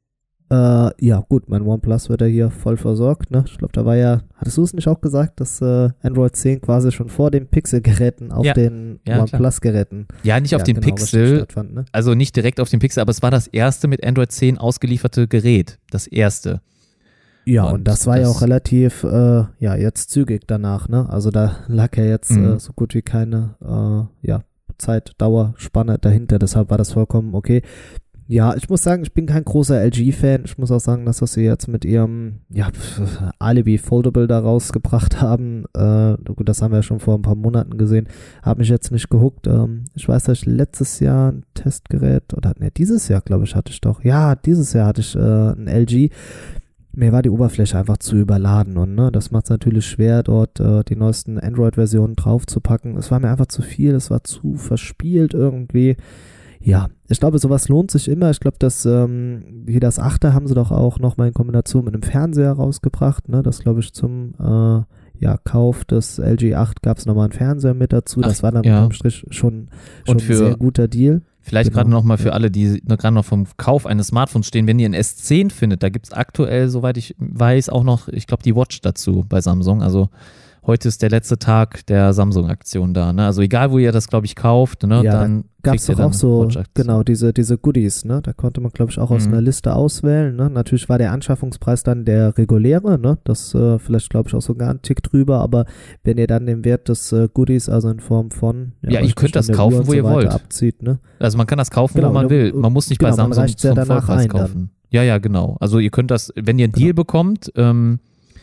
Äh, ja, gut, mein OnePlus wird ja hier voll versorgt, ne? Ich glaube, da war ja, hattest du es nicht auch gesagt, dass äh, Android zehn quasi schon vor den Pixel-Geräten auf ja. den ja, OnePlus-Geräten. Ja, nicht auf ja, den genau, Pixel, ne? Also nicht direkt auf den Pixel, aber es war das erste mit Android zehn ausgelieferte Gerät. Das erste. Ja, und, und das war das ja auch relativ, äh, ja, jetzt zügig danach, ne? Also da lag ja jetzt mhm. äh, so gut wie keine, äh, ja, Zeit, Dauerspanne dahinter, deshalb war das vollkommen okay. Ja, ich muss sagen, ich bin kein großer L G-Fan. Ich muss auch sagen, dass was sie jetzt mit ihrem ja, Alibi Foldable da rausgebracht haben, äh, gut, das haben wir ja schon vor ein paar Monaten gesehen, habe mich jetzt nicht gehuckt. Ähm, ich weiß, dass ich letztes Jahr ein Testgerät, oder ne, dieses Jahr, glaube ich, hatte ich doch. Ja, dieses Jahr hatte ich äh, ein L G. Mir war die Oberfläche einfach zu überladen und ne, das macht es natürlich schwer, dort äh, die neuesten Android-Versionen draufzupacken. Es war mir einfach zu viel, es war zu verspielt irgendwie. Ja, ich glaube, sowas lohnt sich immer. Ich glaube, dass ähm, hier das achte haben sie doch auch nochmal in Kombination mit einem Fernseher rausgebracht. Ne? Das glaube ich zum äh, ja, Kauf des L G acht gab es nochmal einen Fernseher mit dazu. Das Ach, war dann ja. unterm Strich schon, schon für, ein sehr guter Deal. Vielleicht genau. gerade nochmal für alle, die gerade noch vom Kauf eines Smartphones stehen, wenn ihr ein S zehn findet, da gibt es aktuell, soweit ich weiß, auch noch, ich glaube, die Watch dazu bei Samsung. Also heute ist der letzte Tag der Samsung-Aktion da. Ne? Also egal, wo ihr das, glaube ich, kauft, ne? Ja, dann gab es doch auch so, genau, diese, diese Goodies. Ne? Da konnte man, glaube ich, auch aus mhm. einer Liste auswählen. Ne? Natürlich war der Anschaffungspreis dann der reguläre. Ne? Das äh, vielleicht, glaube ich, auch sogar ein Tick drüber. Aber wenn ihr dann den Wert des äh, Goodies, also in Form von Ja, ja ihr könnt das kaufen, wo so ihr wollt. Abzieht, ne? Also man kann das kaufen, genau, wo man will. Man muss nicht genau, bei Samsung zum ja Vollpreis kaufen. Dann. Ja, ja, genau. Also ihr könnt das, wenn ihr einen genau. Deal bekommt, ähm,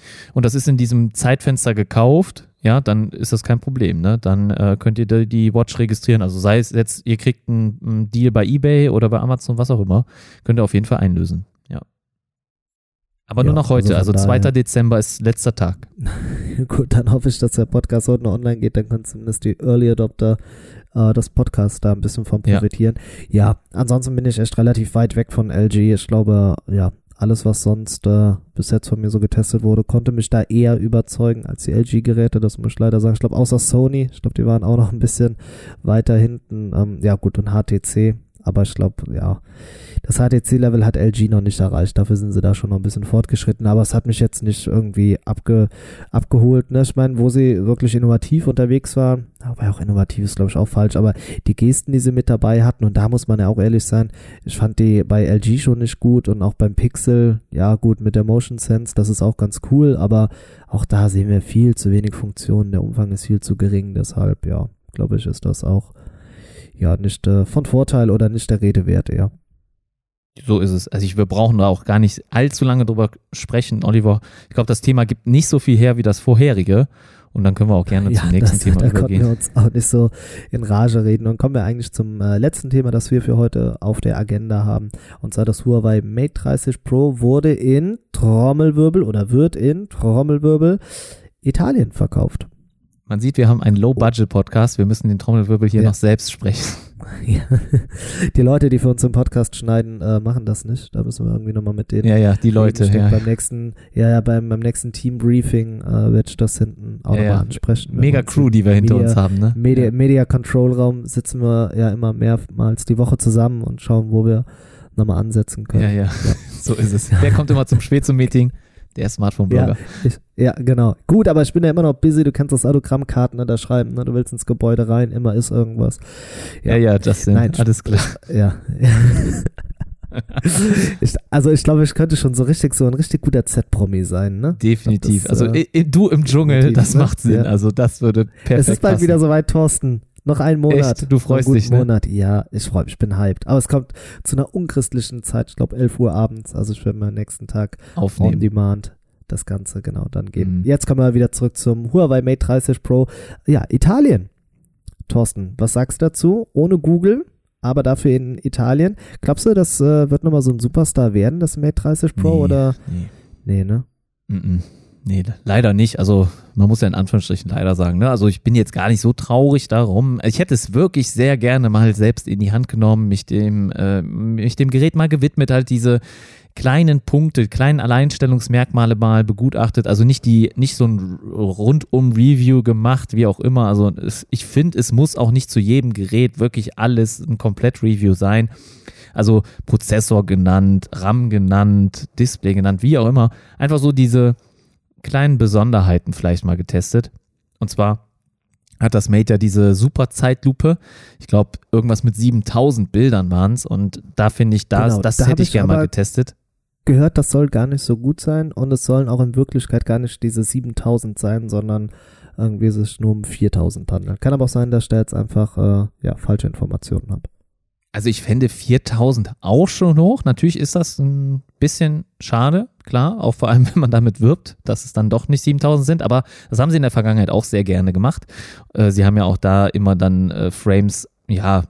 und das ist in diesem Zeitfenster gekauft, ja, dann ist das kein Problem, ne? Dann äh, könnt ihr die, die Watch registrieren. Also sei es jetzt, ihr kriegt einen, einen Deal bei eBay oder bei Amazon, was auch immer, könnt ihr auf jeden Fall einlösen, ja. Aber Ja, nur noch heute, also also, von zweiter daher- Dezember ist letzter Tag. Gut, dann hoffe ich, dass der Podcast heute noch online geht, dann können zumindest die Early Adopter äh, das Podcast da ein bisschen von Ja. profitieren. Ja. ansonsten bin ich echt relativ weit weg von L G. Ich glaube, ja, alles, was sonst äh, bis jetzt von mir so getestet wurde, konnte mich da eher überzeugen als die L G-Geräte, das muss ich leider sagen. Ich glaube, außer Sony, ich glaube, die waren auch noch ein bisschen weiter hinten. Ähm, ja gut, und H T C, aber ich glaube, ja, das H T C-Level hat L G noch nicht erreicht, dafür sind sie da schon noch ein bisschen fortgeschritten, aber es hat mich jetzt nicht irgendwie abge, abgeholt, ne? Ich meine, wo sie wirklich innovativ unterwegs waren, aber auch innovativ ist, glaube ich, auch falsch, aber die Gesten, die sie mit dabei hatten, und da muss man ja auch ehrlich sein, ich fand die bei L G schon nicht gut und auch beim Pixel, ja gut, mit der Motion Sense, das ist auch ganz cool, aber auch da sehen wir viel zu wenig Funktionen, der Umfang ist viel zu gering, deshalb, ja, glaube ich, ist das auch ja nicht äh, von Vorteil oder nicht der Rede wert, eher. So ist es. Also ich, wir brauchen da auch gar nicht allzu lange drüber sprechen, Oliver. Ich glaube, das Thema gibt nicht so viel her wie das vorherige. Und dann können wir auch gerne Ja, zum nächsten das, Thema da konnten übergehen. wir uns auch nicht so in Rage reden. Und kommen wir eigentlich zum äh, letzten Thema, das wir für heute auf der Agenda haben. Und zwar das Huawei Mate dreißig Pro wurde in Trommelwirbel oder wird in Trommelwirbel Italien verkauft. Man sieht, wir haben einen Low-Budget-Podcast. Wir müssen den Trommelwirbel hier Ja. noch selbst sprechen. Ja. Die Leute, die für uns im Podcast schneiden, äh, machen das nicht. Da müssen wir irgendwie nochmal mit denen Ja, ja, die Leute. Ich denke, Ja. beim nächsten, ja, ja, beim, beim nächsten Team-Briefing äh, werde ich das hinten auch Ja, nochmal ja. ansprechen. wenn Mega wir uns Crew, die wir hinter Media- uns haben, ne? Media, Ja. Media Control Raum sitzen wir ja immer mehrmals die Woche zusammen und schauen, wo wir nochmal ansetzen können. Ja, ja, so ist es. Wer kommt immer zum Spätsum-Meeting? Der Smartphone-Blogger. Ich, ja, genau. Gut, aber ich bin ja immer noch busy. Du kennst das Autogrammkarten ne, da schreiben. Ne? Du willst ins Gebäude rein, immer ist irgendwas. Ja, ja, Justin, Nein, alles klar. Ja. ich, also ich glaube, ich könnte schon so richtig so ein richtig guter Z-Promi sein. Ne? Definitiv. Ich glaub, das, also äh, i- i- du im Dschungel, definitiv, das ne? macht Sinn. Ja. Also das würde perfekt Es ist bald passen. wieder soweit, Thorsten. Noch ein Monat. Echt? Du freust Einen guten dich, ne? Monat. Ja, ich freue mich, ich bin hyped. Aber es kommt zu einer unchristlichen Zeit, ich glaube elf Uhr abends. Also ich werde mir am nächsten Tag on Aufnehmen. demand das Ganze genau dann geben. Mhm. Jetzt kommen wir wieder zurück zum Huawei Mate dreißig Pro. Ja, Italien. Thorsten, was sagst du dazu? Ohne Google, aber dafür in Italien. Glaubst du, das äh, wird nochmal so ein Superstar werden, das Mate dreißig Pro? Nee, Oder? Nee. Nee, ne? Mm-mm. Nee, leider nicht. Also man muss ja in Anführungsstrichen leider sagen. Ne? Also ich bin jetzt gar nicht so traurig darum. Ich hätte es wirklich sehr gerne mal selbst in die Hand genommen, mich dem, äh, mich dem Gerät mal gewidmet, halt diese kleinen Punkte, kleinen Alleinstellungsmerkmale mal begutachtet. Also nicht die, nicht so ein Rundum-Review gemacht, wie auch immer. Also es, ich finde, es muss auch nicht zu jedem Gerät wirklich alles ein Komplett-Review sein. Also Prozessor genannt, RAM genannt, Display genannt, wie auch immer. Einfach so diese kleinen Besonderheiten vielleicht mal getestet. Und zwar hat das Mate ja diese super Zeitlupe. Ich glaube, irgendwas mit siebentausend Bildern waren es. Und da finde ich, das, Genau, das da hab hätte ich ich gerne mal aber getestet. Gehört, das soll gar nicht so gut sein und es sollen auch in Wirklichkeit gar nicht diese siebentausend sein, sondern irgendwie sich nur um viertausend handeln. Kann aber auch sein, dass ich da jetzt einfach äh, ja, falsche Informationen habe. Also ich fände viertausend auch schon hoch. Natürlich ist das ein bisschen schade, klar, auch vor allem, wenn man damit wirbt, dass es dann doch nicht siebentausend sind, aber das haben sie in der Vergangenheit auch sehr gerne gemacht. Äh, sie haben ja auch da immer dann äh, Frames, ja,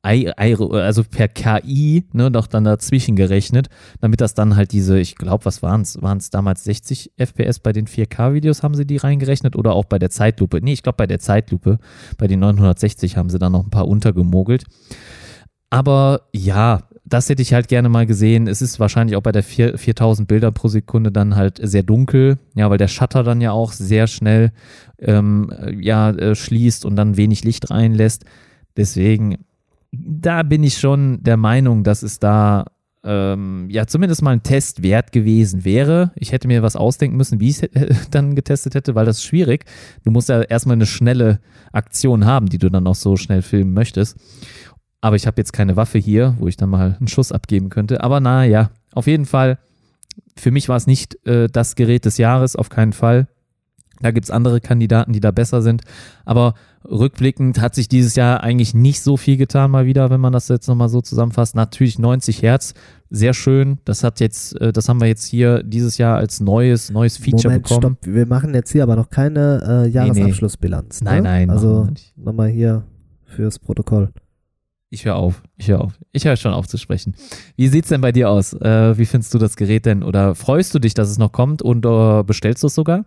also per K I, ne, doch dann dazwischen gerechnet, damit das dann halt diese, ich glaube, was waren es? Waren es damals sechzig F P S bei den vier K-Videos, haben sie die reingerechnet oder auch bei der Zeitlupe? Nee, ich glaube bei der Zeitlupe, bei den neunhundertsechzig haben sie dann noch ein paar untergemogelt. Aber ja, das hätte ich halt gerne mal gesehen. Es ist wahrscheinlich auch bei der viertausend Bilder pro Sekunde dann halt sehr dunkel, ja, weil der Shutter dann ja auch sehr schnell ähm, ja, äh, schließt und dann wenig Licht reinlässt. Deswegen, da bin ich schon der Meinung, dass es da ähm, ja zumindest mal ein Test wert gewesen wäre. Ich hätte mir was ausdenken müssen, wie ich es dann getestet hätte, weil das ist schwierig. Du musst ja erstmal eine schnelle Aktion haben, die du dann auch so schnell filmen möchtest. Aber ich habe jetzt keine Waffe hier, wo ich dann mal einen Schuss abgeben könnte. Aber naja, auf jeden Fall, für mich war es nicht äh, das Gerät des Jahres, auf keinen Fall. Da gibt es andere Kandidaten, die da besser sind. Aber rückblickend hat sich dieses Jahr eigentlich nicht so viel getan mal wieder, wenn man das jetzt nochmal so zusammenfasst. Natürlich neunzig Hertz, sehr schön. Das hat jetzt, das haben wir jetzt hier dieses Jahr als neues, neues Feature Moment, bekommen. Stopp, wir machen jetzt hier aber noch keine äh, Jahresabschlussbilanz. Nee, nee. Ne? Nein, nein. Also nochmal hier fürs Protokoll. Ich höre auf, ich höre auf. Ich höre schon auf zu sprechen. Wie sieht's denn bei dir aus? Äh, wie findest du das Gerät denn? Oder freust du dich, dass es noch kommt und äh, bestellst du es sogar?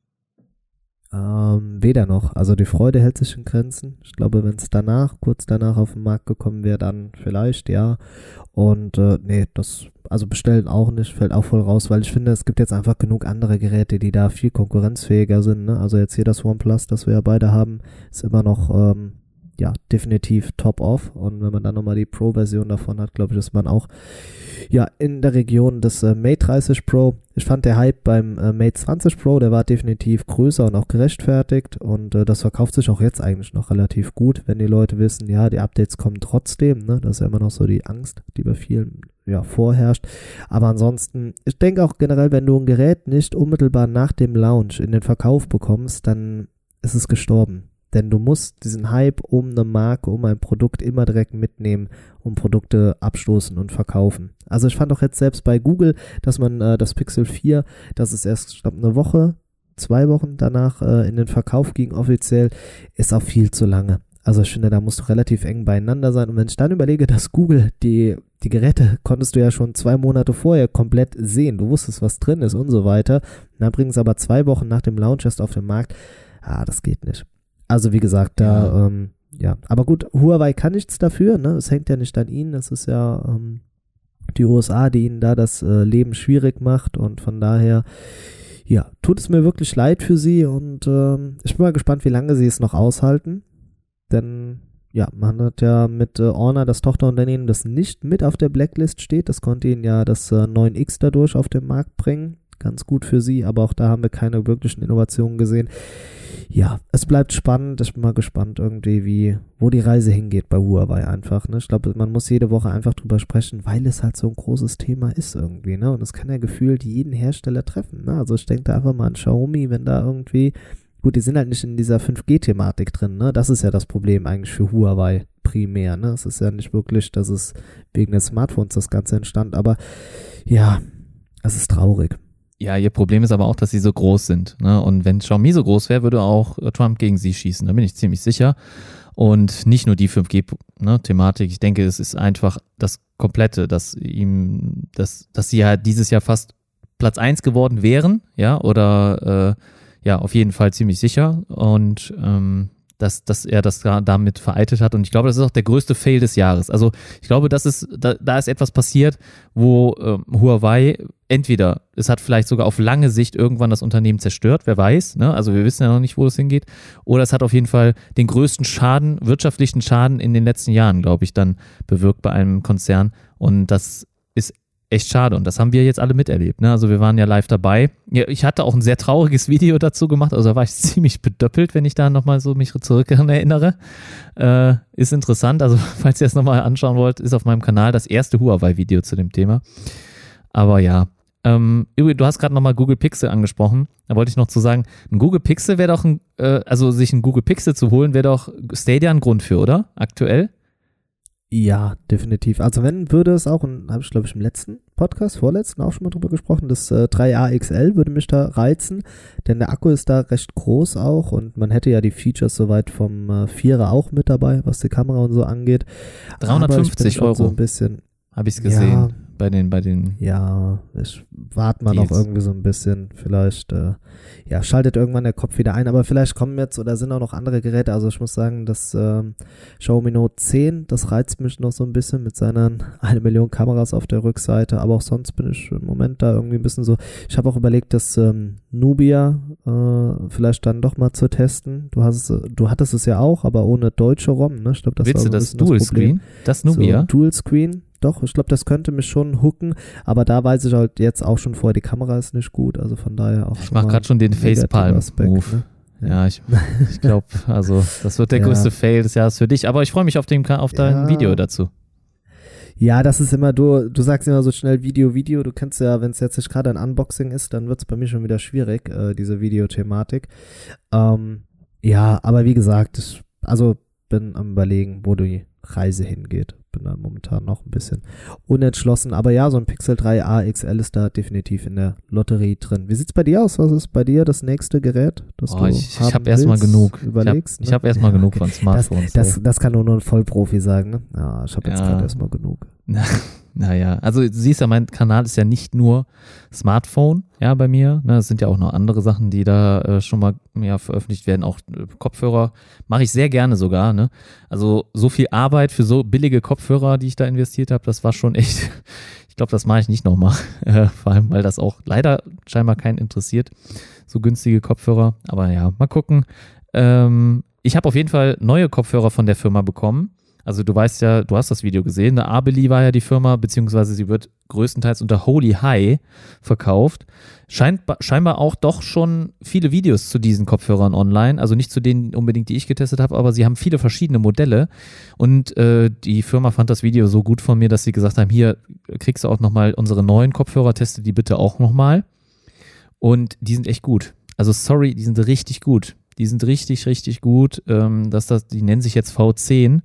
Ähm, weder noch. Also die Freude hält sich in Grenzen. Ich glaube, wenn es danach, kurz danach auf den Markt gekommen wäre, dann vielleicht, ja. Und äh, nee, das, also bestellen auch nicht, fällt auch voll raus, weil ich finde, es gibt jetzt einfach genug andere Geräte, die da viel konkurrenzfähiger sind. Ne? Also jetzt hier das OnePlus, das wir ja beide haben, ist immer noch ähm, ja, definitiv top-off. Und wenn man dann nochmal die Pro-Version davon hat, glaube ich, ist man auch ja in der Region des äh, Mate dreißig Pro. Ich fand der Hype beim äh, Mate zwanzig Pro, der war definitiv größer und auch gerechtfertigt. Und äh, das verkauft sich auch jetzt eigentlich noch relativ gut, wenn die Leute wissen, ja, die Updates kommen trotzdem. Ne? Das ist ja immer noch so die Angst, die bei vielen ja, vorherrscht. Aber ansonsten, ich denke auch generell, wenn du ein Gerät nicht unmittelbar nach dem Launch in den Verkauf bekommst, dann ist es gestorben. Denn du musst diesen Hype um eine Marke, um ein Produkt immer direkt mitnehmen, um Produkte abstoßen und verkaufen. Also ich fand auch jetzt selbst bei Google, dass man äh, das Pixel vier, das ist erst, ich glaube, eine Woche, zwei Wochen danach äh, in den Verkauf ging offiziell, ist auch viel zu lange. Also ich finde, da musst du relativ eng beieinander sein. Und wenn ich dann überlege, dass Google, die, die Geräte konntest du ja schon zwei Monate vorher komplett sehen. Du wusstest, was drin ist und so weiter. Dann bringen es aber zwei Wochen nach dem Launch erst auf den Markt. Ah, das geht nicht. Also wie gesagt, da, ja. Ähm, ja, aber gut, Huawei kann nichts dafür, ne? Es hängt ja nicht an ihnen, es ist ja ähm, die U S A, die ihnen da das äh, Leben schwierig macht und von daher, ja, tut es mir wirklich leid für sie und ähm, ich bin mal gespannt, wie lange sie es noch aushalten, denn ja, man hat ja mit äh, Honor das Tochterunternehmen, das nicht mit auf der Blacklist steht, das konnte ihnen ja das äh, neun X dadurch auf den Markt bringen, ganz gut für sie, aber auch da haben wir keine wirklichen Innovationen gesehen. Ja, es bleibt spannend. Ich bin mal gespannt irgendwie, wie, wo die Reise hingeht bei Huawei einfach. Ne? Ich glaube, man muss jede Woche einfach drüber sprechen, weil es halt so ein großes Thema ist irgendwie. Ne? Und es kann ja gefühlt jeden Hersteller treffen. Ne? Also ich denke da einfach mal an Xiaomi, wenn da irgendwie, gut, die sind halt nicht in dieser fünf G Thematik drin. Ne? Das ist ja das Problem eigentlich für Huawei primär. Ne? Es ist ja nicht wirklich, dass es wegen des Smartphones das Ganze entstand. Aber ja, es ist traurig. Ja, ihr Problem ist aber auch, dass sie so groß sind. Ne? Und wenn Xiaomi so groß wäre, würde auch Trump gegen sie schießen. Da bin ich ziemlich sicher. Und nicht nur die fünf G Thematik. Ich denke, es ist einfach das Komplette, dass ihm, dass, dass sie ja dieses Jahr fast Platz eins geworden wären. Ja, oder äh, ja, auf jeden Fall ziemlich sicher. Und ähm, dass, dass er das damit vereitelt hat. Und ich glaube, das ist auch der größte Fail des Jahres. Also ich glaube, das ist, da, da ist etwas passiert, wo ähm, Huawei entweder, es hat vielleicht sogar auf lange Sicht irgendwann das Unternehmen zerstört, wer weiß, ne? Also wir wissen ja noch nicht, wo es hingeht. Oder es hat auf jeden Fall den größten Schaden, wirtschaftlichen Schaden in den letzten Jahren, glaube ich, dann bewirkt bei einem Konzern. Und das ist echt schade und das haben wir jetzt alle miterlebt, ne? Also wir waren ja live dabei. Ja, ich hatte auch ein sehr trauriges Video dazu gemacht, also da war ich ziemlich bedöppelt, wenn ich da nochmal so mich zurück erinnere. Äh, ist interessant, also falls ihr es nochmal anschauen wollt, ist auf meinem Kanal das erste Huawei-Video zu dem Thema. Aber ja, ähm, du hast gerade nochmal Google Pixel angesprochen, da wollte ich noch zu sagen, ein Google Pixel wäre doch ein, äh, also sich ein Google Pixel zu holen, wäre doch Stadia ein Grund für, oder? Aktuell? Ja, definitiv. Also wenn, würde es auch, und habe ich glaube ich im letzten Podcast, vorletzten auch schon mal drüber gesprochen, das äh, drei A X L würde mich da reizen, denn der Akku ist da recht groß auch und man hätte ja die Features soweit vom äh, Vierer auch mit dabei, was die Kamera und so angeht. dreihundertfünfzig Euro. So ein bisschen, habe ich es gesehen. Ja, bei den, bei den. Ja, ich warte mal noch irgendwie so ein bisschen. Vielleicht, äh, ja, schaltet irgendwann der Kopf wieder ein. Aber vielleicht kommen jetzt oder sind auch noch andere Geräte. Also ich muss sagen, das ähm, Xiaomi Note zehn, das reizt mich noch so ein bisschen mit seinen eine Million Kameras auf der Rückseite. Aber auch sonst bin ich im Moment da irgendwie ein bisschen so. Ich habe auch überlegt, das ähm, Nubia äh, vielleicht dann doch mal zu testen. Du hast es, du hattest es ja auch, aber ohne deutsche ROM. Ne? Ich glaube, das Willst war du so das Dual Screen? Das Nubia? So, Dual Screen. Doch, ich glaube, das könnte mich schon hooken, aber da weiß ich halt jetzt auch schon vorher, die Kamera ist nicht gut, also von daher auch. Ich mache gerade schon den Facepalm-Move. Ne? Ja, ich, ich glaube, also das wird der ja. größte Fail des Jahres für dich, aber ich freue mich auf, den, auf dein ja. Video dazu. Ja, das ist immer, du, du sagst immer so schnell Video, Video. Du kennst ja, wenn es jetzt nicht gerade ein Unboxing ist, dann wird es bei mir schon wieder schwierig, äh, diese Videothematik. Ähm, ja, aber wie gesagt, ich, also bin am Überlegen, wo die Reise hingeht. Bin da momentan noch ein bisschen unentschlossen. Aber ja, so ein Pixel drei a X L ist da definitiv in der Lotterie drin. Wie sieht's bei dir aus? Was ist bei dir das nächste Gerät, das oh, du ich haben ich habe erstmal willst, genug. überlegst? Ich habe ne? hab erstmal ja, genug okay. von Smartphones. Das, das, das kann nur, nur ein Vollprofi sagen. Ne? Ja, ich habe jetzt Ja. gerade erstmal genug. Naja, also du siehst ja, mein Kanal ist ja nicht nur Smartphone, ja, bei mir. Ne, es sind ja auch noch andere Sachen, die da äh, schon mal ja, veröffentlicht werden. Auch äh, Kopfhörer mache ich sehr gerne sogar. Ne? Also so viel Arbeit für so billige Kopfhörer, die ich da investiert habe, das war schon echt, ich glaube, das mache ich nicht nochmal. Äh, vor allem, weil das auch leider scheinbar keinen interessiert, so günstige Kopfhörer. Aber ja, mal gucken. Ähm, ich habe auf jeden Fall neue Kopfhörer von der Firma bekommen. Also du weißt ja, du hast das Video gesehen, ne? Abeli war ja die Firma, beziehungsweise sie wird größtenteils unter Holy High verkauft. Scheint scheinbar auch doch schon viele Videos zu diesen Kopfhörern online, also nicht zu denen unbedingt, die ich getestet habe, aber sie haben viele verschiedene Modelle und äh, die Firma fand das Video so gut von mir, dass sie gesagt haben, hier kriegst du auch nochmal unsere neuen Kopfhörer, teste die bitte auch nochmal und die sind echt gut. Also sorry, die sind richtig gut. Die sind richtig, richtig gut. Ähm, dass das, die nennen sich jetzt V zehn.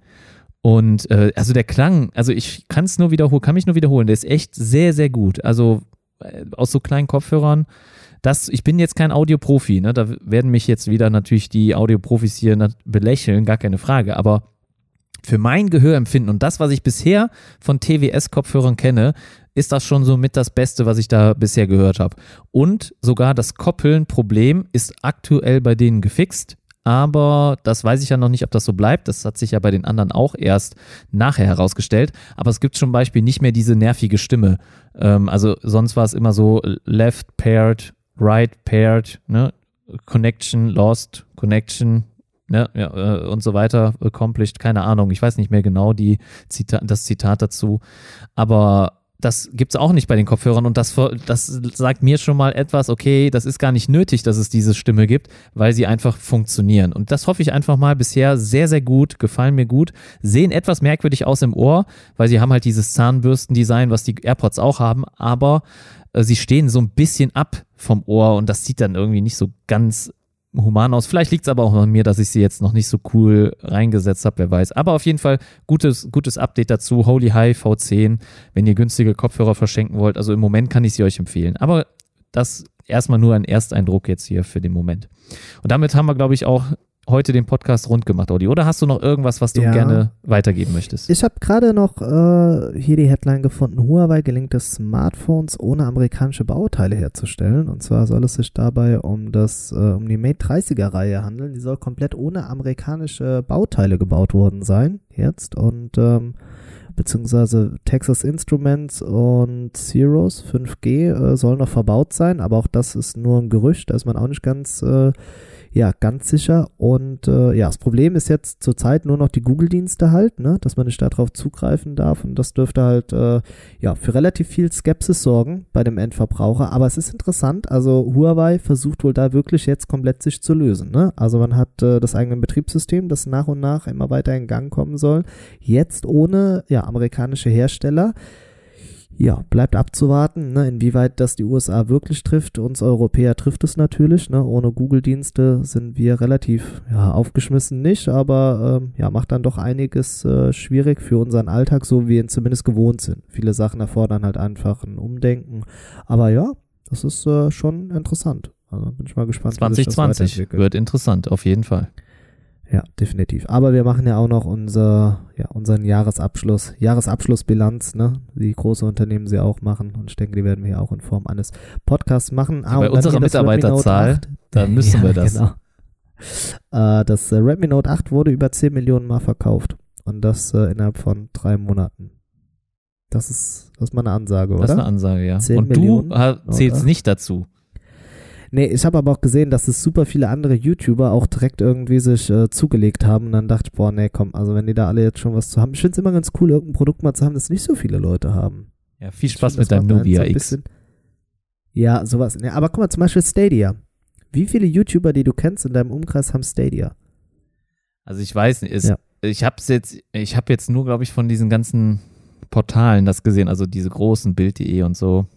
Und äh, also der Klang, also ich kann es nur wiederholen, kann mich nur wiederholen, der ist echt sehr, sehr gut. Also äh, aus so kleinen Kopfhörern, das, ich bin jetzt kein Audioprofi, ne? Da werden mich jetzt wieder natürlich die Audioprofis hier belächeln, gar keine Frage, aber für mein Gehörempfinden und das, was ich bisher von T W S-Kopfhörern kenne, ist das schon so mit das Beste, was ich da bisher gehört habe. Und sogar das Koppeln-Problem ist aktuell bei denen gefixt. Aber das weiß ich ja noch nicht, ob das so bleibt. Das hat sich ja bei den anderen auch erst nachher herausgestellt. Aber es gibt zum Beispiel nicht mehr diese nervige Stimme. Ähm, also sonst war es immer so left paired, right paired, ne? Connection, lost, connection, ne? Ja, äh, und so weiter, accomplished, keine Ahnung. Ich weiß nicht mehr genau die Zita- das Zitat dazu. Aber das gibt es auch nicht bei den Kopfhörern und das, das sagt mir schon mal etwas, okay, das ist gar nicht nötig, dass es diese Stimme gibt, weil sie einfach funktionieren. Und das hoffe ich einfach mal bisher sehr, sehr gut, gefallen mir gut, sehen etwas merkwürdig aus im Ohr, weil sie haben halt dieses Zahnbürstendesign, was die AirPods auch haben, aber äh, sie stehen so ein bisschen ab vom Ohr und das sieht dann irgendwie nicht so ganz human aus. Vielleicht liegt es aber auch an mir, dass ich sie jetzt noch nicht so cool reingesetzt habe, wer weiß. Aber auf jeden Fall gutes, gutes Update dazu. Holy High V zehn, wenn ihr günstige Kopfhörer verschenken wollt. Also im Moment kann ich sie euch empfehlen. Aber das erstmal nur ein Ersteindruck jetzt hier für den Moment. Und damit haben wir, glaube ich, auch heute den Podcast rund gemacht, Audi. Oder hast du noch irgendwas, was du Ja. gerne weitergeben möchtest? Ich habe gerade noch äh, hier die Headline gefunden, Huawei gelingt es, Smartphones ohne amerikanische Bauteile herzustellen. Und zwar soll es sich dabei um das äh, um die Mate dreißiger Reihe handeln. Die soll komplett ohne amerikanische Bauteile gebaut worden sein jetzt. Und ähm, beziehungsweise Texas Instruments und Cirrus fünf G äh, sollen noch verbaut sein, aber auch das ist nur ein Gerücht, da ist man auch nicht ganz äh, ja, ganz sicher. Und äh, ja, das Problem ist jetzt zurzeit nur noch die Google-Dienste halt, ne, dass man nicht darauf zugreifen darf. Und das dürfte halt äh, ja für relativ viel Skepsis sorgen bei dem Endverbraucher. Aber es ist interessant, also Huawei versucht wohl da wirklich jetzt komplett sich zu lösen. Ne? Also man hat äh, das eigene Betriebssystem, das nach und nach immer weiter in Gang kommen soll. Jetzt ohne ja, amerikanische Hersteller. Ja, bleibt abzuwarten, ne, inwieweit das die U S A wirklich trifft. Uns Europäer trifft es natürlich. Ne, ohne Google-Dienste sind wir relativ ja, aufgeschmissen nicht, aber ähm, ja, macht dann doch einiges äh, schwierig für unseren Alltag, so wie wir ihn zumindest gewohnt sind. Viele Sachen erfordern halt einfach ein Umdenken. Aber ja, das ist äh, schon interessant. Also bin ich mal gespannt, zwanzig wie sich das zwanzig weiterentwickelt. wird interessant, auf jeden Fall. Ja, definitiv. Aber wir machen ja auch noch unser, ja, unseren Jahresabschluss, Jahresabschlussbilanz, ne? Wie große Unternehmen sie auch machen. Und ich denke, die werden wir auch in Form eines Podcasts machen. Ah, Bei und dann unserer hier das Mitarbeiterzahl, Redmi Note acht. da müssen ja, wir das. Genau. Äh, das äh, Redmi Note acht wurde über zehn Millionen Mal verkauft. Und das äh, innerhalb von drei Monaten. Das ist, das ist mal eine Ansage, oder? Das ist eine Ansage, ja. zehn Und Millionen, du ha- zählst oder? nicht dazu. Nee, ich habe aber auch gesehen, dass es super viele andere YouTuber auch direkt irgendwie sich äh, zugelegt haben und dann dachte ich, boah, nee, komm, also wenn die da alle jetzt schon was zu haben, ich finde es immer ganz cool, irgendein Produkt mal zu haben, das nicht so viele Leute haben. Ja, viel Ich Spaß find, mit das deinem macht einen Nubia so ein X. bisschen- Ja, sowas. Ja, aber guck mal, zum Beispiel Stadia. Wie viele YouTuber, die du kennst in deinem Umkreis, haben Stadia? Also ich weiß nicht, es, Ja. ich habe jetzt, ich habe jetzt nur, glaube ich, von diesen ganzen Portalen das gesehen, also diese großen Bild punkt de und so.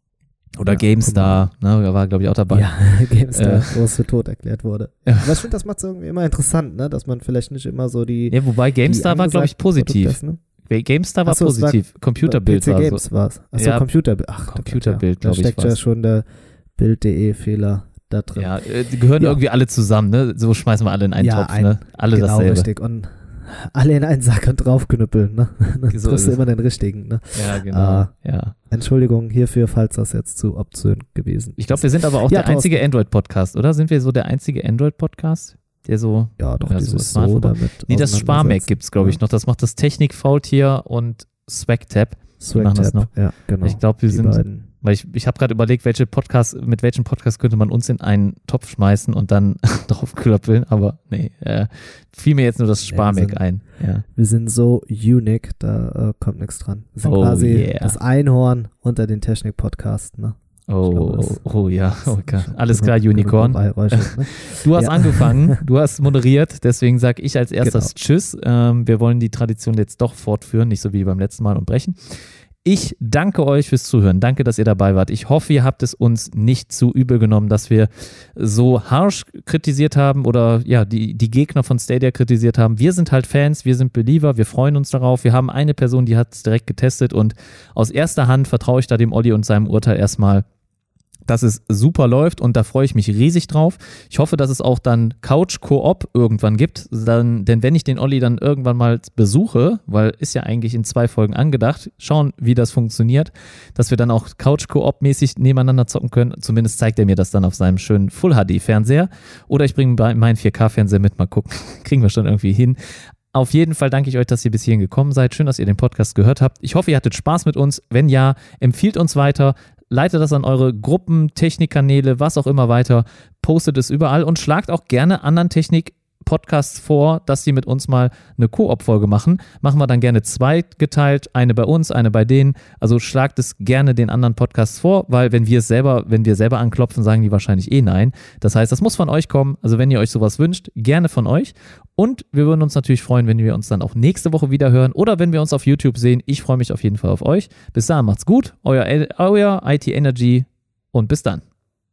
Oder ja, GameStar, ne, da war, glaube ich, auch dabei. Ja, GameStar, Äh. wo es für tot erklärt wurde. Ja. Aber ich finde, das macht es irgendwie immer interessant, ne? Dass man vielleicht nicht immer so die. Ja, wobei GameStar die war, glaube ich, positiv. Produkte, ne? GameStar war Ach so, es war- positiv. Computerbild P C war Games so. war es. Achso, Ja, Computerbild. Ach, Computerbild, da glaub ich, steckt ja war's. schon der Bild punkt de-Fehler da drin. Ja, äh, die gehören Ja. irgendwie alle zusammen, ne? So schmeißen wir alle in einen Ja, Topf, ein- ne? Alle genau, dasselbe. richtig. Und alle in einen Sack und draufknüppeln, ne? Dann So triffst ist du es. immer den richtigen, ne? Ja, genau. Ah. Ja. Entschuldigung hierfür, falls das jetzt zu obszön gewesen Ich glaube, wir sind aber auch Ja, der einzige Android-Podcast, oder? Sind wir so der einzige Android-Podcast, der so. Ja, doch, Ja, so dieses Smartphone. so damit. Nee, das Sparmac auseinandersetzen. gibt es, glaube ich, Ja. noch. Das macht das Technik-Faultier und Swagtab. Swag machen das Tab, noch. ja, genau. Ich glaube, wir Die sind. beiden. Weil ich, ich habe gerade überlegt, welche Podcast, mit welchem Podcast könnte man uns in einen Topf schmeißen und dann draufklöppeln, aber nee, äh, fiel mir jetzt nur das wir Sparmac sind- ein. Ja. Wir sind so unique, da äh, kommt nichts dran. Wir sind Oh, quasi yeah. das Einhorn unter den Technik-Podcasts, ne? Oh, glaube, oh, das- oh ja, oh, Gott. Alles Genug- klar, genug Unicorn. Beweihräucher, ne? Du hast Ja. angefangen, du hast moderiert, deswegen sage ich als erstes Genau. Tschüss. Ähm, wir wollen die Tradition jetzt doch fortführen, nicht so wie beim letzten Mal und brechen. Ich danke euch fürs Zuhören. Danke, dass ihr dabei wart. Ich hoffe, ihr habt es uns nicht zu übel genommen, dass wir so harsch kritisiert haben oder ja, die, die Gegner von Stadia kritisiert haben. Wir sind halt Fans, wir sind Believer, wir freuen uns darauf. Wir haben eine Person, die hat es direkt getestet und aus erster Hand vertraue ich da dem Olli und seinem Urteil erstmal, dass es super läuft und da freue ich mich riesig drauf. Ich hoffe, dass es auch dann Couch-Koop irgendwann gibt, dann, denn wenn ich den Olli dann irgendwann mal besuche, weil ist ja eigentlich in zwei Folgen angedacht, schauen, wie das funktioniert, dass wir dann auch Couch-Koop-mäßig nebeneinander zocken können. Zumindest zeigt er mir das dann auf seinem schönen Full-H D-Fernseher oder ich bringe meinen vier K-Fernseher mit, mal gucken, kriegen wir schon irgendwie hin. Auf jeden Fall danke ich euch, dass ihr bis hierhin gekommen seid. Schön, dass ihr den Podcast gehört habt. Ich hoffe, ihr hattet Spaß mit uns. Wenn ja, empfiehlt uns weiter. Leitet das an eure Gruppen, Technikkanäle, was auch immer weiter. Postet es überall und schlagt auch gerne anderen Technik-Podcasts vor, dass sie mit uns mal eine Koop-Folge machen. Machen wir dann gerne zwei geteilt, eine bei uns, eine bei denen. Also schlagt es gerne den anderen Podcasts vor, weil wenn wir es selber, wenn wir selber anklopfen, sagen die wahrscheinlich eh nein. Das heißt, das muss von euch kommen. Also wenn ihr euch sowas wünscht, gerne von euch. Und wir würden uns natürlich freuen, wenn wir uns dann auch nächste Woche wieder hören oder wenn wir uns auf YouTube sehen. Ich freue mich auf jeden Fall auf euch. Bis dahin, macht's gut. Euer, euer I T Energy und bis dann.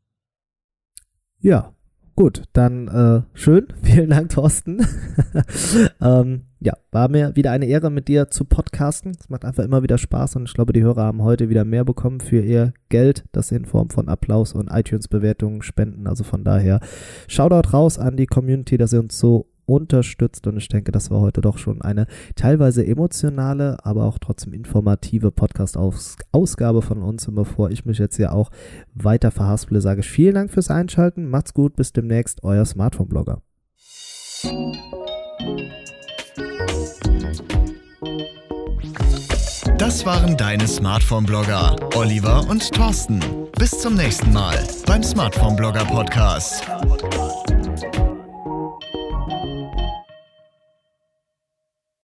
Ja, gut, dann äh, schön. Vielen Dank, Thorsten. ähm, ja, war mir wieder eine Ehre, mit dir zu podcasten. Es macht einfach immer wieder Spaß und ich glaube, die Hörer haben heute wieder mehr bekommen für ihr Geld, das sie in Form von Applaus und iTunes-Bewertungen spenden. Also von daher, Shoutout raus an die Community, dass ihr uns so unterstützt und ich denke, das war heute doch schon eine teilweise emotionale, aber auch trotzdem informative Podcast-Ausgabe von uns. Und bevor ich mich jetzt hier auch weiter verhasple, sage ich vielen Dank fürs Einschalten, macht's gut, bis demnächst, euer Smartphone-Blogger. Das waren deine Smartphone-Blogger, Oliver und Thorsten. Bis zum nächsten Mal beim Smartphone-Blogger Podcast.